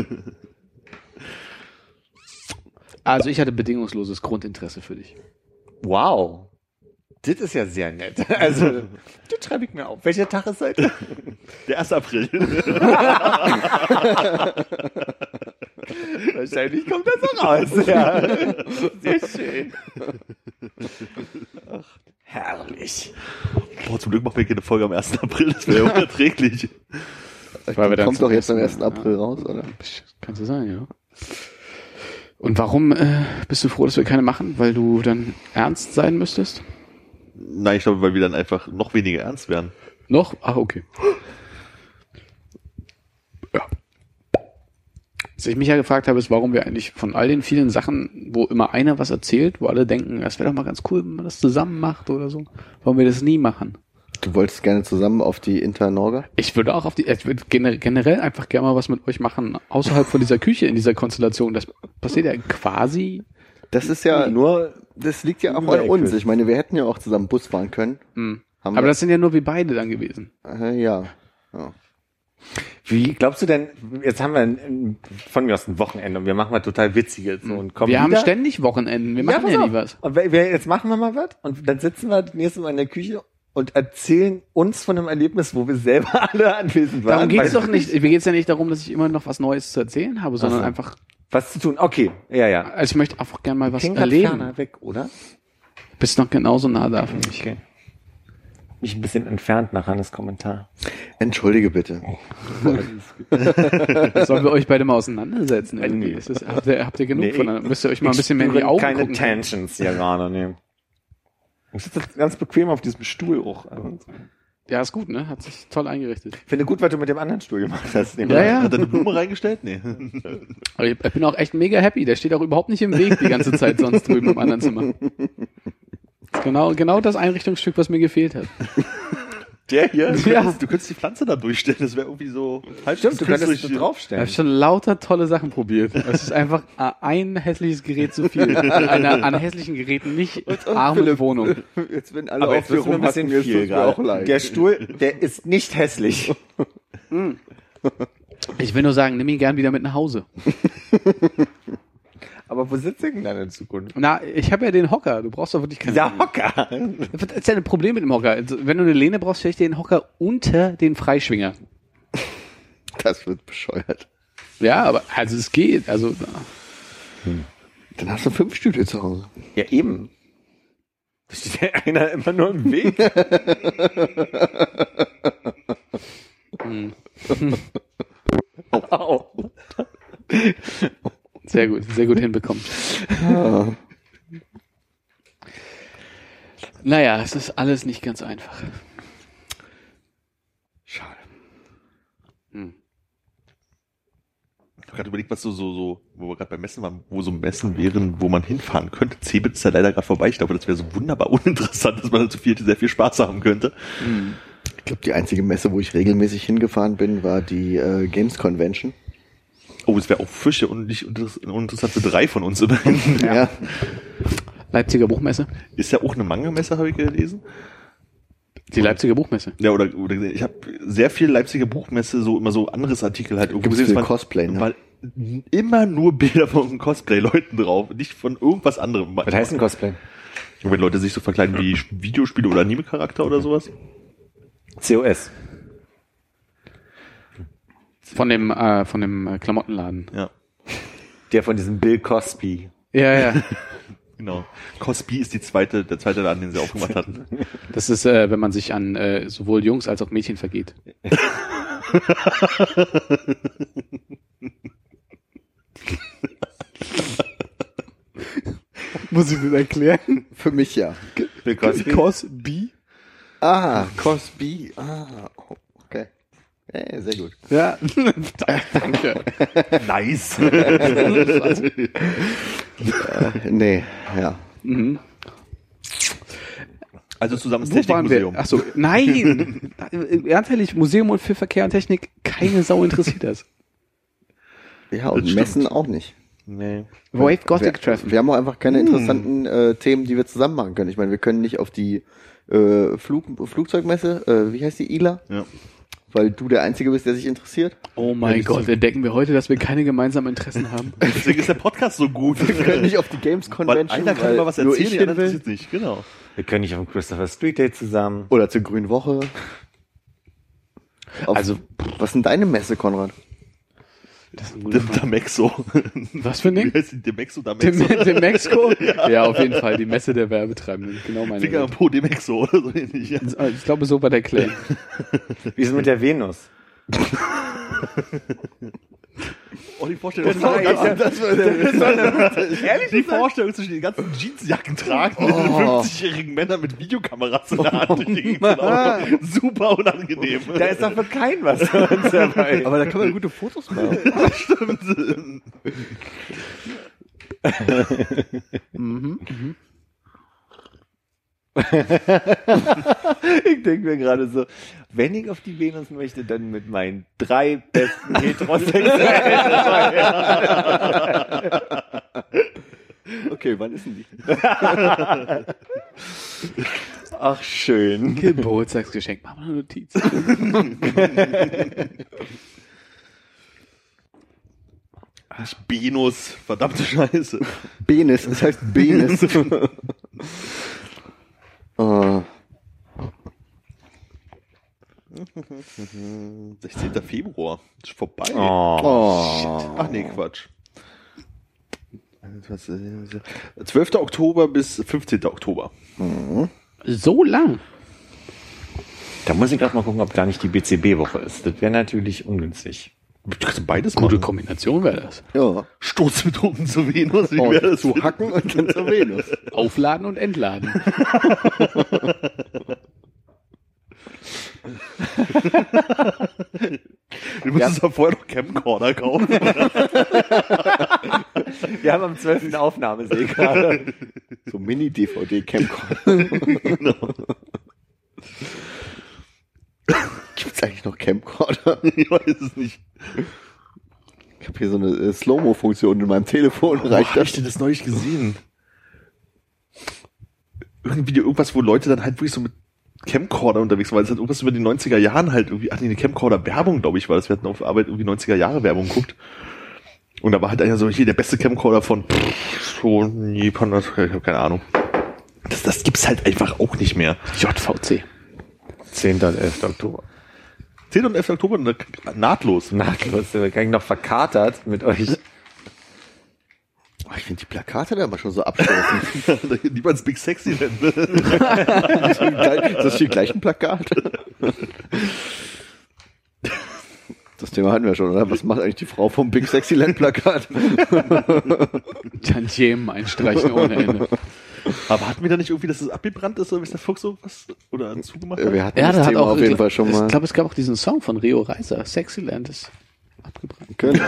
Also ich hatte bedingungsloses Grundinteresse für dich. Wow. Das ist ja sehr nett. Also, das schreibe ich mir auf. Welcher Tag ist heute? Der erste April. Wahrscheinlich kommt das so raus. Ja. Sehr schön. Ach, herrlich. Boah, zum Glück machen wir keine Folge am ersten April, das wäre ja unerträglich. Weil wir dann Kommt zum doch jetzt am ersten ersten April raus, oder? Kannst du sagen, ja. Und warum äh, bist du froh, dass wir keine machen? Weil du dann ernst sein müsstest? Nein, ich glaube, weil wir dann einfach noch weniger ernst werden. Noch? Ach, okay. Ja. Was ich mich ja gefragt habe, ist, warum wir eigentlich von all den vielen Sachen, wo immer einer was erzählt, wo alle denken, das wäre doch mal ganz cool, wenn man das zusammen macht oder so, warum wir das nie machen. Du wolltest gerne zusammen auf die Internorga? Ich würde auch auf die, ich würde gener- generell einfach gerne mal was mit euch machen, außerhalb von dieser Küche, in dieser Konstellation. Das passiert ja quasi. Das ist ja Nur, Das liegt ja auch Nur an uns. Ecke. Ich meine, wir hätten ja auch zusammen Bus fahren können. Mh. Haben Aber wir- das sind ja nur wir beide dann gewesen. Äh, ja. ja. wie glaubst du denn, jetzt haben wir ein, ein, von mir aus ein Wochenende und wir machen mal total Witziges so, und kommen Wir haben wieder. ständig Wochenenden, wir machen pass ja, auf. nie was. Und wir, wir, jetzt machen wir mal was und dann sitzen wir das nächste Mal in der Küche und erzählen uns von einem Erlebnis, wo wir selber alle anwesend waren. Darum geht's Weil- doch nicht. Mir geht's ja nicht darum, dass ich immer noch was Neues zu erzählen habe, sondern Ach so. einfach, Was zu tun. Okay, ja, ja. also ich möchte einfach gerne mal was Klingt grad erleben. ferner weg, oder? Bist noch genauso nah da für mich. Okay. Mich ein bisschen entfernt nach Hannes Kommentar. Entschuldige bitte. Sollen wir euch beide mal auseinandersetzen? Irgendwie? Nee. Ist das, habt, ihr, habt ihr genug Nee, von? Müsst ihr euch mal ein Ich bisschen mehr in die spüre Augen keine gucken? Tensions hier gerade, nee. Ich sitze jetzt ganz bequem auf diesem Stuhl auch. Also, Ja, ist gut, ne? Hat sich toll eingerichtet. ich finde gut, was du mit dem anderen Stuhl gemacht hast. Ja, ja. Hat er eine Blume reingestellt? Nee. Aber ich, ich bin auch echt mega happy. Der steht auch überhaupt nicht im Weg die ganze Zeit sonst drüben im anderen Zimmer. Das ist genau, genau das Einrichtungsstück, was mir gefehlt hat. Der hier? Du, Ja. könntest, du könntest die Pflanze da durchstellen, das wäre irgendwie so halb Stimmt, du könntest es künstlich- Ich draufstellen. habe schon lauter tolle Sachen probiert. Es ist einfach ein hässliches Gerät zu viel. Eine, an hässlichen Geräten nicht arme Philipp, Wohnung. Jetzt, wenn alle Aber auf jetzt dir wird's mir ein bisschen rumhacken, ist viel es mir auch gerade. leid. Der Stuhl, der ist nicht hässlich. Ich will nur sagen, nimm ihn gern wieder mit nach Hause. Aber wo sitzt ich denn dann in Zukunft? Na, ich habe ja den Hocker. Du brauchst doch wirklich keinen. Dieser Hocker. Was ist denn ein Problem mit dem Hocker? Also, wenn du eine Lehne brauchst, stell ich dir den Hocker unter den Freischwinger. Das wird bescheuert. Ja, aber also es geht. Also Dann hast du fünf Stühle zu Hause. Ja, eben. Da steht ja einer immer nur im Weg. Au. sehr gut, sehr gut hinbekommen. Naja, es ist alles nicht ganz einfach. Schade. Hm. gerade überlegt, was so, so, so, wo wir gerade beim Messen waren, wo so Messen wären, wo man hinfahren könnte. Cebit ist ja leider gerade vorbei. Ich glaube, das wäre so wunderbar uninteressant, dass man halt so viel, sehr viel Spaß haben könnte. Ich glaube, die einzige Messe, wo ich regelmäßig hingefahren bin, war die äh, Games Convention. Oh, es wäre auch Fische und nicht uninteressant für drei von uns immerhin. Ja. ja. Leipziger Buchmesse. Ist ja auch eine Manga-Messe, habe ich gelesen. Die Leipziger Buchmesse. Ja, oder, oder ich habe sehr viel Leipziger Buchmesse, so immer so anderes Artikel halt. Gibt es viel Cosplay, ne? Weil immer nur Bilder von Cosplay-Leuten drauf, nicht von irgendwas anderem. Was heißt ein Cosplay? Und wenn Leute sich so verkleiden wie Videospiele oder Anime-Charakter oder sowas. C O S. Von dem, äh, von dem äh, Klamottenladen. Ja. Der von diesem Bill Cosby. Ja, ja. Genau. Cosby ist die zweite, der zweite Laden, den sie aufgemacht hatten. Das ist, äh, wenn man sich an äh, sowohl Jungs als auch Mädchen vergeht. Muss ich das erklären? Für mich ja. Bill Cosby. Cosby? Ah, Cosby. Ah, okay. Hey, sehr gut. Ja, danke. Nice. äh, nee, ja. Mhm. Also zusammen das Wo waren wir? Technikmuseum. Ach so, nein! Ernsthaft, Museum und für Verkehr und Technik, keine Sau interessiert das. Ja, und Das Messen stimmt. auch nicht. Nee. Wave Gothic wir, Treffen. wir haben auch einfach keine interessanten äh, Themen, die wir zusammen machen können. Ich meine, wir können nicht auf die äh, Flug, Flugzeugmesse, äh, wie heißt die, I L A? Ja. Weil du der Einzige bist, der sich interessiert. Oh mein Gott, entdecken wir heute, dass wir keine gemeinsamen Interessen haben. Deswegen ist der Podcast so gut. Wir können nicht auf die Games Weil Convention, einer kann immer was nur erzählen, ich der hin andere will. interessiert nicht. Genau. Wir können nicht auf dem Christopher Street Day zusammen. Oder zur Grünen Woche. Auf, Also- was ist denn deine Messe, Konrad? Das ist ein guter Frage. Damexo. Was für ein Ding? Wie heißt die? Demexo, Dem, Damexo. dem Mexiko? Ja, auf jeden Fall, die Messe der Werbetreibenden. Genau meine Finger am Welt. Po, Demexo oder so ähnlich. Ja. Ich glaube, so war der Claim. Wie ist es mit der Venus? Oh, die Vorstellung, Das war- ganz, Das war der Ehrlich? die Vorstellung zwischen den ganzen Jeansjacken tragen, Oh. diese fünfzigjährigen Männer mit Videokameras in der Hand durch die Gegend zu laufen. Super unangenehm. Da ist doch für kein was für uns dabei. Aber da kann man gute Fotos machen. Stimmt. Mhm. Mhm. Ich denke mir gerade so, wenn ich auf die Venus möchte, dann mit meinen drei besten Heterosexuellen. Okay, wann ist denn die? Ach, schön. Geburtstagsgeschenk. Mach mal eine Notiz. Nicht Benus, verdammte Scheiße. Benis, es heißt Benis. oh. sechzehnten Februar. Ist vorbei. Oh. Oh. Ach nee, Quatsch. Was, äh, zwölften Oktober bis fünfzehnten Oktober. So lang. Da muss ich gerade mal gucken, ob da nicht die B C B-Woche ist. Das wäre natürlich ungünstig. Du kannst beides Gute machen. Kombination wäre das. Ja. Stoßmethoden zu Venus. Wie Und wäre das? zu hacken und dann zur Venus. Aufladen und entladen. Du müsstest ja vorher noch Camcorder kaufen. Wir haben am zwölften Aufnahme, sehe ich gerade. So Mini-D V D-Camcorder. Genau. Gibt's eigentlich noch Camcorder? Ich weiß es nicht. Ich habe hier so eine äh, Slow-Mo-Funktion in meinem Telefon. Wo Reicht hab ich das? denn das neulich gesehen? Irgendwie irgendwas, wo Leute dann halt wirklich so mit Camcorder unterwegs waren. Das hat irgendwas über die neunziger Jahren halt irgendwie, ach nee, eine Camcorder-Werbung, glaube ich, war das. Wir hatten auf Arbeit irgendwie neunziger Jahre Werbung geguckt. Und da war halt einer so, hier, der beste Camcorder von pff, Sony, Panasonic, ich habe keine Ahnung. Das, das gibt's halt einfach auch nicht mehr. J V C. zehnten und elften Oktober. zehnten und elften Oktober, na- nahtlos. Nahtlos, da bin ich noch verkatert mit euch. Oh, ich finde die Plakate da aber schon so abstoßend. Lieber ins Big Sexy nennen. Ist das die gleichen Plakate? Das Thema hatten wir schon, oder? Was macht eigentlich die Frau vom Big Sexy Land Plakat? Tantiemen einstreichen ohne Ende. Aber hatten wir da nicht irgendwie, dass es abgebrannt ist, oder ist der Fuchs so was, oder zugemacht hat? Wir hatten Ja, das da hat Thema auch, auf jeden Fall schon ich mal. glaube, es gab auch diesen Song von Rio Reiser. Sexyland ist abgebrannt. Genau.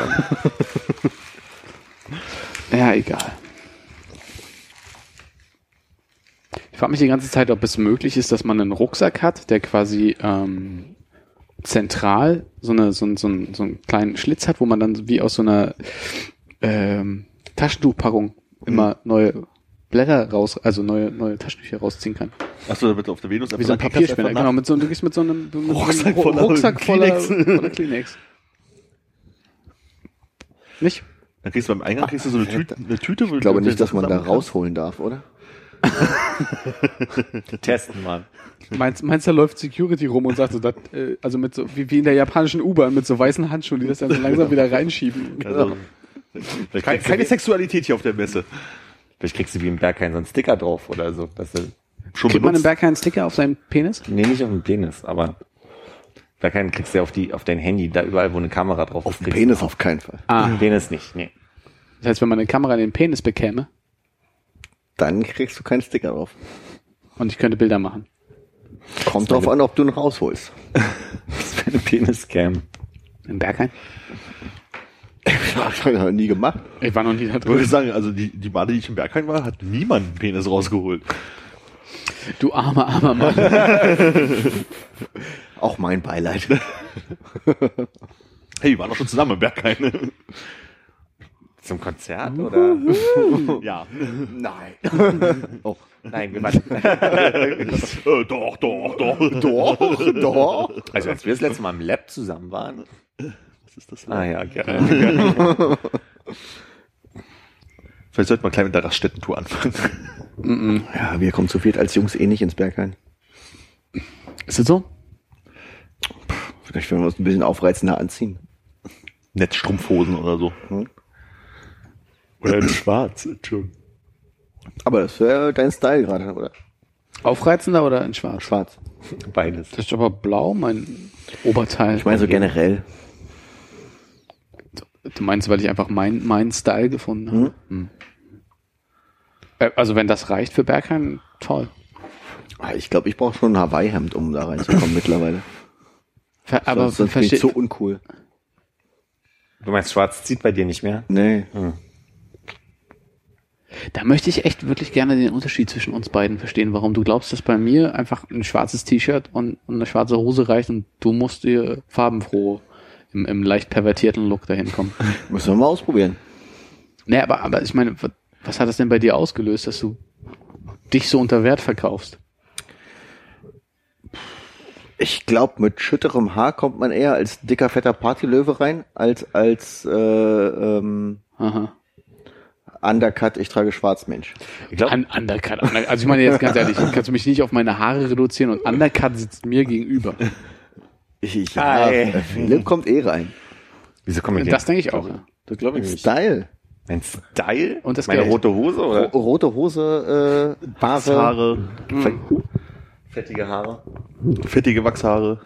Ja, egal. Ich frage mich die ganze Zeit, ob es möglich ist, dass man einen Rucksack hat, der quasi ähm, zentral so, eine, so, ein, so, ein, so einen kleinen Schlitz hat, wo man dann wie aus so einer ähm, Taschentuchpackung immer neue Blätter raus, also neue neue Taschentücher rausziehen kann. Achso, da wird auf der Venus Wie so ein Papierspender, genau, mit so, du gehst mit so einem, mit Rucksack so einem voller Rucksack voller Kleenex. voller Kleenex. Nicht? Dann kriegst du beim Eingang kriegst du so eine Tüte. Eine Tüte Ich glaube nicht, dass man da rausholen darf, oder? Testen mal. Meinst, meinst du, da läuft Security rum und sagt so, dat, äh, also mit so, wie, wie in der japanischen U-Bahn mit so weißen Handschuhen, die das dann so langsam wieder reinschieben. Also, keine, keine Sexualität hier auf der Messe. Vielleicht kriegst du wie im Berghain so einen Sticker drauf oder so. Dass du Schon Kriegt man im benutzt. Berg keinen Sticker auf seinen Penis? nee, nicht auf den Penis, aber Berghain kriegst du ja auf die, auf dein Handy, da überall, wo eine Kamera drauf Auf ist. den kriegst Penis du auf keinen Fall. Ah, auf den Penis nicht, nee. das heißt, wenn man eine Kamera in den Penis bekäme Dann kriegst du keinen Sticker drauf. und ich könnte Bilder machen. Kommt drauf an, ob du ihn rausholst. Das wäre eine Penis-Cam. Im Berghain? Das habe ich noch nie gemacht. Ich war noch nie da Ich würde drin. sagen, also die, die Male, die ich im Berghain war, hat niemand einen Penis rausgeholt. Du armer, armer Mann. Auch mein Beileid. Hey, wir waren doch schon zusammen im Berghain. Zum Konzert oder? Ja. Nein. Oh. Nein, wir waren, Äh, doch, doch, doch. Doch, doch. also als wir das letzte Mal im Lab zusammen waren. Was ist das? Ah ja, gerne. Vielleicht sollten wir gleich mit der Raststätten-Tour anfangen. Ja, wir kommen zu viert als Jungs eh nicht ins Berghain. Ist das so? Vielleicht werden wir uns ein bisschen aufreizender anziehen. Netzstrumpfhosen oder so. Oder in Schwarz, schon. Aber das wäre dein Style gerade, oder? Aufreizender oder in schwarz? Schwarz. Beides. Das ist aber blau, mein Oberteil. Ich meine so generell. Du meinst, weil ich einfach mein, mein Style gefunden habe? Hm. Äh, Also wenn das reicht für Berghain, toll. Ah, Ich glaube, ich brauche schon ein Hawaii-Hemd, um da reinzukommen mittlerweile. Ver aber sonst sonst bin ich verstehe so uncool. Du meinst, Schwarz zieht bei dir nicht mehr? Nee. Da möchte ich echt wirklich gerne den Unterschied zwischen uns beiden verstehen, warum du glaubst, dass bei mir einfach ein schwarzes T-Shirt und, und eine schwarze Hose reicht und du musst dir farbenfroh im, im leicht pervertierten Look dahin kommen. Müssen wir mal ausprobieren. Nee, aber, aber ich meine, was, was hat das denn bei dir ausgelöst, dass du dich so unter Wert verkaufst? Ich glaube, mit schütterem Haar kommt man eher als dicker, fetter Partylöwe rein, als als äh, ähm, Aha. Undercut, ich trage schwarz, Mensch. Ich glaube, Un Undercut. Under- Also ich meine jetzt ganz ehrlich, kannst du mich nicht auf meine Haare reduzieren und Undercut sitzt mir gegenüber. Ich, ich, Hi. ja, Philipp kommt eh rein. wieso komme ich Das jetzt? denke ich auch. Ja. Das glaube ich nicht. Style. Mein Style? Und das Meine Geld. rote Hose Ro oder rote Hose, äh, Haare. Wachshaare, fettige Haare? fettige Wachshaare.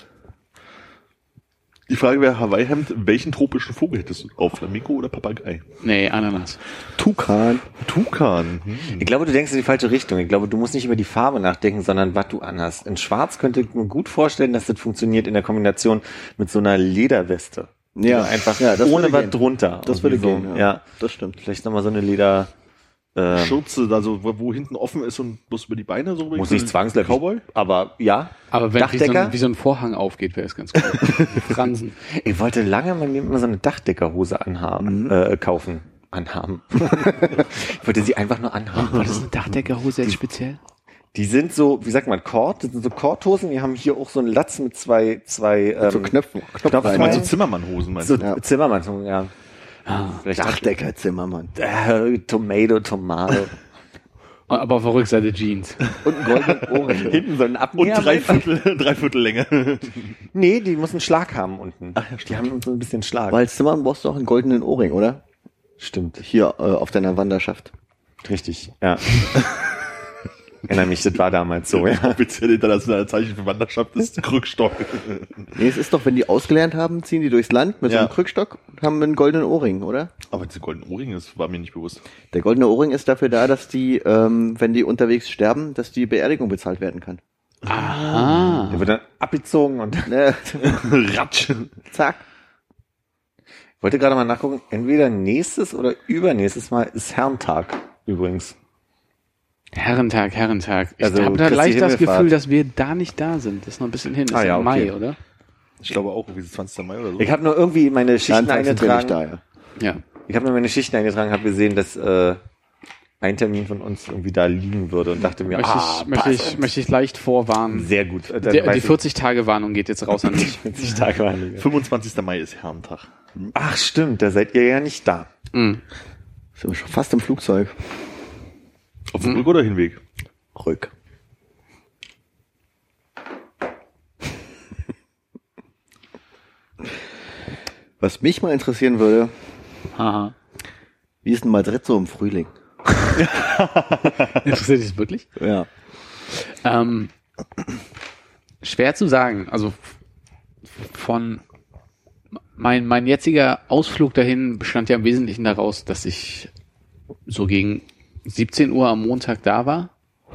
Die Frage wäre, Hawaii-Hemd, welchen tropischen Vogel hättest du drauf? Flamingo oder Papagei? Nee, Ananas. Tukan. Tukan. Hm. Ich glaube, du denkst in die falsche Richtung. Ich glaube, du musst nicht über die Farbe nachdenken, sondern was du anhast. In Schwarz könnte ich mir gut vorstellen, dass das funktioniert in der Kombination mit so einer Lederweste. Ja, Einfach ja, das ohne würde was gehen. drunter. Das würde Irgendwie gehen, so. ja. Ja. Das stimmt. Vielleicht nochmal so eine Leder... Ähm, Schürze, also wo, wo hinten offen ist und bloß über die Beine so. muss nicht zwangsläufig. Cowboy? Aber ja. Aber wenn wie so, Dachdecker? ein, wie so ein Vorhang aufgeht, wäre es ganz gut. Fransen. Ich wollte lange mal immer so eine Dachdeckerhose anhaben, äh, kaufen. Anhaben. Ich wollte sie einfach nur anhaben. War das eine Dachdeckerhose jetzt speziell? Die sind so, wie sagt man, Kord, das sind so Kordhosen, die haben hier auch so einen Latz mit zwei, zwei, ähm, So Knöpfen. Knopf Knopf rein. rein. Also Zimmermann-Hosen meinst so du? Ja. Zimmermann, ja. Vielleicht Dachdecker, Zimmermann. äh, Tomato, Tomate. Aber auf der Rückseite Jeans. Und einen goldenen Ohrring. Hinten so ein Und Abnäher. drei Viertel, drei Viertel Länge. Nee, die muss einen Schlag haben unten. Ach, ja, die haben so ein bisschen Schlag. Weil als Zimmermann brauchst du auch einen goldenen Ohrring, oder? Stimmt, Hier äh, auf deiner Wanderschaft. richtig, ja. Erinnere mich, das war damals so, ja. Offiziell internationale Zeichen für Wanderschaft ist Krückstock. Nee, es ist doch, wenn die ausgelernt haben, ziehen die durchs Land mit Ja. so einem Krückstock und haben einen goldenen Ohrring, oder? Aber diese goldenen Ohrringe, das war mir nicht bewusst. Der goldene Ohrring ist dafür da, dass die, ähm, wenn die unterwegs sterben, dass die Beerdigung bezahlt werden kann. Aha. Der wird dann abgezogen und Ne, Ratsch. zack. Wollte gerade mal nachgucken, entweder nächstes oder übernächstes Mal ist Herrentag übrigens. Herrentag, Herrentag. Ich Also habe da Christi leicht das Himmelfahrt. Gefühl, dass wir da nicht da sind. Das ist noch ein bisschen hin. Das Ah, ist ja, im okay. Mai, oder? Ich glaube auch, irgendwie zwanzigsten Mai oder so. Ich habe nur irgendwie meine Schichten Herrentag sind wir nicht eingetragen. da, ja. Ja. Ich habe nur meine Schichten eingetragen, habe gesehen, dass äh, ein Termin von uns irgendwie da liegen würde und dachte mir, Möchte ah, ich, möchte ich, möchte ich leicht vorwarnen. sehr gut. Dann Der, weiß die ich, vierzig-Tage-Warnung geht jetzt raus an dich. vierzig Tage waren die. fünfundzwanzigsten Mai ist Herrentag. Ach stimmt, da seid ihr ja nicht da. Mhm. Sind wir schon fast im Flugzeug. Auf dem Rück- oder Hinweg? Rück. Was mich mal interessieren würde, Haha. wie ist denn Madrid so im Frühling? Interessiert dich das wirklich? Ja. Ähm, schwer zu sagen. Also f- von mein mein jetziger Ausflug dahin bestand ja im Wesentlichen daraus, dass ich so gegen siebzehn Uhr am Montag da war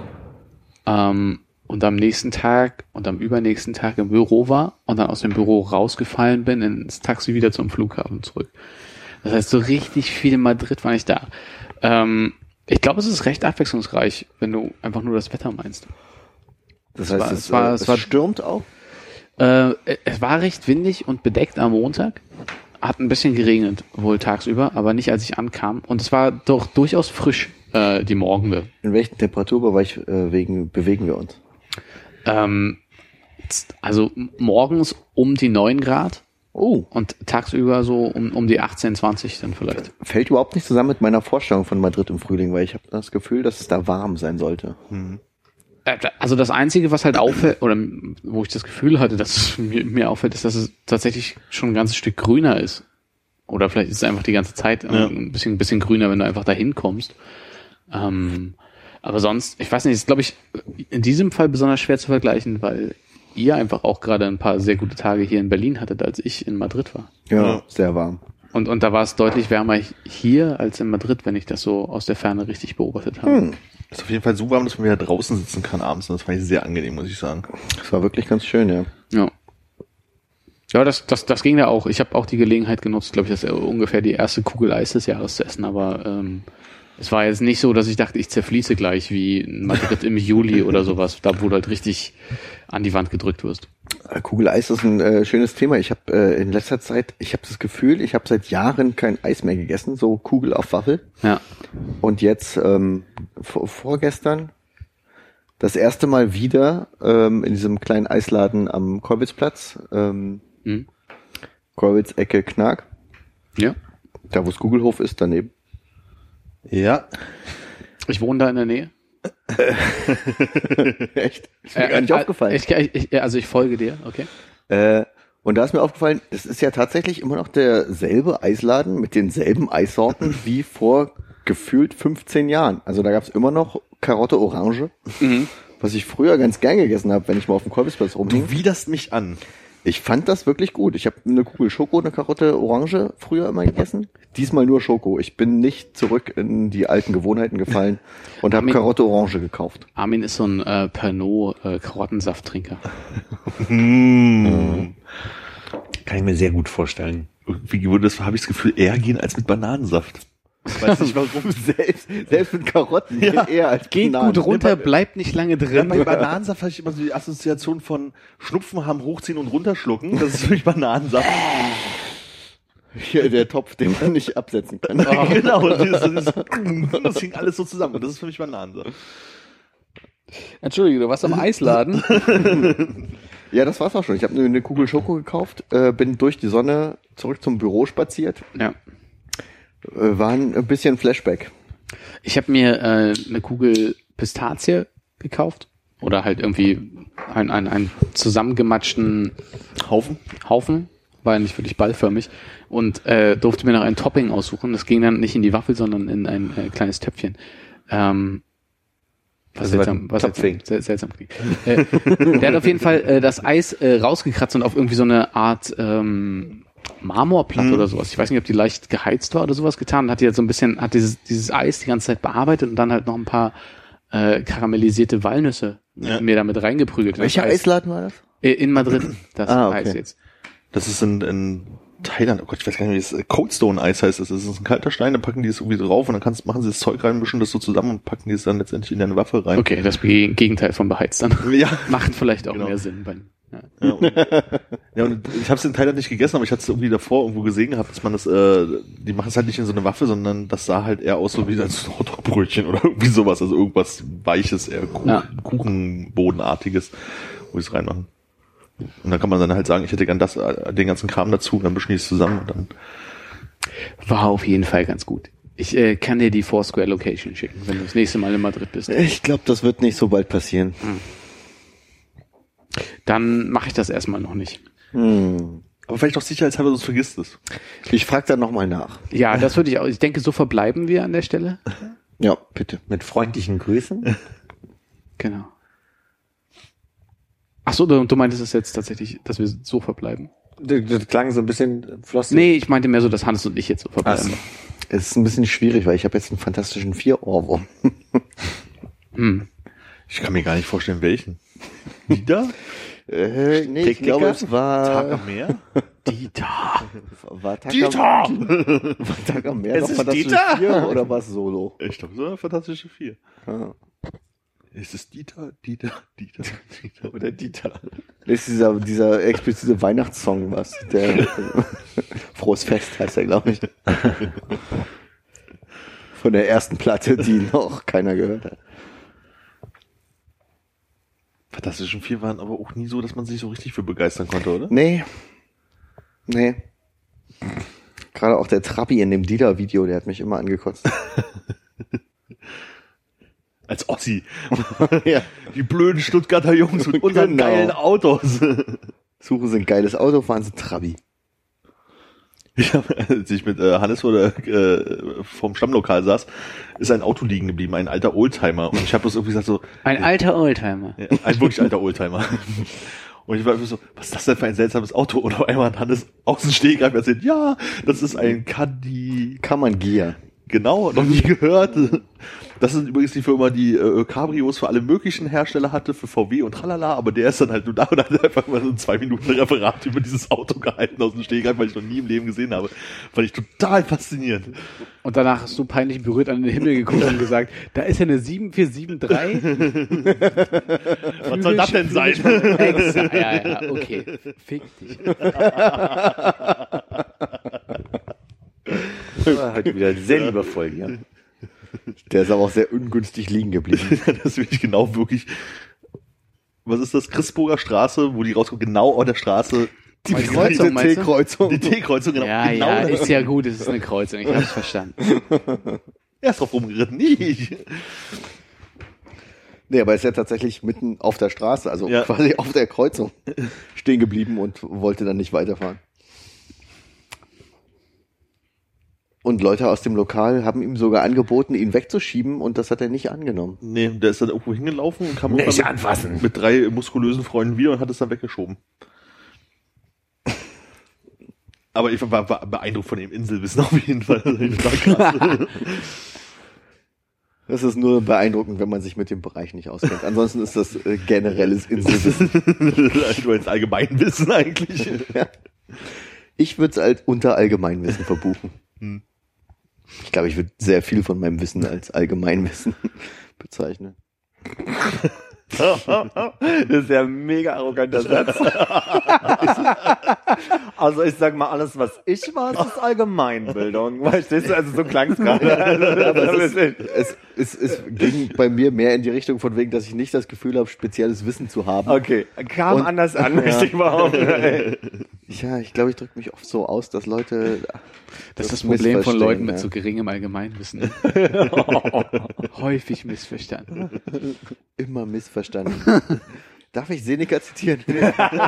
ähm, und am nächsten Tag und am übernächsten Tag im Büro war und dann aus dem Büro rausgefallen bin ins Taxi wieder zum Flughafen zurück. Das heißt, so richtig viel in Madrid war ich da. Ähm, ich glaube, es ist recht abwechslungsreich, wenn du einfach nur das Wetter meinst. Das Es heißt, war- es, es war- äh, es es war- stürmt auch? Äh, es war recht windig und bedeckt am Montag. Hat ein bisschen geregnet, wohl tagsüber, aber nicht, als ich ankam. Und es war doch durchaus frisch, äh, die Morgende. In welchen Temperaturbereich äh, wegen, bewegen wir uns? Ähm, z- also m- morgens um die neun Grad Oh, und tagsüber so um, um die achtzehn, zwanzig dann vielleicht. fällt überhaupt nicht zusammen mit meiner Vorstellung von Madrid im Frühling, weil ich habe das Gefühl, dass es da warm sein sollte. Äh, Also das Einzige, was halt auffällt, oder wo ich das Gefühl hatte, dass es mir, mir auffällt, ist, dass es tatsächlich schon ein ganzes Stück grüner ist. Oder vielleicht ist es einfach die ganze Zeit äh, Ja. ein bisschen, ein bisschen grüner, wenn du einfach dahin kommst. Ähm, aber sonst, ich weiß nicht, ist glaube ich in diesem Fall besonders schwer zu vergleichen, weil ihr einfach auch gerade ein paar sehr gute Tage hier in Berlin hattet, als ich in Madrid war. Ja, Ja. sehr warm. Und, und da war es deutlich wärmer hier als in Madrid, wenn ich das so aus der Ferne richtig beobachtet habe. Hm. Ist auf jeden Fall so warm, dass man wieder draußen sitzen kann abends. Und das fand ich sehr angenehm, muss ich sagen. Das war wirklich ganz schön, ja. Ja. Ja, das, das, das ging da auch. Ich habe auch die Gelegenheit genutzt, glaube ich, das ungefähr die erste Kugel Eis des Jahres zu essen, aber ähm, es war jetzt nicht so, dass ich dachte, ich zerfließe gleich wie in Madrid im Juli oder sowas, da wo du halt richtig an die Wand gedrückt wirst. Äh, Kugel Eis ist ein äh, schönes Thema. Ich habe äh, in letzter Zeit, ich habe das Gefühl, ich habe seit Jahren kein Eis mehr gegessen, so Kugel auf Waffel. Ja. Und jetzt ähm, vor, vorgestern das erste Mal wieder ähm, in diesem kleinen Eisladen am Kollwitzplatz, ähm, Hm. Kollwitz Ecke Knark, Ja. da wo es Kugelhof ist daneben. Ja. Ich wohne da in der Nähe. Echt? Ist mir gar nicht Äh, aufgefallen. Ich, ich, also ich folge dir, okay. Äh, und da ist mir aufgefallen, es ist ja tatsächlich immer noch derselbe Eisladen mit denselben Eissorten wie vor gefühlt fünfzehn Jahren. Also da gab es immer noch Karotte Orange, Mhm. was ich früher ganz gern gegessen habe, wenn ich mal auf dem Kollwitzplatz rumhing. Du widerst mich an. Ich fand das wirklich gut. Ich habe eine Kugel Schoko, eine Karotte Orange früher immer gegessen. Diesmal nur Schoko. Ich bin nicht zurück in die alten Gewohnheiten gefallen und habe Armin- Karotte Orange gekauft. Armin ist so ein äh, Pernod äh, Karottensafttrinker. Mmh. Kann ich mir sehr gut vorstellen. Wie würde das, habe ich das Gefühl, eher gehen als mit Bananensaft. Ich weiß nicht warum. selbst, selbst mit Karotten Ja. eher als Geht Bananen. gut runter, bleibt nicht lange Ja, drin. bei Bananensaft habe ich immer so die Assoziation von Schnupfen haben, hochziehen und runterschlucken. Das ist wirklich Bananensaft. Hier der Topf, den man nicht absetzen kann. Genau, das, das, das hing alles so zusammen. Und das ist für mich Bananensaft. Entschuldige, du warst am Eisladen. Ja, das war's auch schon. Ich habe eine Kugel Schoko gekauft, äh, bin durch die Sonne zurück zum Büro spaziert. Ja. Äh, war ein bisschen Flashback. Ich habe mir äh, eine Kugel Pistazie gekauft. Oder halt irgendwie einen, einen, einen zusammengematschten Haufen? Haufen. War ja nicht wirklich ballförmig. Und äh, durfte mir noch ein Topping aussuchen. Das ging dann nicht in die Waffel, sondern in ein äh, kleines Töpfchen. Ähm, was Das war seltsam, ein was Topfing. seltsam, seltsam klingt. Äh, der hat auf jeden Fall äh, das Eis äh, rausgekratzt und auf irgendwie so eine Art ähm, Marmorplatte Mhm. oder sowas. Ich weiß nicht, ob die leicht geheizt war oder sowas getan. Und hat die jetzt so ein bisschen, hat dieses, dieses Eis die ganze Zeit bearbeitet und dann halt noch ein paar äh, karamellisierte Walnüsse Ja. mir damit reingeprügelt. Welcher Das Eis- Eisladen war das? Äh, in Madrid, das Ah, okay. Eis jetzt. Das ist in, in Thailand, oh Gott, ich weiß gar nicht, wie das Codestone-Eis heißt. Das ist ein kalter Stein, dann packen die es irgendwie drauf und dann kannst, machen sie das Zeug rein, mischen das so zusammen und packen die es dann letztendlich in eine Waffe rein. Okay, das Gegenteil von beheizt dann. Ja. Macht vielleicht auch Genau. mehr Sinn. Beim, ja. Ja, und, ja, und ich habe es in Thailand nicht gegessen, aber ich hatte es irgendwie davor irgendwo gesehen gehabt, dass man das, äh, die machen es halt nicht in so eine Waffe, sondern das sah halt eher aus so wie ein Hotdog-Brötchen oder irgendwie sowas, also irgendwas Weiches, eher Kuchen, Ja. Kuchenbodenartiges, wo sie es reinmachen. Und dann kann man dann halt sagen, ich hätte gern das, äh, den ganzen Kram dazu, und dann mischen die es zusammen und dann. War auf jeden Fall ganz gut. Ich äh, kann dir die Foursquare Location schicken, wenn du das nächste Mal in Madrid bist. Ich glaube, das wird nicht so bald passieren. Dann mache ich das erstmal noch nicht. Hm. Aber vielleicht auch sicherheitshalber, sonst vergisst es. Ich frage dann nochmal nach. Ja, das würde ich auch. Ich denke, so verbleiben wir an der Stelle. Ja, bitte. Mit freundlichen Grüßen. Genau. Ach so, du, du meintest es jetzt tatsächlich, dass wir so verbleiben? Das, das klang so ein bisschen flossig. Nee, ich meinte mehr so, dass Hannes und ich jetzt so verbleiben. Ach so. Es ist ein bisschen schwierig, weil ich habe jetzt einen fantastischen Vier-Ohrwurm. Hm. Ich kann mir gar nicht vorstellen, welchen. Wieder? Äh, nee, ich Techniker? glaube, es war... Tag am Meer? Dieter. War Tag Dieter! Am, war Tag am Meer Es noch ist Fantastische Dieter! Vier oder war es Solo? Ich glaube, so eine fantastische Vier. Ah. Ist es Dieter, Dieter, Dieter, Dieter? Oder Dieter. Das ist dieser, dieser explizite Weihnachtssong, was? Der Frohes Fest heißt er, glaube ich. Von der ersten Platte, die noch keiner gehört hat. Fantastischen Vier waren aber auch nie so, dass man sich so richtig für begeistern konnte, oder? Nee. Nee. Gerade auch der Trabi in dem Dieter-Video, der hat mich immer angekotzt. Als Ossi. Ja. Die blöden Stuttgarter Jungs mit unseren Genau. geilen Autos. Suchen sie ein geiles Auto, fahren sie Trabi. Ich hab, als ich mit äh, Hannes oder äh, vom Stammlokal saß, ist ein Auto liegen geblieben, ein alter Oldtimer. Und ich habe bloß irgendwie gesagt so, Ein alter Oldtimer. ja, ein wirklich alter Oldtimer. Und ich war irgendwie so, was ist das denn für ein seltsames Auto? Und auf einmal hat Hannes aus dem Stegreif erzählt, ja, das ist ein Caddy. Kann man Gier. Genau, noch nie gehört. Das ist übrigens die Firma, die äh, Cabrios für alle möglichen Hersteller hatte, für V W und tralala, aber der ist dann halt nur da und hat einfach mal so ein zwei Minuten Referat über dieses Auto gehalten aus dem Stegreif, weil ich noch nie im Leben gesehen habe. Fand ich total faszinierend. Und danach hast du peinlich berührt an den Himmel geguckt und gesagt, da ist ja eine sieben vier sieben drei. Was soll das denn sein? Extra. Ja, ja, okay. Fick dich. War heute wieder sehr liebevoll, ja. Der ist aber auch sehr ungünstig liegen geblieben. Das ist wirklich genau wirklich, was ist das? Christburger Straße, wo die rauskommt, genau an der Straße. Die Kreuzung, meinst du? T-Kreuzung. Die T-Kreuzung, genau. Ja, genau ja, da. ist ja gut, es ist eine Kreuzung, ich hab's verstanden. Er ist drauf rumgeritten, nicht. Nee, aber er ist ja tatsächlich mitten auf der Straße, also Ja. quasi auf der Kreuzung stehen geblieben und wollte dann nicht weiterfahren. Und Leute aus dem Lokal haben ihm sogar angeboten, ihn wegzuschieben, und das hat er nicht angenommen. Nee, der ist dann irgendwo hingelaufen und kam Nicht irgendwann anfassen. mit, mit drei muskulösen Freunden wieder und hat es dann weggeschoben. Aber ich war, war beeindruckt von dem Inselwissen auf jeden Fall. Das war krass. Das ist nur beeindruckend, wenn man sich mit dem Bereich nicht auskennt. Ansonsten ist das äh, generelles Inselwissen. Du als Allgemeinwissen eigentlich. Ja. Ich würde es als unter Allgemeinwissen verbuchen. Hm. Ich glaube, ich würde sehr viel von meinem Wissen als Allgemeinwissen bezeichnen. Das ist ja ein mega arroganter Satz. Also ich sag mal, alles, was ich weiß, ist Allgemeinbildung. Verstehst du? Also so klang es gerade. Aber es, ist, es, es, es ging bei mir mehr in die Richtung von wegen, dass ich nicht das Gefühl habe, spezielles Wissen zu haben. Okay, kam Und- anders an, Ja. möchte ich behaupten. Ja, ich glaube, ich drücke mich oft so aus, dass Leute Das ist das Problem von missverstehen, Leuten mit ja. so geringem Allgemeinwissen. Häufig missverstanden. immer missverstanden. Darf ich Seneca zitieren? Ich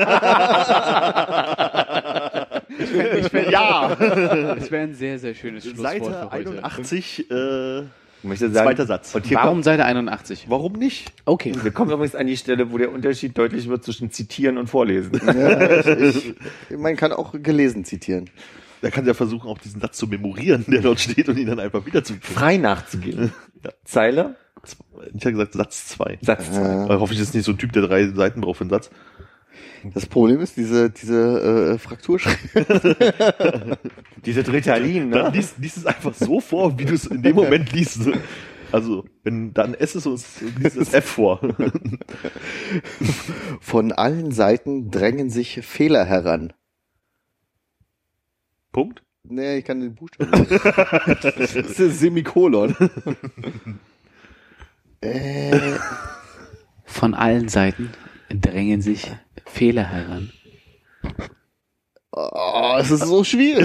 fänd, ich fänd, ja! Es wäre ein sehr, sehr schönes Schlusswort Seite für heute. einundachtzig, äh, Ich möchte sagen, zweiter Satz. und hier Warum Seite einundachtzig? Warum nicht? Okay. kommt, wir kommen übrigens an die Stelle, wo der Unterschied deutlich wird zwischen zitieren und vorlesen. Ja, ich, ich, man kann auch gelesen zitieren. Da kann ja versuchen, auch diesen Satz zu memorieren, der dort steht und ihn dann einfach wieder zu Frei nachzugehen. Zeile, Ich habe gesagt Satz zwei. Satz zwei. Äh, Weil hoffe ich, ist nicht so ein Typ, der drei Seiten braucht für einen Satz. Das Problem ist diese, diese äh, Frakturschrift. Diese Ritalin, Dann ne? liest, liest es einfach so vor, wie du es in dem Moment liest. Also, wenn da ein S ist, so liest das F vor. Von allen Seiten drängen sich Fehler heran. Punkt. Nee, ich kann den Buchstaben nicht. Das ist ein Semikolon. äh, Von allen Seiten drängen sich Fehler heran. oh, es ist so schwierig.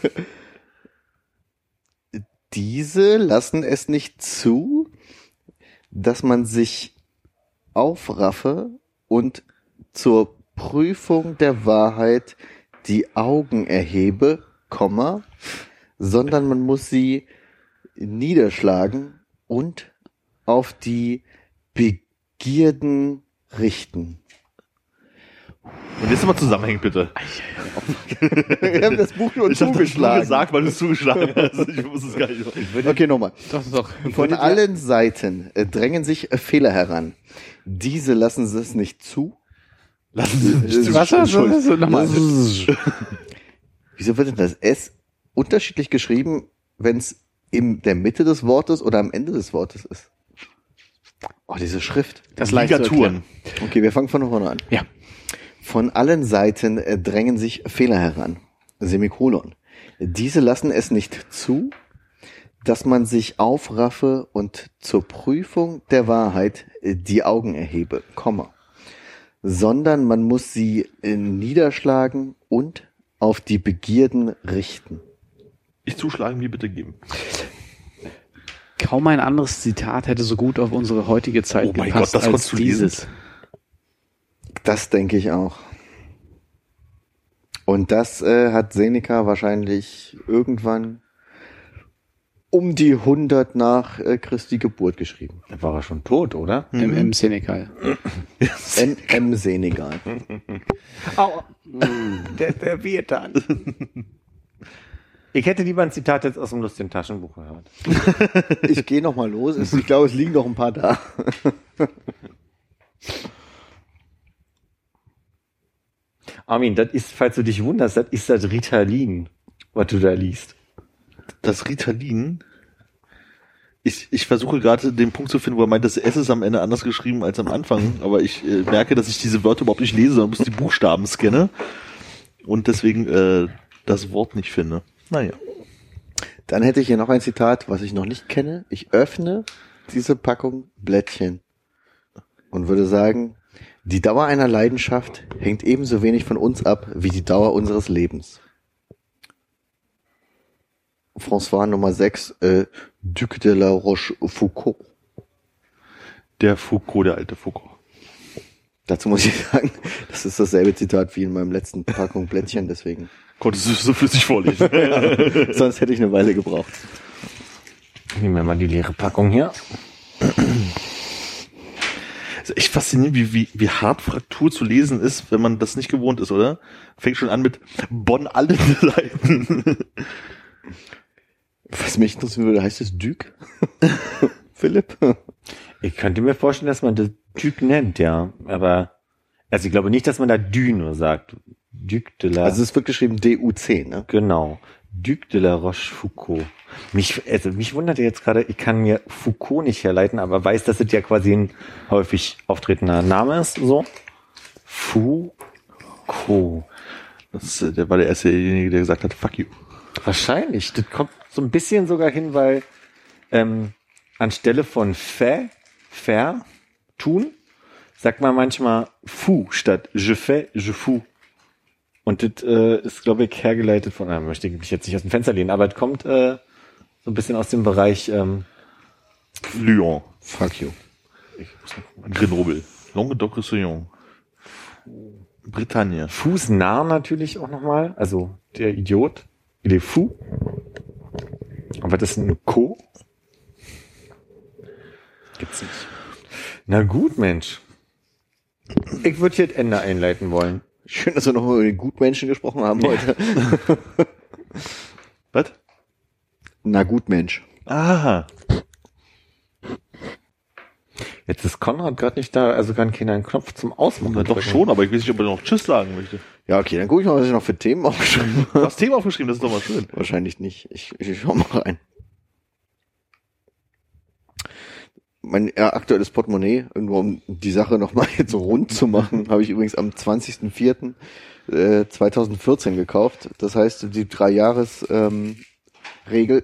Diese lassen es nicht zu, dass man sich aufraffe und zur Prüfung der Wahrheit die Augen erhebe, Komma, sondern man muss sie niederschlagen und auf die Begierden richten. Und jetzt mal zusammenhängen, bitte. Ich habe das Buch nur Ich habe das nur zugeschlagen. gesagt, weil du es zugeschlagen hast. Ich muss es gar nicht. Okay, nochmal. Doch, doch. Von allen Seiten äh, drängen sich äh, Fehler heran. Diese lassen sie es nicht zu. Lassen Sie mich zu. Was hast du? Was hast du nochmal? Wieso wird denn das S unterschiedlich geschrieben, wenn es in der Mitte des Wortes oder am Ende des Wortes ist? Oh, diese Schrift. Das leicht zu Ligaturen. erklären. Okay, wir fangen von vorne an. Ja. Von allen Seiten äh, drängen sich Fehler heran. Semikolon. Diese lassen es nicht zu, dass man sich aufraffe und zur Prüfung der Wahrheit äh, die Augen erhebe, Komma. Sondern man muss sie äh, niederschlagen und auf die Begierden richten. Ich zuschlagen, mir bitte geben. Kaum ein anderes Zitat hätte so gut auf unsere heutige Zeit Oh mein gepasst Gott, das als konntest du lesen? dieses. Das denke ich auch. Und das äh, hat Seneca wahrscheinlich irgendwann um die hundert nach äh, Christi Geburt geschrieben. Da war er schon tot, oder? Im, im Senegal. M. M. Senegal. Au. Der, der wird dann. Ich hätte lieber ein Zitat jetzt aus dem lustigen Taschenbuch gehört. Ich gehe noch mal los. Ich glaube, es liegen noch ein paar da. Armin, das ist, falls du dich wunderst, das ist das Ritalin, was du da liest. Das Ritalin. Ich, ich versuche gerade den Punkt zu finden, wo er meint, das S ist am Ende anders geschrieben als am Anfang, aber ich äh, merke, dass ich diese Wörter überhaupt nicht lese, sondern muss die Buchstaben scanne und deswegen äh, das Wort nicht finde. Naja. Dann hätte ich hier noch ein Zitat, was ich noch nicht kenne. Ich öffne diese Packung Blättchen und würde sagen, die Dauer einer Leidenschaft hängt ebenso wenig von uns ab wie die Dauer unseres Lebens. François Nummer sechs, äh, Duc de la Rochefoucauld. Der Foucault, der alte Foucault. Dazu muss ich sagen, das ist dasselbe Zitat wie in meinem letzten Packung Blättchen, deswegen. Konntest du so flüssig vorlesen. Sonst hätte ich eine Weile gebraucht. Nehmen wir mal die leere Packung hier. ist echt faszinierend, wie, wie, wie hart Fraktur zu lesen ist, wenn man das nicht gewohnt ist, oder? Fängt schon an mit Bonn allen Seiten. Was mich interessieren würde, heißt es Duc? Philipp? Ich könnte mir vorstellen, dass man das Duc nennt, ja. Aber, also ich glaube nicht, dass man da Du nur sagt. Duc de la... Also es wird geschrieben D U C, ne? Genau. Duc de la Rochefoucauld. Mich, also mich wundert jetzt gerade, ich kann mir Foucault nicht herleiten, aber weiß, dass es ja quasi ein häufig auftretender Name ist, so. Foucault. Das ist, äh, der war der erste, der gesagt hat, fuck you. Wahrscheinlich. Das kommt so ein bisschen sogar hin, weil ähm, anstelle von fait, faire, tun, sagt man manchmal fou statt je fais, je fous. Und das äh, ist, glaube ich, hergeleitet von, äh, möchte ich mich jetzt nicht aus dem Fenster lehnen, aber es kommt äh, so ein bisschen aus dem Bereich ähm, Lyon. Fuck you. Grenoble. Languedoc-Roussillon. Bretagne. Fußnah natürlich auch nochmal, also der Idiot, il est fou. Aber das ist ein Co. Gibt's nicht. Na gut, Mensch. Ich würde hier das Ende einleiten wollen. Schön, dass wir noch mal über den Gutmenschen gesprochen haben heute. Was? Na gut, Mensch. Ah. Jetzt ist Konrad gerade nicht da, also kann keiner einen Knopf zum Ausmachen. Na, doch schon, aber ich weiß nicht, ob er noch Tschüss sagen möchte. Ja, okay, dann gucke ich mal, was ich noch für Themen aufgeschrieben Du habe. hast Thema aufgeschrieben, das ist doch mal schön. Wahrscheinlich nicht. Ich, ich schau mal rein. Mein ja, aktuelles Portemonnaie, irgendwo um die Sache nochmal jetzt so rund zu machen, habe ich übrigens am zwanzigsten vierten zweitausendvierzehn gekauft. Das heißt, die Drei-Jahres- ähm, Regel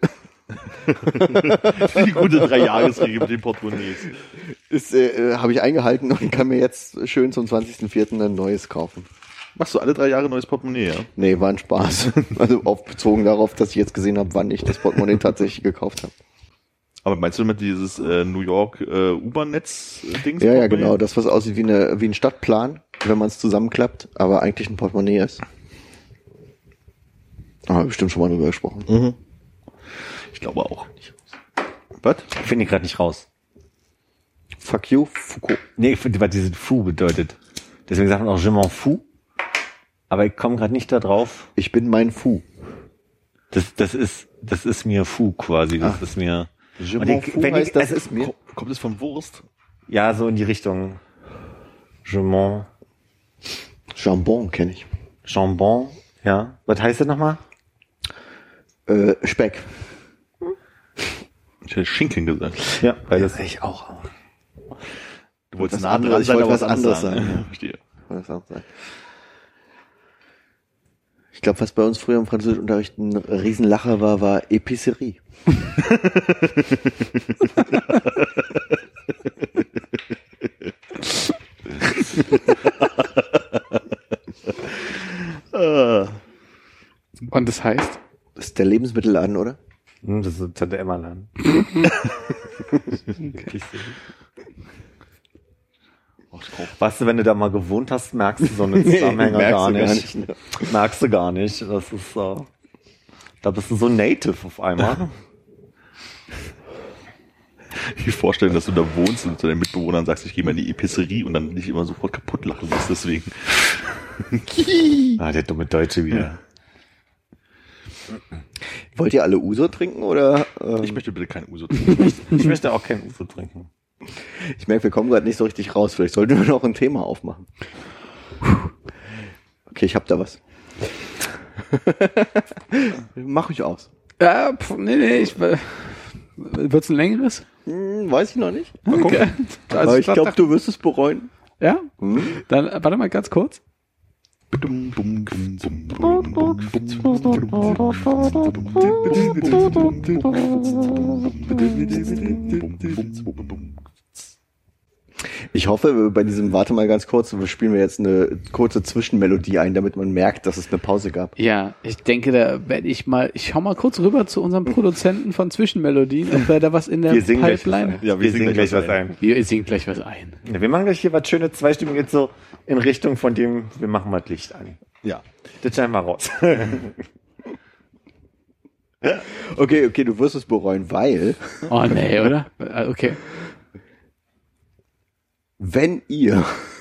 Die gute Drei-Jahres-Regel mit den Portemonnaies. ist, äh, habe ich eingehalten und kann mir jetzt schön zum zwanzigsten vierten ein neues kaufen. Machst du alle drei Jahre ein neues Portemonnaie, ja? Nee, war ein Spaß. Also auf, bezogen darauf, dass ich jetzt gesehen habe, wann ich das Portemonnaie tatsächlich gekauft habe. Aber meinst du damit dieses äh, New York äh, U-Bahn-Netz-Ding? Ja, ja, genau. Das, was aussieht wie, eine, wie ein Stadtplan, wenn man es zusammenklappt, aber eigentlich ein Portemonnaie ist. Da haben wir bestimmt schon mal drüber gesprochen. Mhm. Ich glaube auch. Was? Ich finde ich gerade nicht raus. Fuck you, Foucault. Nee, ich finde, was dieses Fou bedeutet. Deswegen sagt man auch Je m'en fous. Aber ich komme gerade nicht da drauf. Ich bin mein Fou. Das, das ist, das ist mir Fou quasi. Das Ach. ist mir. Je Und m'en ich- fous wenn ich- heißt, das also- ist mir. Kommt es von Wurst? Ja, so in die Richtung. Je m'en. Jambon kenne ich. Jambon. Ja. Was heißt das nochmal? Äh, Speck. Ich hätte Schinken gesagt. Ja, weil das. Ich auch. Du wolltest Was nah dran anderes- ich sein, wollte aber was anderes sagen. sagen. Ja, verstehe. Was auch sein. Ich glaube, was bei uns früher im Französischunterricht ein Riesenlacher war, war Epicerie. Und das heißt? Das ist der Lebensmittelladen, oder? Hm, das ist der Emmerladen. Weißt du, wenn du da mal gewohnt hast, merkst du so eine Zusammenhänge merkst gar du gar nicht. nicht, ne? Merkst du gar nicht. Das ist so. Da bist du so native auf einmal. Ich mir vorstellen, dass du da wohnst und zu deinen Mitbewohnern sagst, ich gehe mal in die Epicerie und dann nicht immer sofort kaputt lachen musst, deswegen. Ah, der dumme Deutsche wieder. Wollt ihr alle Uso trinken oder? Ähm, Ich möchte bitte kein Uso trinken. Ich möchte auch kein Uso trinken. ich merke, wir kommen gerade nicht so richtig raus. Vielleicht sollten wir noch ein Thema aufmachen. Okay, ich hab da was. Mach ich aus. Ja, pf, nee, nee, ich, äh, wird's ein längeres? Hm, weiß ich noch nicht. Okay. Also Aber ich glaube, dachte- du wirst es bereuen. ja? Hm? Dann, äh, warte mal ganz kurz. Ich hoffe, bei diesem Warte mal ganz kurz, spielen wir jetzt eine kurze Zwischenmelodie ein, damit man merkt, dass es eine Pause gab. Ja, ich denke, da werde ich mal, ich schau mal kurz rüber zu unserem Produzenten von Zwischenmelodien, ob er da was in der Wir singen gleich was Pipeline. ein. Ja, wir, singen gleich was ein. Wir singen gleich was ein. Ja, wir machen gleich hier was Schönes, zweistimmiges jetzt so in Richtung von dem, wir machen mal das Licht an. Ja. Das schneiden wir raus. Okay, okay, du wirst es bereuen, weil Oh nee, oder? Äh, Okay. wenn ihr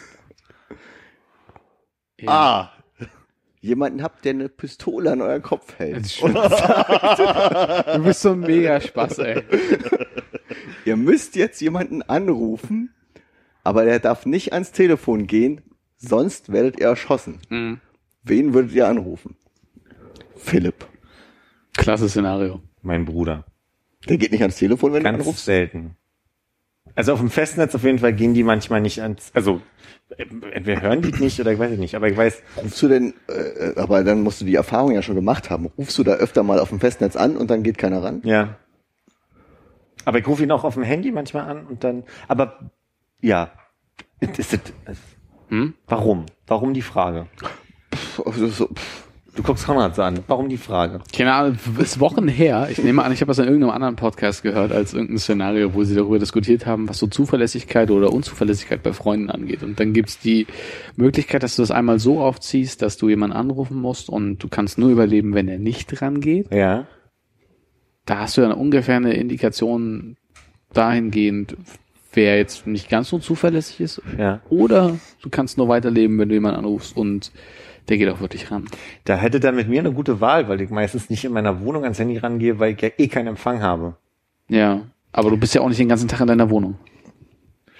Ja. Ah, jemanden habt, der eine Pistole an euren Kopf hält, Das ist schön gesagt. Du bist so ein mega Spaß, ey. ihr müsst jetzt jemanden anrufen, aber der darf nicht ans Telefon gehen, sonst werdet ihr erschossen. Mhm. Wen würdet ihr anrufen? Philipp. Klasse Szenario. Mein Bruder. Der geht nicht ans Telefon, wenn du Ganz anrufst? selten. Also auf dem Festnetz auf jeden Fall gehen die manchmal nicht ans, also äh, entweder hören die nicht oder ich weiß es nicht, aber ich weiß, Rufst du denn, äh, aber dann musst du die Erfahrung ja schon gemacht haben, rufst du da öfter mal auf dem Festnetz an und dann geht keiner ran? ja. Aber ich rufe ihn auch auf dem Handy manchmal an und dann, aber ja. Ist das, Hm? warum? Warum die Frage? Pff, also so, pff. Du guckst Konrad so an. Warum die Frage? Keine Ahnung, ist Wochen her. Ich nehme an, ich habe das in irgendeinem anderen Podcast gehört, als irgendein Szenario, wo sie darüber diskutiert haben, was so Zuverlässigkeit oder Unzuverlässigkeit bei Freunden angeht. Und dann gibt's die Möglichkeit, dass du das einmal so aufziehst, dass du jemanden anrufen musst und du kannst nur überleben, wenn er nicht dran geht. Ja. Da hast du dann ungefähr eine Indikation dahingehend, wer jetzt nicht ganz so zuverlässig ist. Ja. Oder du kannst nur weiterleben, wenn du jemanden anrufst und der geht auch wirklich ran. Da hätte dann mit mir eine gute Wahl, weil ich meistens nicht in meiner Wohnung ans Handy rangehe, weil ich ja eh keinen Empfang habe. Ja, aber du bist ja auch nicht den ganzen Tag in deiner Wohnung.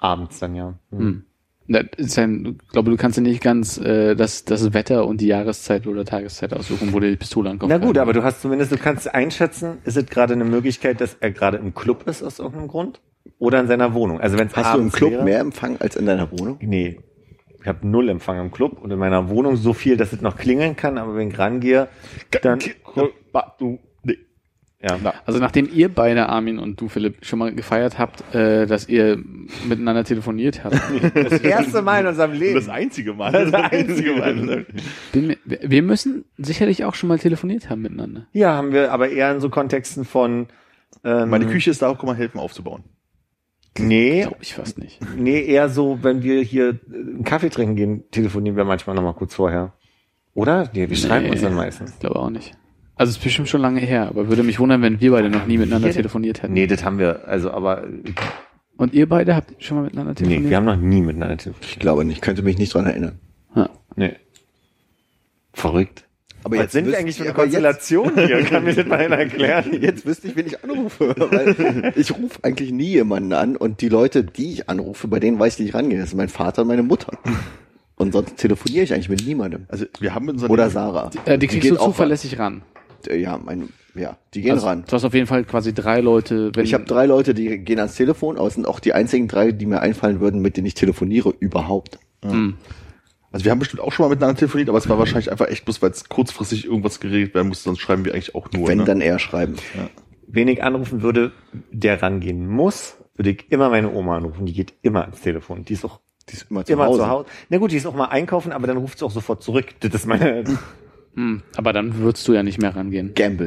Abends dann, ja. Hm. Hm. Das ist ein, ich glaube, du kannst ja nicht ganz äh, das, das Wetter und die Jahreszeit oder Tageszeit aussuchen, wo dir die Pistole ankommt. Na gut, aber du hast zumindest, du kannst einschätzen, ist es gerade eine Möglichkeit, dass er gerade im Club ist aus irgendeinem Grund? Oder in seiner Wohnung? Also wenn es Hast du im abends Club wäre, mehr Empfang als in deiner Wohnung? Nee. Ich habe null Empfang im Club und in meiner Wohnung so viel, dass es noch klingeln kann, aber wenn ich rangehe, dann... Du, nee. Ja. Also nachdem ihr beide, Armin und du, Philipp, schon mal gefeiert habt, äh, dass ihr miteinander telefoniert habt. Das erste Mal in unserem Leben. Das einzige Mal. Das einzige Mal. Bin, wir müssen sicherlich auch schon mal telefoniert haben miteinander. Ja, haben wir, aber eher in so Kontexten von... Ähm, Meine Küche ist da auch, komm mal helfen aufzubauen. Nee, Glaube ich fast nicht. nee, eher so, wenn wir hier einen Kaffee trinken gehen, telefonieren wir manchmal noch mal kurz vorher. Oder? Nee, wir schreiben Nee. uns dann meistens. Ich glaube auch nicht. Also es ist bestimmt schon lange her, aber würde mich wundern, wenn wir beide noch nie miteinander telefoniert hätten. Nee, das haben wir, also aber... Und ihr beide habt schon mal miteinander Nee, telefoniert? wir haben noch nie miteinander telefoniert. Ich glaube nicht. Ich könnte mich nicht dran erinnern. Ja. Nee. Verrückt. Aber Was sind wir wüsste eigentlich für ich- eine aber jetzt- Konstellation hier? Kann mir das mal einer erklären? Jetzt wüsste ich, wen ich anrufe. Weil ich rufe eigentlich nie jemanden an und die Leute, die ich anrufe, bei denen weiß ich nicht rangehen. Das sind mein Vater und meine Mutter. Und sonst telefoniere ich eigentlich mit niemandem. Also wir haben in unserem Oder Sarah. Äh, die kriegst geht du auch zuverlässig ran. ran. Ja, mein, ja, die gehen Also, ran. du hast auf jeden Fall quasi drei Leute. Wenn Ich habe drei Leute, die gehen ans Telefon, aber es sind auch die einzigen drei, die mir einfallen würden, mit denen ich telefoniere überhaupt. Hm. Also wir haben bestimmt auch schon mal miteinander telefoniert, aber es war wahrscheinlich einfach echt bloß, weil es kurzfristig irgendwas geregelt werden musste, sonst schreiben wir eigentlich auch nur. Wenn ne? dann eher schreiben. Wen ich anrufen würde, der rangehen muss, würde ich immer meine Oma anrufen. Die geht immer ans Telefon. Die ist auch Die ist immer zu immer Hause. zu Hause. Na gut, die ist auch mal einkaufen, aber dann ruft sie auch sofort zurück. Das ist meine... Hm. Aber dann würdest du ja nicht mehr rangehen. Gamble.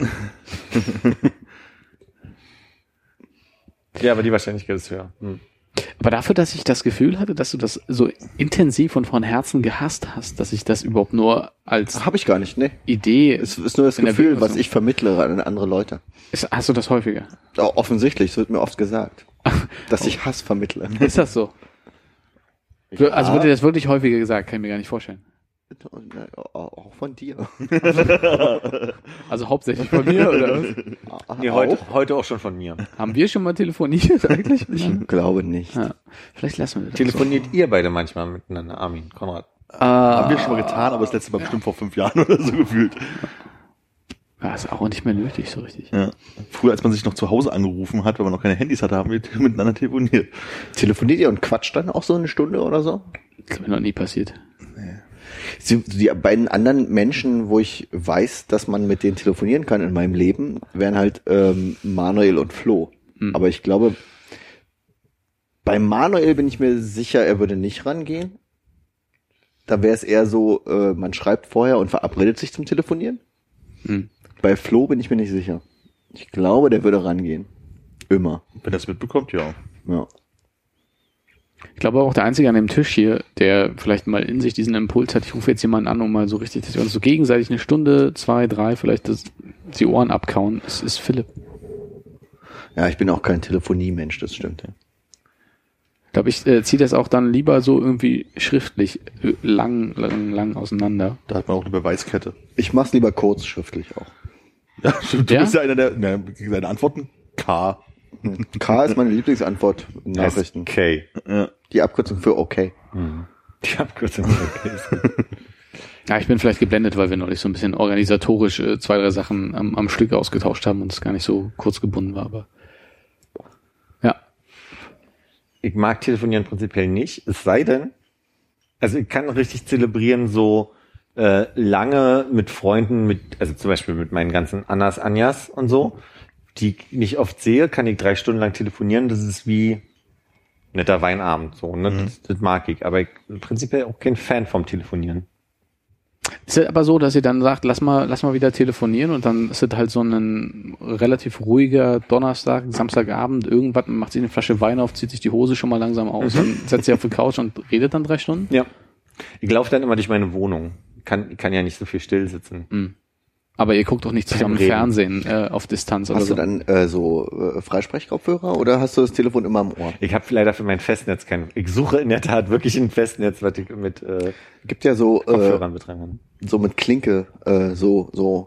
Ja, aber die Wahrscheinlichkeit ist höher. Hm. Aber dafür, dass ich das Gefühl hatte, dass du das so intensiv und von Herzen gehasst hast, dass ich das überhaupt nur als Habe ich gar nicht, ne? Idee... Es ist nur das in der Gefühl, was Bildungsung. ich vermittle an andere Leute. Ist, hast du das häufiger? Auch offensichtlich, es wird mir oft gesagt, dass ich Hass vermittle. Ist das so? Ja. Also wird dir das wirklich häufiger gesagt? Kann ich mir gar nicht vorstellen. Auch von dir. Also hauptsächlich von mir, oder was? Nee, heute, heute auch schon von mir. Haben wir schon mal telefoniert eigentlich? Ich glaube nicht. Ja. Vielleicht lassen wir das. Telefoniert ihr beide manchmal miteinander, Armin, Konrad? So. Haben Ah, wir schon mal getan, aber das letzte Mal bestimmt vor fünf Jahren oder so gefühlt. ja, ist auch nicht mehr nötig, so richtig. Ja. Früher, als man sich noch zu Hause angerufen hat, weil man noch keine Handys hatte, haben wir miteinander telefoniert. Telefoniert ihr und quatscht dann auch so eine Stunde oder so? Das ist mir noch nie passiert. Die, die beiden anderen Menschen, wo ich weiß, dass man mit denen telefonieren kann in meinem Leben, wären halt ähm, Manuel und Flo. Hm. Aber ich glaube, bei Manuel bin ich mir sicher, er würde nicht rangehen. Da wäre es eher so, äh, man schreibt vorher und verabredet sich zum Telefonieren. Hm. Bei Flo bin ich mir nicht sicher. Ich glaube, der würde rangehen. Immer. Wenn er es mitbekommt, ja. Ja. Ich glaube auch der Einzige an dem Tisch hier, der vielleicht mal in sich diesen Impuls hat, ich rufe jetzt jemanden an, um mal so richtig, dass wir uns so gegenseitig eine Stunde, zwei, drei, vielleicht das, die Ohren abkauen, ist, ist Philipp. Ja, ich bin auch kein Telefoniemensch, das stimmt. Ja. Ich glaube, ich äh, ziehe das auch dann lieber so irgendwie schriftlich äh, lang, lang, lang auseinander. Da hat man auch eine Beweiskette. Ich mach's lieber kurz schriftlich auch. Ja, stimmt. Du Ja? bist ja einer der, ne, seine Antworten K. K ist meine Lieblingsantwort in Nachrichten. Okay. Ja. Die Abkürzung für okay. Die Abkürzung okay. ist gut. Ja, ich bin vielleicht geblendet, weil wir neulich so ein bisschen organisatorisch äh, zwei, drei Sachen am, am Stück ausgetauscht haben und es gar nicht so kurz gebunden war, aber ja. Ich mag telefonieren prinzipiell nicht, es sei denn, also ich kann richtig zelebrieren, so äh, lange mit Freunden, mit, also zum Beispiel mit meinen ganzen Annas, Anjas und so, die ich nicht oft sehe, kann ich drei Stunden lang telefonieren, das ist wie netter Weinabend, so, ne? Mhm. Das, das mag ich, aber ich bin prinzipiell auch kein Fan vom Telefonieren. Ist es aber so, dass ihr dann sagt, lass mal, lass mal wieder telefonieren und dann ist es halt so ein relativ ruhiger Donnerstag, Samstagabend, irgendwann macht sich eine Flasche Wein auf, zieht sich die Hose schon mal langsam aus und setzt sich auf die Couch und redet dann drei Stunden? Ja. Ich laufe dann immer durch meine Wohnung. Kann, ich kann ja nicht so viel still sitzen. Mhm. Aber ihr guckt doch nicht zusammen Reden. Fernsehen äh, auf Distanz oder Hast so. du dann äh, so äh, Freisprechkopfhörer oder hast du das Telefon immer im Ohr? Ich habe leider für mein Festnetz kein, ich suche in der Tat wirklich ein Festnetz, was ich mit äh, Gibt ja so äh, Kopfhörern betreiben kann. so mit Klinke äh, so so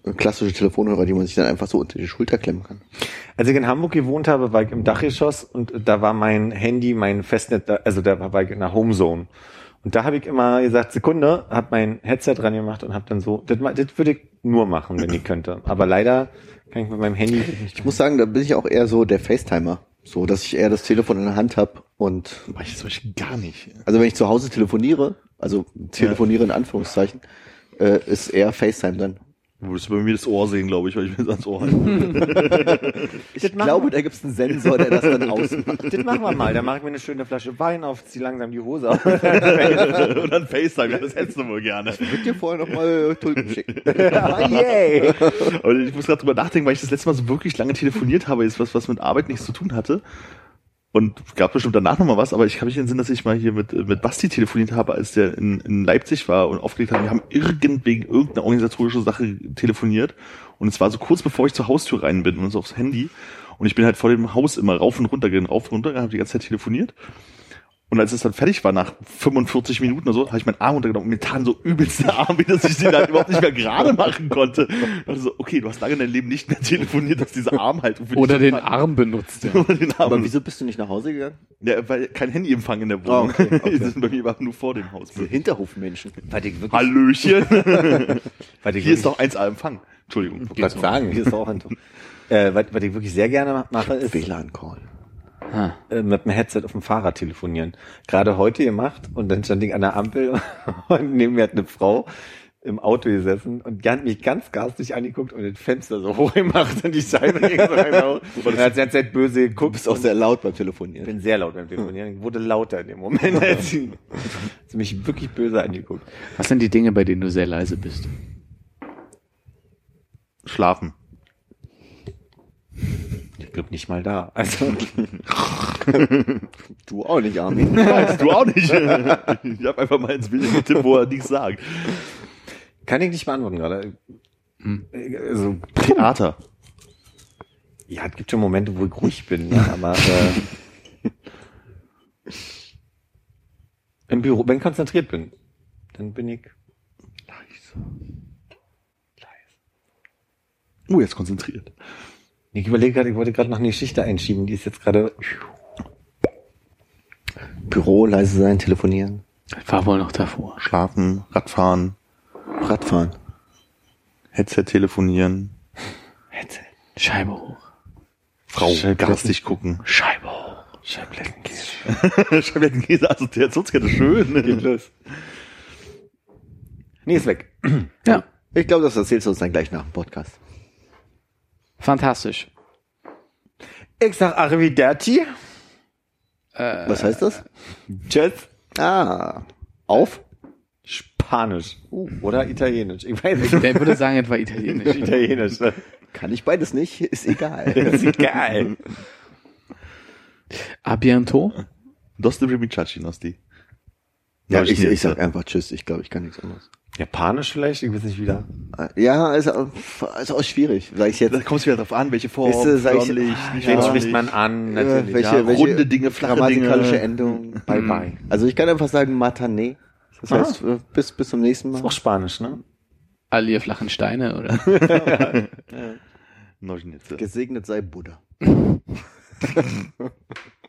klassische Telefonhörer, die man sich dann einfach so unter die Schulter klemmen kann. Als ich in Hamburg gewohnt habe, war ich im Dachgeschoss und da war mein Handy, mein Festnetz, also da war ich in der Homezone. Und da habe ich immer gesagt, Sekunde, habe mein Headset dran gemacht und habe dann so, das, das würde ich nur machen, wenn ich könnte. Aber leider kann ich mit meinem Handy nicht. Ich muss sagen, da bin ich auch eher so der Facetimer. So, dass ich eher das Telefon in der Hand habe und... Mach ich zum Beispiel gar nicht. Also wenn ich zu Hause telefoniere, also telefoniere in Anführungszeichen, äh, ist eher FaceTime dann. Du würdest bei mir das Ohr sehen, glaube ich, weil ich mir das ans Ohr halte. Ich glaube, da gibt es einen Sensor, der das dann ausmacht. Das machen wir mal. Da mache ich mir eine schöne Flasche Wein auf, zieh langsam die Hose auf. Und dann FaceTime, ja, das hättest du wohl gerne. Ich würde dir vorher nochmal Tulpen schicken. Oh, yay. Aber ich muss gerade drüber nachdenken, weil ich das letzte Mal so wirklich lange telefoniert habe, jetzt was, was mit Arbeit nichts zu tun hatte. Und gab bestimmt danach nochmal was, aber ich habe nicht den Sinn, dass ich mal hier mit mit Basti telefoniert habe, als der in, in Leipzig war und aufgelegt hat. Wir haben irgend wegen irgendeiner organisatorischen Sache telefoniert. Und es war so kurz bevor ich zur Haustür rein bin und so aufs Handy. Und ich bin halt vor dem Haus immer rauf und runter gegangen, rauf und runter, habe die ganze Zeit telefoniert. Und als es dann fertig war, nach fünfundvierzig Minuten oder so, habe ich meinen Arm runtergenommen und mir taten so übelst der Arm, wie dass ich den halt überhaupt nicht mehr gerade machen konnte. Und so, okay, du hast lange in deinem Leben nicht mehr telefoniert, dass dieser Arm halt... Oder den Arm benutzt. Ja. Oder den Arm. Aber wieso bist du nicht nach Hause gegangen? Ja, weil kein Handyempfang in der Wohnung. Oh, okay, okay. Das ist bei mir war nur vor dem Haus. Diese Hinterhofmenschen. Weil ich wirklich, Hallöchen. weil ich Hier ist doch eins A Empfang. Entschuldigung. Ich wollte sagen, hier ist auch ein äh, was, was ich wirklich sehr gerne mache, ist W L A N-Call. äh, mit dem Headset auf dem Fahrrad telefonieren. Gerade heute gemacht und dann stand ich an der Ampel und neben mir hat eine Frau im Auto gesessen und ganz, mich ganz garstig angeguckt und das Fenster so hoch gemacht und die Scheibe ging so rein. Und er hat die ganze Zeit böse geguckt. Du bist auch sehr laut beim Ich Telefonieren. bin sehr laut beim Telefonieren. Ich wurde lauter in dem Moment, als sie, als sie mich wirklich böse angeguckt. Was sind die Dinge, bei denen du sehr leise bist? Schlafen. Ich glaube nicht mal da. Also Du auch nicht, Armin. Du auch nicht. Ich habe einfach mal ins Bild getippt, wo er nichts sagt. kann ich nicht beantworten gerade. Hm. Also, Theater. ja, es gibt schon Momente, wo ich ruhig bin, ja, aber äh, im Büro, wenn ich konzentriert bin, dann bin ich Leise. Oh, jetzt konzentriert. Ich überlege gerade, ich wollte gerade noch eine Geschichte einschieben, die ist jetzt gerade. Büro, leise sein, telefonieren, Das war wohl noch davor. Schlafen, Radfahren, Radfahren. Headset telefonieren, Scheibe hoch. Frau Schallplatten. garstig gucken. Scheibe hoch. Scheiblettenkäse. Schallplattenkäse, Assoziationskette, schön. Geht los. Nee, ist weg. Ja, Ich glaube, das erzählst du uns dann gleich nach dem Podcast. fantastisch. Ich sag Arrivederci. Äh, Was heißt das? Tschüss. Ah, auf? Spanisch. Uh, oder Italienisch. Ich weiß nicht. Der würde sagen, etwa italienisch. Italienisch. Ne? Kann ich beides nicht, ist egal. Das ist geil. A bientôt? Dosti Rimicaci, Nosti. Ja, Hab ich, nie ich sag gesagt. einfach Tschüss, ich glaube, ich kann nichts anderes. Japanisch vielleicht? Ich weiß nicht wieder. Ja, ist, auch- ist auch schwierig. Sag ich Da jetzt, kommt es wieder drauf an, welche Form, Weißt du, sag ich- förmlich, ah, nicht Wen Ja. förmlich. spricht man an? äh, Natürlich. welche, ja, welche runde Dinge, flache grammatikalische Dinge. Endung. Bye bye. Also ich kann einfach sagen Matane. Das Ah. heißt, äh, bis, bis zum nächsten Mal. Ist auch Spanisch, ne? All ihr flachen Steine, oder? Nožnice. Gesegnet sei Buddha.